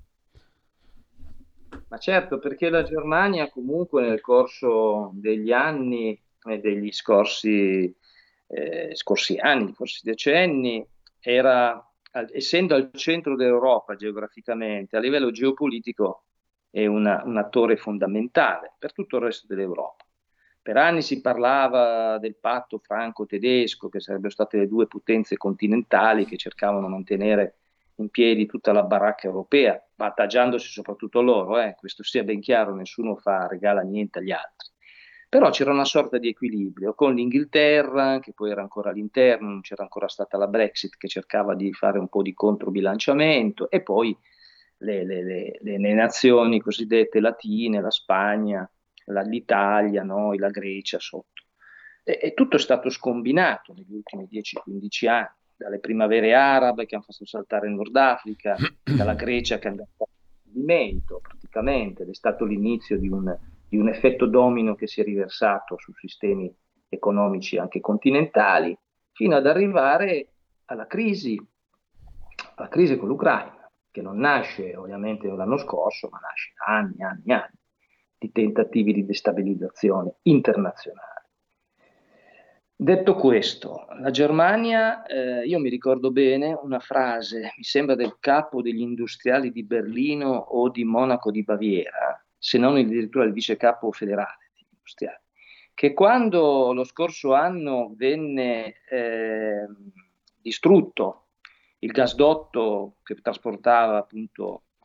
Ma certo, perché la Germania comunque nel corso degli anni e degli scorsi, eh, scorsi anni, forse decenni, era, essendo al centro dell'Europa geograficamente, a livello geopolitico è una, un attore fondamentale per tutto il resto dell'Europa. Per anni si parlava del patto franco-tedesco, che sarebbero state le due potenze continentali che cercavano di mantenere in piedi tutta la baracca europea, vantaggiandosi soprattutto loro, eh. Questo sia ben chiaro, nessuno fa regala niente agli altri. Però c'era una sorta di equilibrio con l'Inghilterra, che poi era ancora all'interno, non c'era ancora stata la Brexit che cercava di fare un po' di controbilanciamento, e poi le, le, le, le, le nazioni cosiddette latine, la Spagna, la, l'Italia, noi, la Grecia sotto. E, e tutto è stato scombinato negli ultimi dieci quindici anni, dalle primavere arabe che hanno fatto saltare il Nord Africa, dalla Grecia che è andata a movimento praticamente, ed è stato l'inizio di un, di un effetto domino che si è riversato su sistemi economici anche continentali, fino ad arrivare alla crisi, alla crisi con l'Ucraina, che non nasce ovviamente l'anno scorso, ma nasce da anni, anni, anni di tentativi di destabilizzazione internazionale. Detto questo, la Germania, eh, io mi ricordo bene una frase, mi sembra del capo degli industriali di Berlino o di Monaco di Baviera, se non addirittura il vice capo federale degli industriali, che quando lo scorso anno venne eh, distrutto il gasdotto che trasportava appunto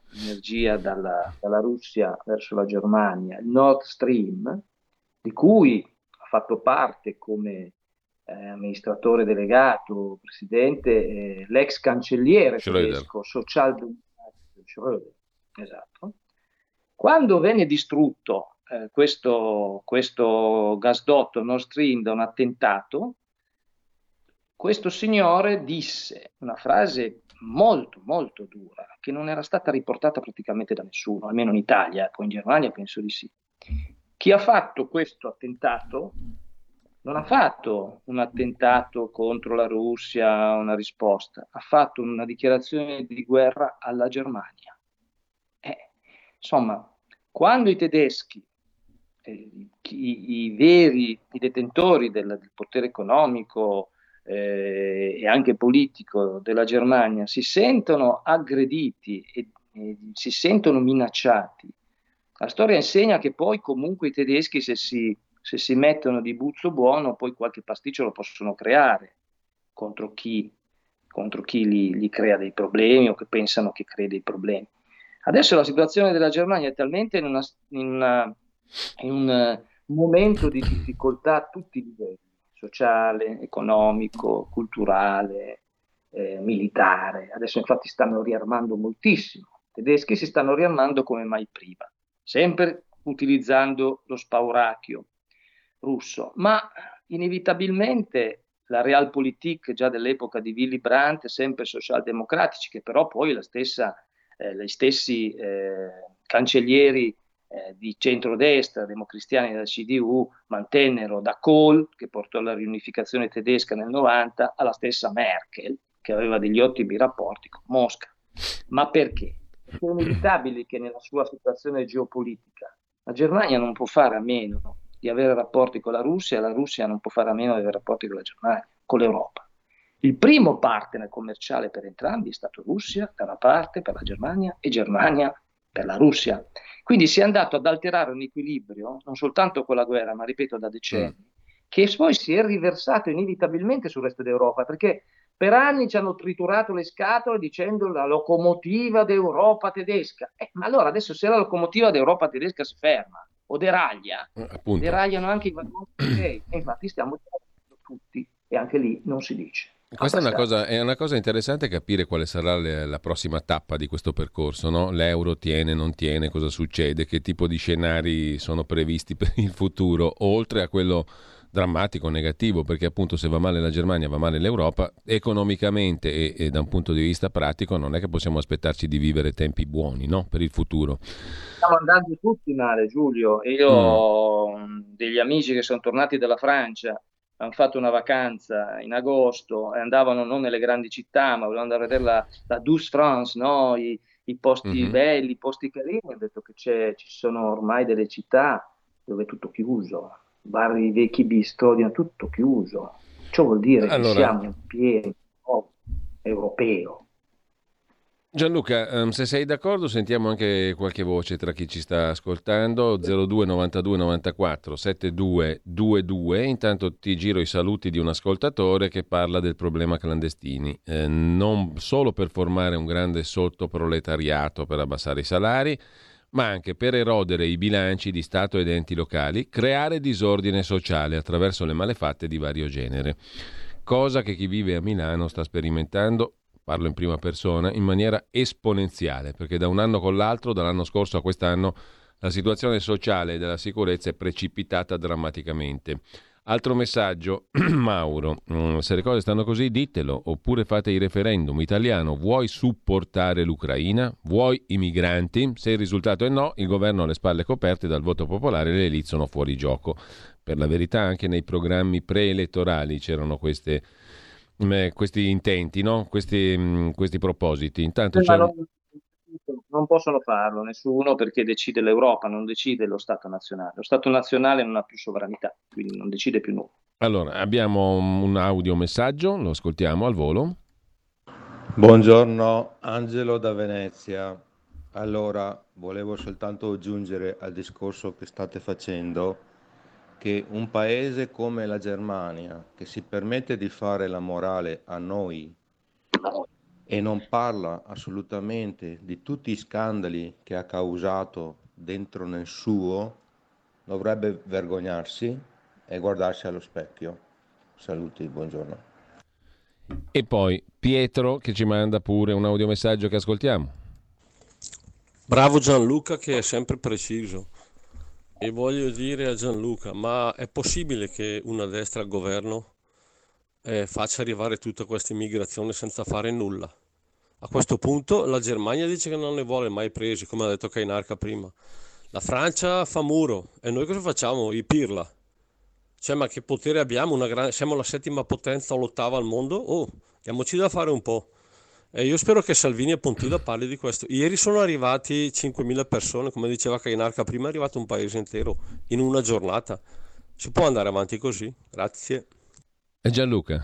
energia dalla, dalla Russia verso la Germania, il Nord Stream, di cui ha fatto parte come eh, amministratore delegato, presidente, eh, l'ex cancelliere tedesco, socialdemocratico Schröder. Esatto. Quando venne distrutto eh, questo, questo gasdotto Nord Stream da un attentato, questo signore disse una frase molto molto dura, che non era stata riportata praticamente da nessuno, almeno in Italia, poi in Germania penso di sì. Chi ha fatto questo attentato non ha fatto un attentato contro la Russia, una risposta, ha fatto una dichiarazione di guerra alla Germania. Eh, insomma, quando i tedeschi, eh, i, i veri i detentori del, del potere economico eh, e anche politico della Germania si sentono aggrediti e, e si sentono minacciati, la storia insegna che poi comunque i tedeschi, se si, se si mettono di buzzo buono, poi qualche pasticcio lo possono creare contro chi, contro chi gli, gli crea dei problemi o che pensano che crei dei problemi. Adesso la situazione della Germania è talmente in, una, in, una, in un momento di difficoltà a tutti i livelli, sociale, economico, culturale, eh, militare. Adesso infatti stanno riarmando moltissimo. I tedeschi si stanno riarmando come mai prima, sempre utilizzando lo spauracchio russo, ma inevitabilmente la Realpolitik già dell'epoca di Willy Brandt, sempre socialdemocratici, che però poi la stessa, eh, gli stessi eh, cancellieri eh, di centrodestra, democristiani della C D U, mantennero da Kohl, che portò alla riunificazione tedesca nel novanta, alla stessa Merkel, che aveva degli ottimi rapporti con Mosca. Ma perché? È inevitabile che nella sua situazione geopolitica la Germania non può fare a meno di avere rapporti con la Russia e la Russia non può fare a meno di avere rapporti con la Germania, con l'Europa. Il primo partner commerciale per entrambi è stato Russia da una parte per la Germania e Germania per la Russia. Quindi si è andato ad alterare un equilibrio, non soltanto con la guerra, ma ripeto da decenni, mm. che poi si è riversato inevitabilmente sul resto d'Europa, perché per anni ci hanno triturato le scatole dicendo la locomotiva d'Europa tedesca. Eh, ma allora adesso se la locomotiva d'Europa tedesca si ferma o deraglia, Appunto. deragliano anche i vagoni europei. E infatti stiamo dicendo tutti, e anche lì non si dice. Questa è una, cosa, è una cosa interessante capire quale sarà le, la prossima tappa di questo percorso, no? L'euro tiene, non tiene, cosa succede, che tipo di scenari sono previsti per il futuro, oltre a quello drammatico, negativo, perché appunto se va male la Germania va male l'Europa, economicamente e, e da un punto di vista pratico non è che possiamo aspettarci di vivere tempi buoni, no? Per il futuro. Stiamo andando tutti male, Giulio. Io mm. ho degli amici che sono tornati dalla Francia, hanno fatto una vacanza in agosto e andavano non nelle grandi città, ma volevano andare a vedere la, la Douce France, no? I, i posti mm-hmm. belli, i posti carini. Ho detto che c'è, ci sono ormai delle città dove è tutto chiuso. Bar, i vecchi bistro, tutto chiuso. Ciò vuol dire allora, che siamo in pieno oh, europeo. Gianluca, se sei d'accordo sentiamo anche qualche voce tra chi ci sta ascoltando. Zero due novantadue novantaquattro settantadue ventidue. Intanto ti giro i saluti di un ascoltatore che parla del problema clandestini, eh, non solo per formare un grande sottoproletariato per abbassare i salari, ma anche per erodere i bilanci di Stato ed enti locali, creare disordine sociale attraverso le malefatte di vario genere, cosa che chi vive a Milano sta sperimentando, parlo in prima persona, in maniera esponenziale, perché da un anno con l'altro, dall'anno scorso a quest'anno, la situazione sociale e della sicurezza è precipitata drammaticamente. Altro messaggio, Mauro, se le cose stanno così ditelo, oppure fate i referendum. Italiano, vuoi supportare l'Ucraina? Vuoi i migranti? Se il risultato è no, il governo ha le spalle coperte dal voto popolare e le elite sono fuori gioco. Per la verità anche nei programmi preelettorali c'erano queste, eh, questi intenti, no? questi, mh, questi propositi. Intanto c'è... non, non possono farlo nessuno, perché decide l'Europa, non decide lo Stato nazionale. Lo Stato nazionale non ha più sovranità, quindi non decide più nulla. Allora, abbiamo un audio messaggio, lo ascoltiamo al volo. Buongiorno, Angelo da Venezia. Allora, volevo soltanto aggiungere al discorso che state facendo che un paese come la Germania, che si permette di fare la morale a noi e non parla assolutamente di tutti i scandali che ha causato dentro nel suo, dovrebbe vergognarsi e guardarsi allo specchio. Saluti, buongiorno. E poi Pietro che ci manda pure un audiomessaggio che ascoltiamo. Bravo Gianluca che è sempre preciso. E voglio dire a Gianluca, ma è possibile che una destra al governo eh, faccia arrivare tutta questa immigrazione senza fare nulla? A questo punto la Germania dice che non ne vuole mai presi, come ha detto Cainarca prima. La Francia fa muro e noi cosa facciamo? I pirla. Cioè, ma che potere abbiamo? Una gran... Siamo la settima potenza o l'ottava al mondo? Oh, diamoci da fare un po'. E io spero che Salvini e Pontida parli di questo. Ieri sono arrivati cinquemila persone, come diceva Cainarca prima, è arrivato un paese intero in una giornata. Si può andare avanti così? Grazie. E Gianluca?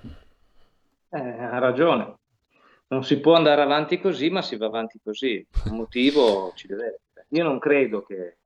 Eh, ha ragione. Non si può andare avanti così, ma si va avanti così. Un motivo ci deve essere. Io non credo che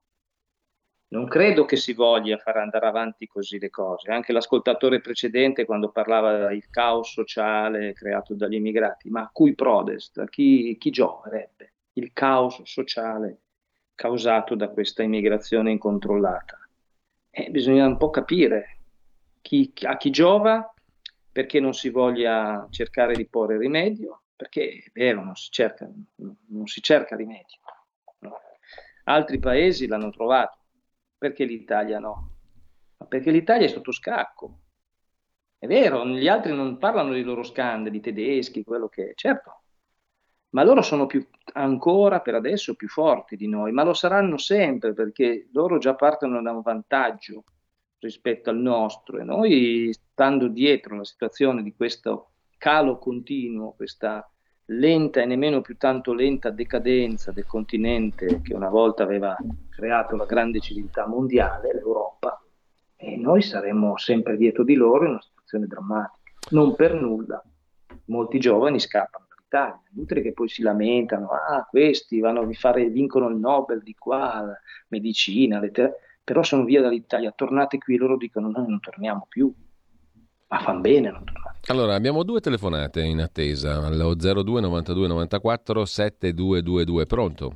non credo che si voglia far andare avanti così le cose. Anche l'ascoltatore precedente, quando parlava del caos sociale creato dagli immigrati, ma a cui prodest? A chi, chi gioverebbe il caos sociale causato da questa immigrazione incontrollata? Eh, bisogna un po' capire chi, a chi giova, perché non si voglia cercare di porre rimedio, perché è vero, non si cerca, non si cerca rimedio. No. Altri paesi l'hanno trovato. Perché l'Italia no? Ma perché l'Italia è sotto scacco. È vero, gli altri non parlano dei loro scandali, i tedeschi, quello che è, certo, ma loro sono più, ancora per adesso più forti di noi, ma lo saranno sempre perché loro già partono da un vantaggio rispetto al nostro e noi, stando dietro la situazione di questo calo continuo, questa lenta e nemmeno più tanto lenta decadenza del continente che una volta aveva creato la grande civiltà mondiale, l'Europa, e noi saremo sempre dietro di loro in una situazione drammatica. Non per nulla molti giovani scappano dall'Italia, è inutile che poi si lamentano, ah questi vanno a fare, vincono il Nobel di qua, la medicina, le te- però sono via dall'Italia, tornate qui, loro dicono noi non torniamo più. Ma fan bene non tornare. Allora, abbiamo due telefonate in attesa, allo zero due novantadue novantaquattro settantadue ventidue. Pronto?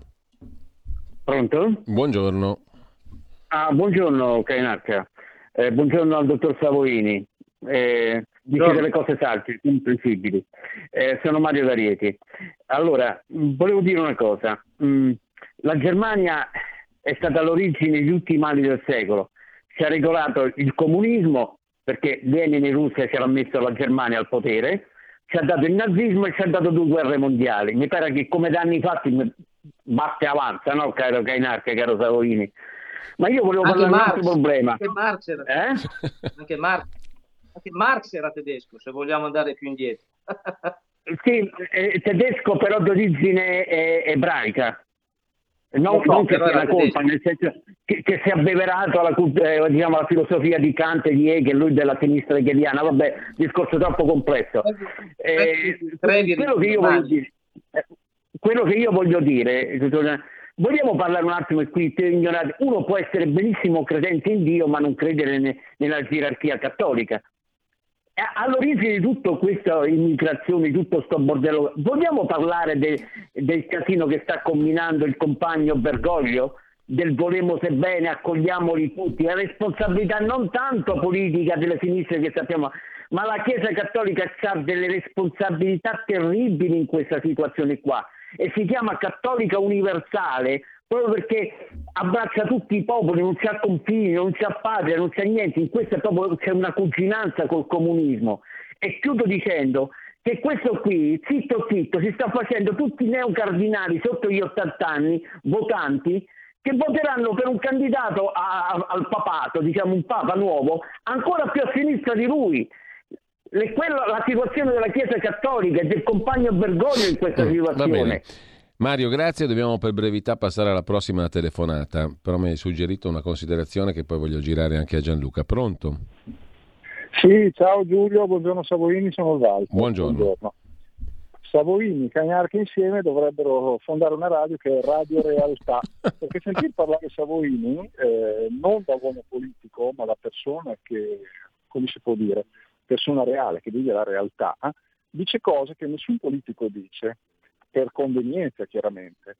Pronto? Buongiorno. Ah, buongiorno Cainarca. Eh, buongiorno al dottor Savoini. Eh, dice delle cose salti, impossibili. Eh, sono Mario D'Arieti. Allora, mh, volevo dire una cosa. Mh, la Germania è stata all'origine di tutti i mali del secolo. Si è regolato il comunismo, perché Lenin in Russia si era messo la Germania al potere, ci ha dato il nazismo e ci ha dato due guerre mondiali. Mi pare che come danni fatti batte avanza, no, caro Cainarca, caro Savoini? Ma io volevo Anche parlare di un Marx, altro problema. Anche Marx, era, Eh? anche, Marx, anche Marx era tedesco, se vogliamo andare più indietro. Sì, è tedesco però d'origine eh, ebraica. Non, No, non che però sia era una colpa, tedesco. nel senso che, che si è abbeverato alla, eh, diciamo, alla filosofia di Kant e di Hegel, lui della sinistra hegeliana, vabbè, discorso troppo complesso. Eh, quello che io voglio dire, eh, quello che io voglio dire, vogliamo parlare un attimo qui, uno può essere benissimo credente in Dio ma non credere ne, nella gerarchia cattolica. All'origine di tutto questa immigrazione, di tutto sto bordello, vogliamo parlare de, del casino che sta combinando il compagno Bergoglio? Del volemo sebbene, accogliamoli tutti, la responsabilità non tanto politica delle sinistre che sappiamo, ma la Chiesa Cattolica ha delle responsabilità terribili in questa situazione qua e si chiama Cattolica Universale proprio perché abbraccia tutti i popoli, non c'ha confini, non c'ha patria, non c'è niente, in questo proprio c'è una cuginanza col comunismo. E chiudo dicendo che questo qui, zitto zitto, si sta facendo tutti i neocardinali sotto gli ottanta anni, votanti, che voteranno per un candidato a, a, al papato, diciamo un papa nuovo, ancora più a sinistra di lui. Le, quella, la situazione della Chiesa Cattolica e del compagno Bergoglio in questa situazione. Mario, grazie, dobbiamo per brevità passare alla prossima telefonata, però mi hai suggerito una considerazione che poi voglio girare anche a Gianluca. Pronto? Sì, ciao Giulio, buongiorno Savoini, sono Walter. Buongiorno. buongiorno. Savoini, Cainarca insieme dovrebbero fondare una radio che è Radio Realtà, perché sentir parlare Savoini, eh, non da uomo politico, ma da persona che, come si può dire, persona reale, che vive la realtà, dice cose che nessun politico dice, per convenienza chiaramente,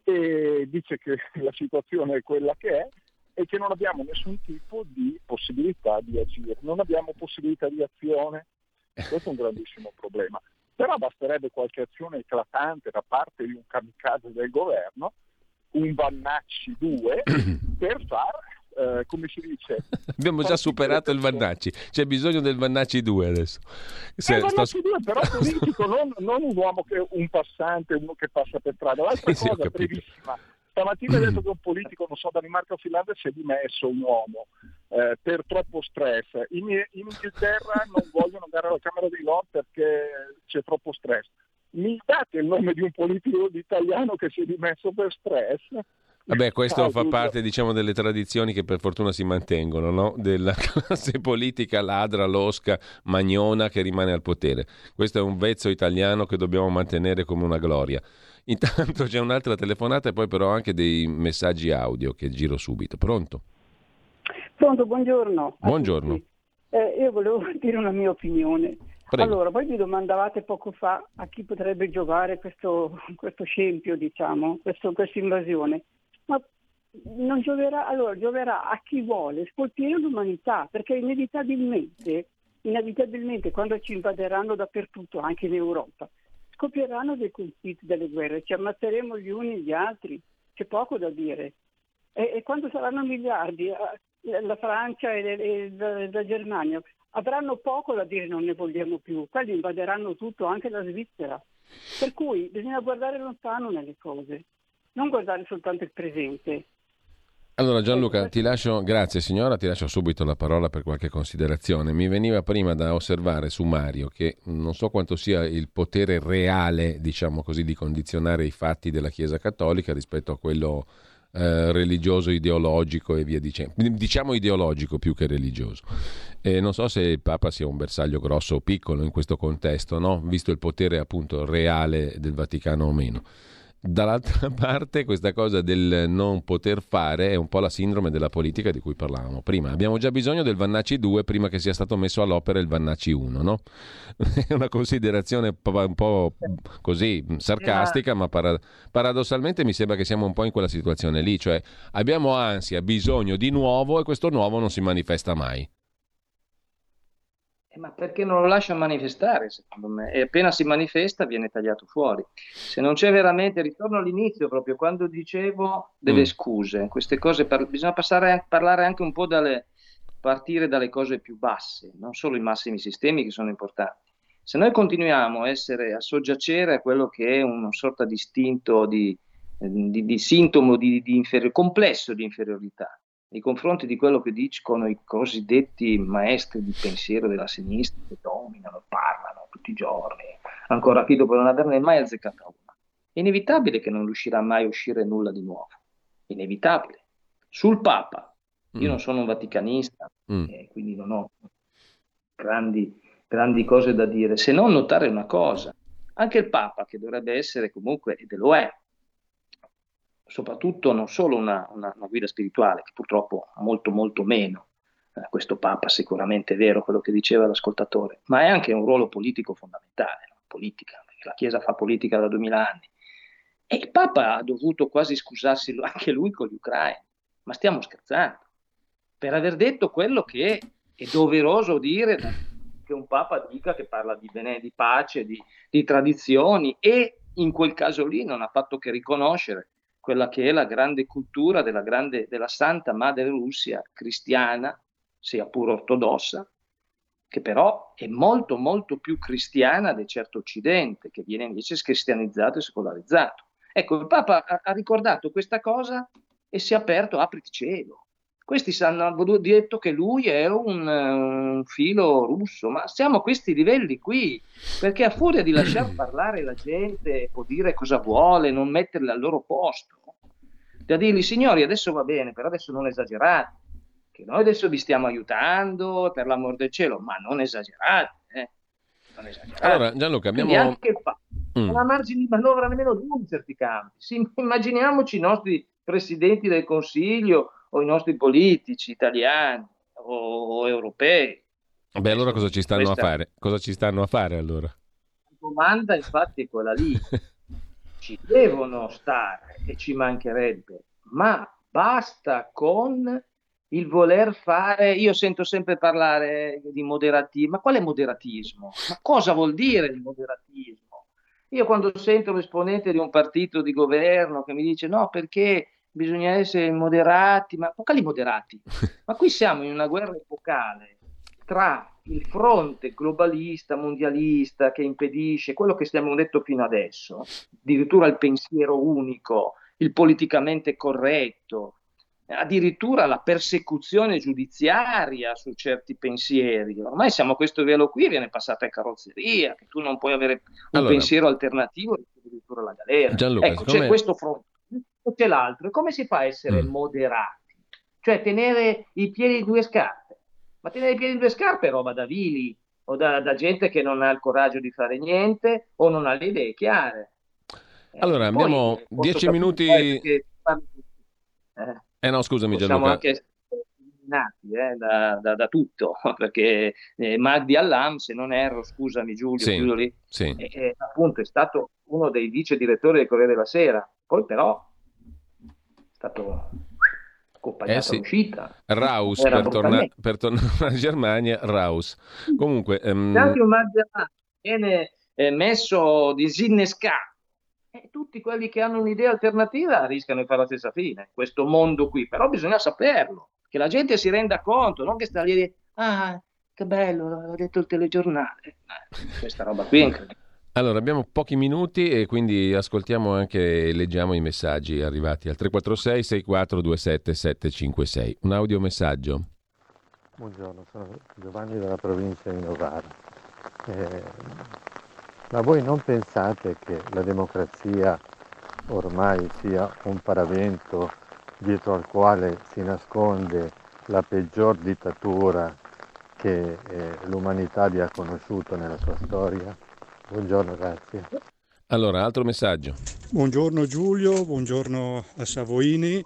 e dice che la situazione è quella che è e che non abbiamo nessun tipo di possibilità di agire, non abbiamo possibilità di azione. Questo è un grandissimo problema. Però basterebbe qualche azione eclatante da parte di un kamikaze del governo, un Vannacci due, per far, eh, come si dice... Abbiamo già superato il Vannacci, c'è bisogno del Vannacci due adesso. Se, il Vannacci sto... due però politico, non, non un uomo che un passante, uno che passa per strada. L'altra sì, cosa brevissima, stamattina ha detto che un politico, non so, Danimarca o Finlandia, si è dimesso, un uomo, eh, per troppo stress. In, in Inghilterra non vogliono andare alla Camera dei Lord perché c'è troppo stress. Mi date il nome di un politico italiano che si è dimesso per stress? Vabbè, questo fa parte, diciamo, delle tradizioni che per fortuna si mantengono, no? Della classe politica ladra, losca, magnona che rimane al potere. Questo è un vezzo italiano che dobbiamo mantenere come una gloria. Intanto c'è un'altra telefonata e poi però anche dei messaggi audio che giro subito. Pronto? Pronto, buongiorno. Buongiorno. Eh, io volevo dire una mia opinione. Prego. Allora, voi vi domandavate poco fa a chi potrebbe giocare questo, questo scempio, diciamo, questo, questa invasione. Ma non gioverà, allora gioverà a chi vuole scolpire l'umanità, perché inevitabilmente, inevitabilmente quando ci invaderanno dappertutto, anche in Europa, scoppieranno dei conflitti, delle guerre, ci ammazzeremo gli uni gli altri, c'è poco da dire. E, e quando saranno miliardi, la Francia e, e la, la Germania avranno poco da dire, non ne vogliamo più, quelli invaderanno tutto, anche la Svizzera. Per cui bisogna guardare lontano nelle cose, non guardare soltanto il presente. Allora Gianluca, ti lascio, grazie signora, ti lascio subito la parola per qualche considerazione. Mi veniva prima da osservare su Mario che non so quanto sia il potere reale, diciamo così, di condizionare i fatti della Chiesa Cattolica rispetto a quello eh, religioso, ideologico e via dicendo. Diciamo ideologico più che religioso. Eh, non so se il Papa sia un bersaglio grosso o piccolo in questo contesto, no? Visto il potere appunto reale del Vaticano o meno. Dall'altra parte questa cosa del non poter fare è un po' la sindrome della politica di cui parlavamo prima. Abbiamo già bisogno del Vannacci due prima che sia stato messo all'opera il Vannacci uno, no? È una considerazione un po' così sarcastica, ma para- paradossalmente mi sembra che siamo un po' in quella situazione lì, cioè abbiamo ansia, bisogno di nuovo e questo nuovo non si manifesta mai. Eh, ma perché non lo lascia manifestare, secondo me, e appena si manifesta viene tagliato fuori. Se non c'è veramente, ritorno all'inizio proprio quando dicevo delle Mm. scuse, queste cose per- bisogna passare, parlare anche un po' dalle, partire dalle cose più basse, non solo i massimi sistemi che sono importanti. Se noi continuiamo a essere, a soggiacere a quello che è una sorta di istinto, di, di, di sintomo di, di inferi- complesso di inferiorità, nei confronti di quello che dicono i cosiddetti maestri di pensiero della sinistra che dominano, parlano tutti i giorni, ancora qui dopo non averne mai azzeccata una. È inevitabile che non riuscirà mai a uscire nulla di nuovo, inevitabile. Sul Papa, io Mm. non sono un vaticanista, Mm. eh, quindi non ho grandi, grandi cose da dire, se non notare una cosa, anche il Papa, che dovrebbe essere comunque, ed lo è, soprattutto non solo una, una, una guida spirituale, che purtroppo ha molto molto meno, eh, questo Papa sicuramente è vero quello che diceva l'ascoltatore, ma è anche un ruolo politico fondamentale, no? Politica, perché la Chiesa fa politica da duemila anni. E il Papa ha dovuto quasi scusarsi anche lui con gli ucraini, ma stiamo scherzando, per aver detto quello che è doveroso dire, che un Papa dica, che parla di bene, di pace, di, di tradizioni, e in quel caso lì non ha fatto che riconoscere quella che è la grande cultura della, grande, della Santa Madre Russia cristiana, sia pure ortodossa, che però è molto molto più cristiana del certo Occidente, che viene invece cristianizzato e secolarizzato. Ecco, il Papa ha, ha ricordato questa cosa e si è aperto, apriti cielo. Questi hanno detto che lui è un, un filo russo, ma siamo a questi livelli qui, perché a furia di lasciar parlare la gente, può dire cosa vuole, non metterli al loro posto, da dirgli signori adesso va bene, però adesso non esagerate, che noi adesso vi stiamo aiutando per l'amor del cielo, ma non esagerate, eh? Non esagerate. Allora Gianluca, abbiamo... Quindi anche il Papa Mm. non ha margini di manovra nemmeno lui in certi campi. Sì, immaginiamoci i nostri presidenti del Consiglio o i nostri politici italiani o, o europei. Beh, allora cosa ci stanno Questa- a fare? Cosa ci stanno a fare allora? domanda infatti è quella lì. Ci devono stare e ci mancherebbe, ma basta con il voler fare. Io sento sempre parlare di moderatismo, ma quale moderatismo? Ma cosa vuol dire il moderatismo? Io quando sento l'esponente di un partito di governo che mi dice no, perché bisogna essere moderati, ma quali moderati? Ma qui siamo in una guerra epocale tra il fronte globalista, mondialista, che impedisce quello che abbiamo detto fino adesso, addirittura il pensiero unico, il politicamente corretto, addirittura la persecuzione giudiziaria su certi pensieri. Ormai siamo a questo livello qui, viene passata in carrozzeria, che tu non puoi avere un Allora, pensiero alternativo, addirittura la galera. Gianluca, Ecco, siccome- c'è questo fronte, c'è l'altro. E come si fa a essere Mm. moderati? Cioè tenere i piedi in due scarpe. Ma tenere i piedi in due scarpe è roba da vili o da, da gente che non ha il coraggio di fare niente o non ha le idee chiare. Eh, Allora, poi, abbiamo eh, posso dieci capire minuti. poi perché, eh, Eh no, scusami possiamo Gianluca. anche essere eliminati eh, da, da- da tutto, perché eh, Magdi Allam, se non erro, scusami Giulio, Sì, chiudo lì, sì. eh, eh, appunto è stato uno dei vice direttori del Corriere della Sera, poi però è stato accompagnato Eh sì. all'uscita. Raus Era per, torna- brutalmente. per tornare alla Germania, Raus. Comunque, ehm, Se anche un Magdi Allam viene eh, messo disinnescato, e tutti quelli che hanno un'idea alternativa rischiano di fare la stessa fine, questo mondo qui, però bisogna saperlo, che la gente si renda conto, non che sta lì a dire, ah, che bello, l'ha detto il telegiornale. Eh, questa roba qui è incredibile. allora, abbiamo pochi minuti e quindi ascoltiamo anche e leggiamo i messaggi arrivati al tre quattro sei sei quattro due sette sette cinque sei. Un audiomessaggio. Buongiorno, sono Giovanni dalla provincia di Novara. Eh, ma voi non pensate che la democrazia ormai sia un paravento dietro al quale si nasconde la peggior dittatura che eh, l'umanità abbia conosciuto nella sua storia? Buongiorno, grazie. Allora, altro messaggio. Buongiorno Giulio, buongiorno a Savoini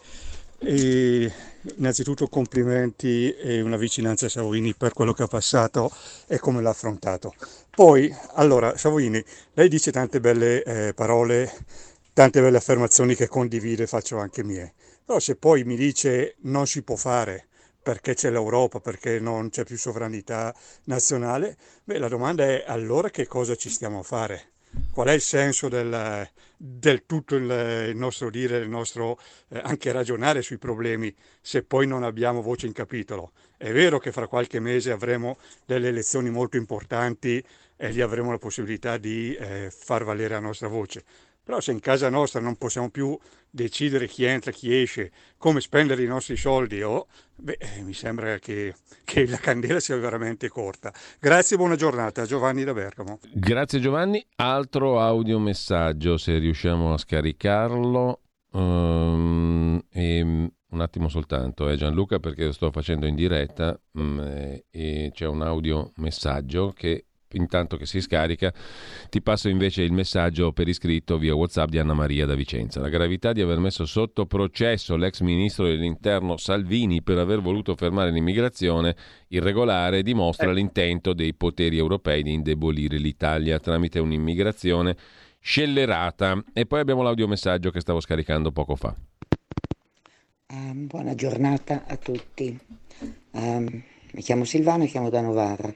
e innanzitutto complimenti e una vicinanza a Savoini per quello che ha passato e come l'ha affrontato. Poi, allora, Savoini, lei dice tante belle eh, parole, tante belle affermazioni che condivido e faccio anche mie, però se poi mi dice non si può fare perché c'è l'Europa, perché non c'è più sovranità nazionale, beh, la domanda è allora che cosa ci stiamo a fare? Qual è il senso del, del tutto il, il nostro dire, il nostro eh, anche ragionare sui problemi se poi non abbiamo voce in capitolo? È vero che fra qualche mese avremo delle elezioni molto importanti e lì avremo la possibilità di eh, far valere la nostra voce. Però se in casa nostra non possiamo più decidere chi entra, chi esce, come spendere i nostri soldi, oh, beh, eh, mi sembra che, che la candela sia veramente corta. Grazie e buona giornata. Giovanni da Bergamo. Grazie Giovanni. Altro audiomessaggio, se riusciamo a scaricarlo. Um, e, un attimo soltanto, eh, Gianluca, perché lo sto facendo in diretta um, e, e c'è un audiomessaggio che intanto che si scarica ti passo invece il messaggio per iscritto via WhatsApp di Anna Maria da Vicenza. La gravità di aver messo sotto processo l'ex ministro dell'interno Salvini per aver voluto fermare l'immigrazione irregolare dimostra l'intento dei poteri europei di indebolire l'Italia tramite un'immigrazione scellerata. E poi abbiamo l'audiomessaggio che stavo scaricando poco fa. Um, buona giornata a tutti. Um, mi chiamo Silvano e chiamo da Novara.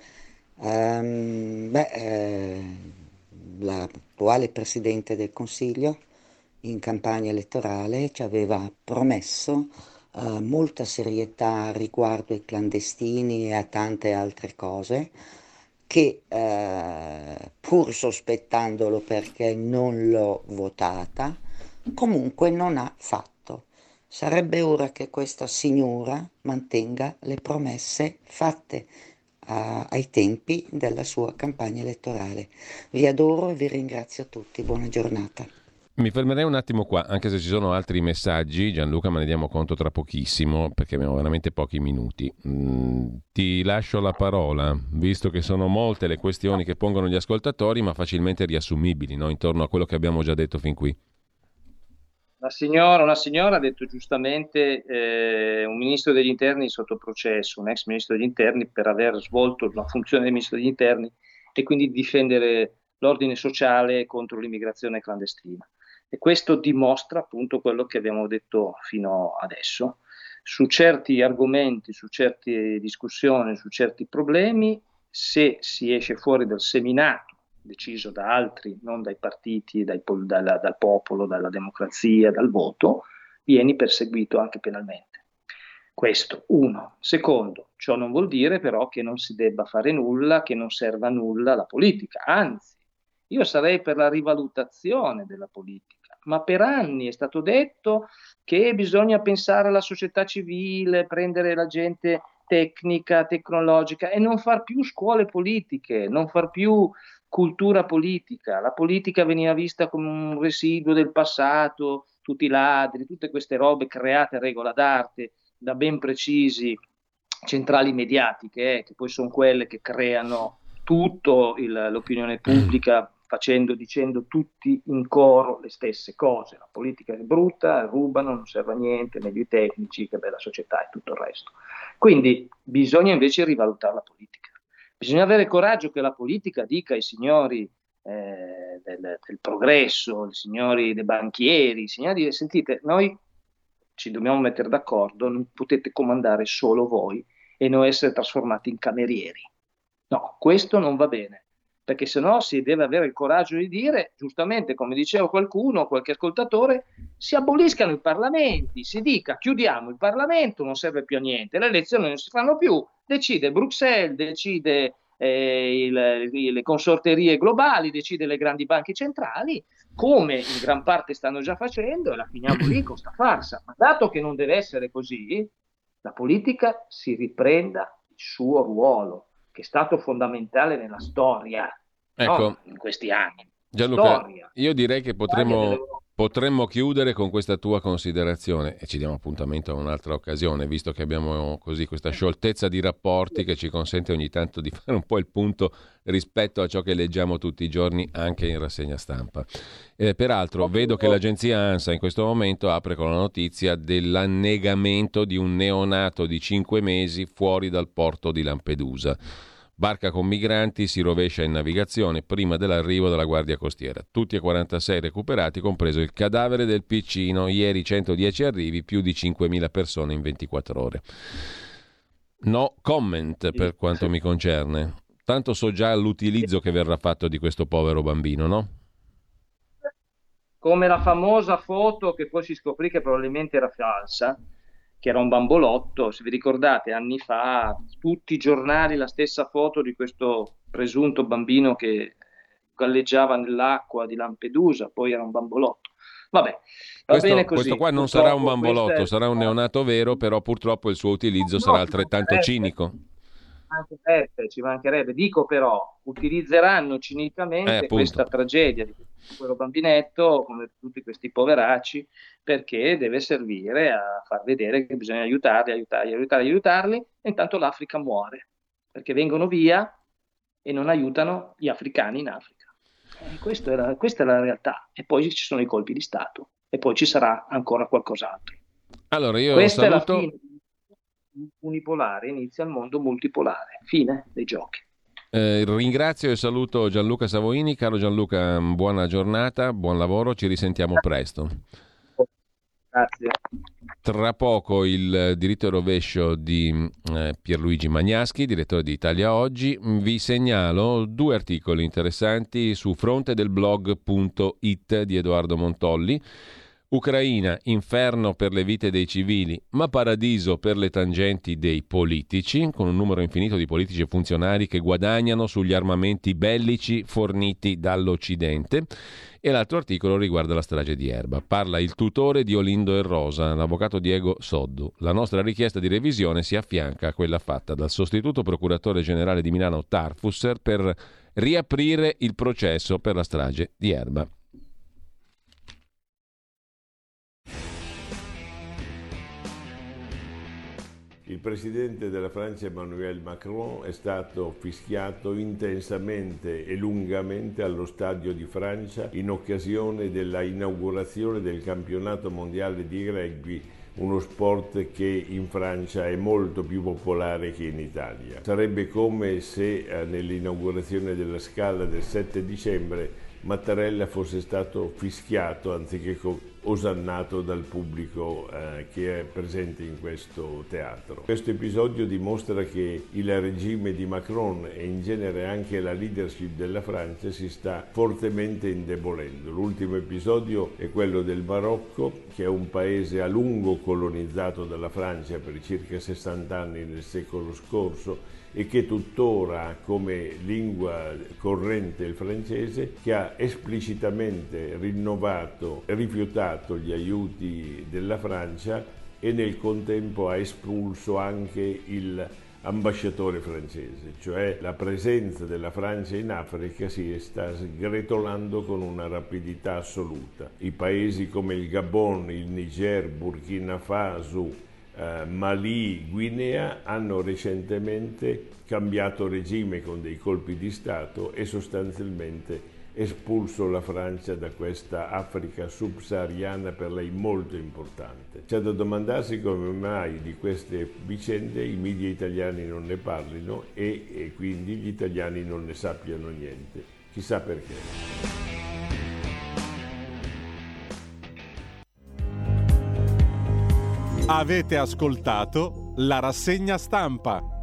Um, beh, eh, l'attuale Presidente del Consiglio in campagna elettorale ci aveva promesso uh, molta serietà riguardo ai clandestini e a tante altre cose che uh, pur sospettandolo perché non l'ho votata, comunque non ha fatto. Sarebbe ora che questa signora mantenga le promesse fatte A, ai tempi della sua campagna elettorale. Vi adoro e vi ringrazio tutti, buona giornata. Mi fermerei un attimo qua, anche se ci sono altri messaggi, Gianluca, ma ne diamo conto tra pochissimo, perché abbiamo veramente pochi minuti. Mm, ti lascio la parola, visto che sono molte le questioni che pongono gli ascoltatori, ma facilmente riassumibili, no? Intorno a quello che abbiamo già detto fin qui. La signora, una signora ha detto giustamente eh, un ministro degli interni sotto processo, un ex ministro degli interni per aver svolto la funzione del ministro degli interni e quindi difendere l'ordine sociale contro l'immigrazione clandestina. E questo dimostra appunto quello che abbiamo detto fino adesso. Su certi argomenti, su certe discussioni, su certi problemi, se si esce fuori dal seminato deciso da altri, non dai partiti, dai, dalla, dal popolo, dalla democrazia, dal voto, vieni perseguito anche penalmente. Questo, uno. Secondo, ciò non vuol dire però che non si debba fare nulla, che non serva a nulla la politica, anzi, io sarei per la rivalutazione della politica, ma per anni è stato detto che bisogna pensare alla società civile, prendere la gente tecnica, tecnologica e non far più scuole politiche, non far più cultura politica. La politica veniva vista come un residuo del passato, tutti i ladri, tutte queste robe create a regola d'arte da ben precisi centrali mediatiche, eh, che poi sono quelle che creano tutto il, l'opinione pubblica facendo, dicendo tutti in coro le stesse cose. La politica è brutta, rubano, non serve a niente, meglio i tecnici, che bella società e tutto il resto. Quindi bisogna invece rivalutare la politica. Bisogna avere coraggio che la politica dica ai signori eh, del, del progresso, ai signori dei banchieri, ai signori, sentite, noi ci dobbiamo mettere d'accordo, non potete comandare solo voi e non essere trasformati in camerieri. No, questo non va bene, perché sennò si deve avere il coraggio di dire, giustamente, come diceva qualcuno, qualche ascoltatore, si aboliscano i parlamenti, si dica chiudiamo il Parlamento, non serve più a niente, le elezioni non si fanno più, decide Bruxelles, decide eh, il, le consorterie globali, decide le grandi banche centrali, come in gran parte stanno già facendo, e la finiamo lì con sta farsa. Ma dato che non deve essere così, la politica si riprenda il suo ruolo, che è stato fondamentale nella storia, ecco, no? In questi anni. Gianluca, storia. Io direi che potremmo, potremmo chiudere con questa tua considerazione e ci diamo appuntamento a un'altra occasione, visto che abbiamo così questa scioltezza di rapporti che ci consente ogni tanto di fare un po' il punto rispetto a ciò che leggiamo tutti i giorni anche in rassegna stampa. Eh, peraltro vedo che l'agenzia ANSA in questo momento apre con la notizia dell'annegamento di un neonato di cinque mesi fuori dal porto di Lampedusa. Barca con migranti si rovescia in navigazione prima dell'arrivo della Guardia Costiera. Tutti e quarantasei recuperati, compreso il cadavere del piccino. Ieri centodieci arrivi, più di cinquemila persone in ventiquattro ore. No comment per quanto mi concerne. Tanto so già l'utilizzo che verrà fatto di questo povero bambino, no? Come la famosa foto che poi si scoprì che probabilmente era falsa, che era un bambolotto. Se vi ricordate, anni fa, tutti i giornali la stessa foto di questo presunto bambino che galleggiava nell'acqua di Lampedusa, poi era un bambolotto. Vabbè, va questo, bene così. Questo qua non purtroppo sarà un bambolotto, è... sarà un neonato vero, però purtroppo il suo utilizzo no, sarà altrettanto cinico. Mancherebbe, ci mancherebbe. Dico però, utilizzeranno cinicamente eh, questa tragedia di quello bambinetto, come tutti questi poveracci, perché deve servire a far vedere che bisogna aiutarli, aiutarli, aiutarli, aiutarli, e intanto l'Africa muore, perché vengono via e non aiutano gli africani in Africa. E questo è la, questa è la realtà. E poi ci sono i colpi di Stato, e poi ci sarà ancora qualcos'altro. Allora io Questa saluto... è la fine. Unipolare, inizia il mondo multipolare, fine dei giochi. Eh, ringrazio e saluto Gianluca Savoini. Caro Gianluca, buona giornata, buon lavoro, ci risentiamo presto. Grazie. Tra poco il diritto e rovescio di eh, Pierluigi Magnaschi, direttore di Italia Oggi. Vi segnalo due articoli interessanti su fronte del blog punto it di Edoardo Montolli. Ucraina, inferno per le vite dei civili, ma paradiso per le tangenti dei politici, con un numero infinito di politici e funzionari che guadagnano sugli armamenti bellici forniti dall'Occidente. E l'altro articolo riguarda la strage di Erba. Parla il tutore di Olindo e Rosa, l'avvocato Diego Soddu. La nostra richiesta di revisione si affianca a quella fatta dal sostituto procuratore generale di Milano Tarfusser per riaprire il processo per la strage di Erba. Il presidente della Francia Emmanuel Macron è stato fischiato intensamente e lungamente allo Stadio di Francia in occasione della inaugurazione del campionato mondiale di rugby uno sport che in Francia è molto più popolare che in Italia. Sarebbe come se eh, nell'inaugurazione della Scala del sette dicembre Mattarella fosse stato fischiato anziché osannato dal pubblico eh, che è presente in questo teatro. Questo episodio dimostra che il regime di Macron e in genere anche la leadership della Francia si sta fortemente indebolendo. L'ultimo episodio è quello del Marocco, che è un paese a lungo colonizzato dalla Francia per circa sessanta anni nel secolo scorso e che tuttora ha come lingua corrente il francese, che ha esplicitamente rinnovato e rifiutato gli aiuti della Francia e nel contempo ha espulso anche il ambasciatore francese, cioè la presenza della Francia in Africa si sta sgretolando con una rapidità assoluta. I paesi come il Gabon, il Niger, Burkina Faso, Uh, Mali, Guinea hanno recentemente cambiato regime con dei colpi di Stato e sostanzialmente espulso la Francia da questa Africa subsahariana per lei molto importante. C'è da domandarsi come mai di queste vicende i media italiani non ne parlino e, e quindi gli italiani non ne sappiano niente. Chissà perché. Avete ascoltato la rassegna stampa.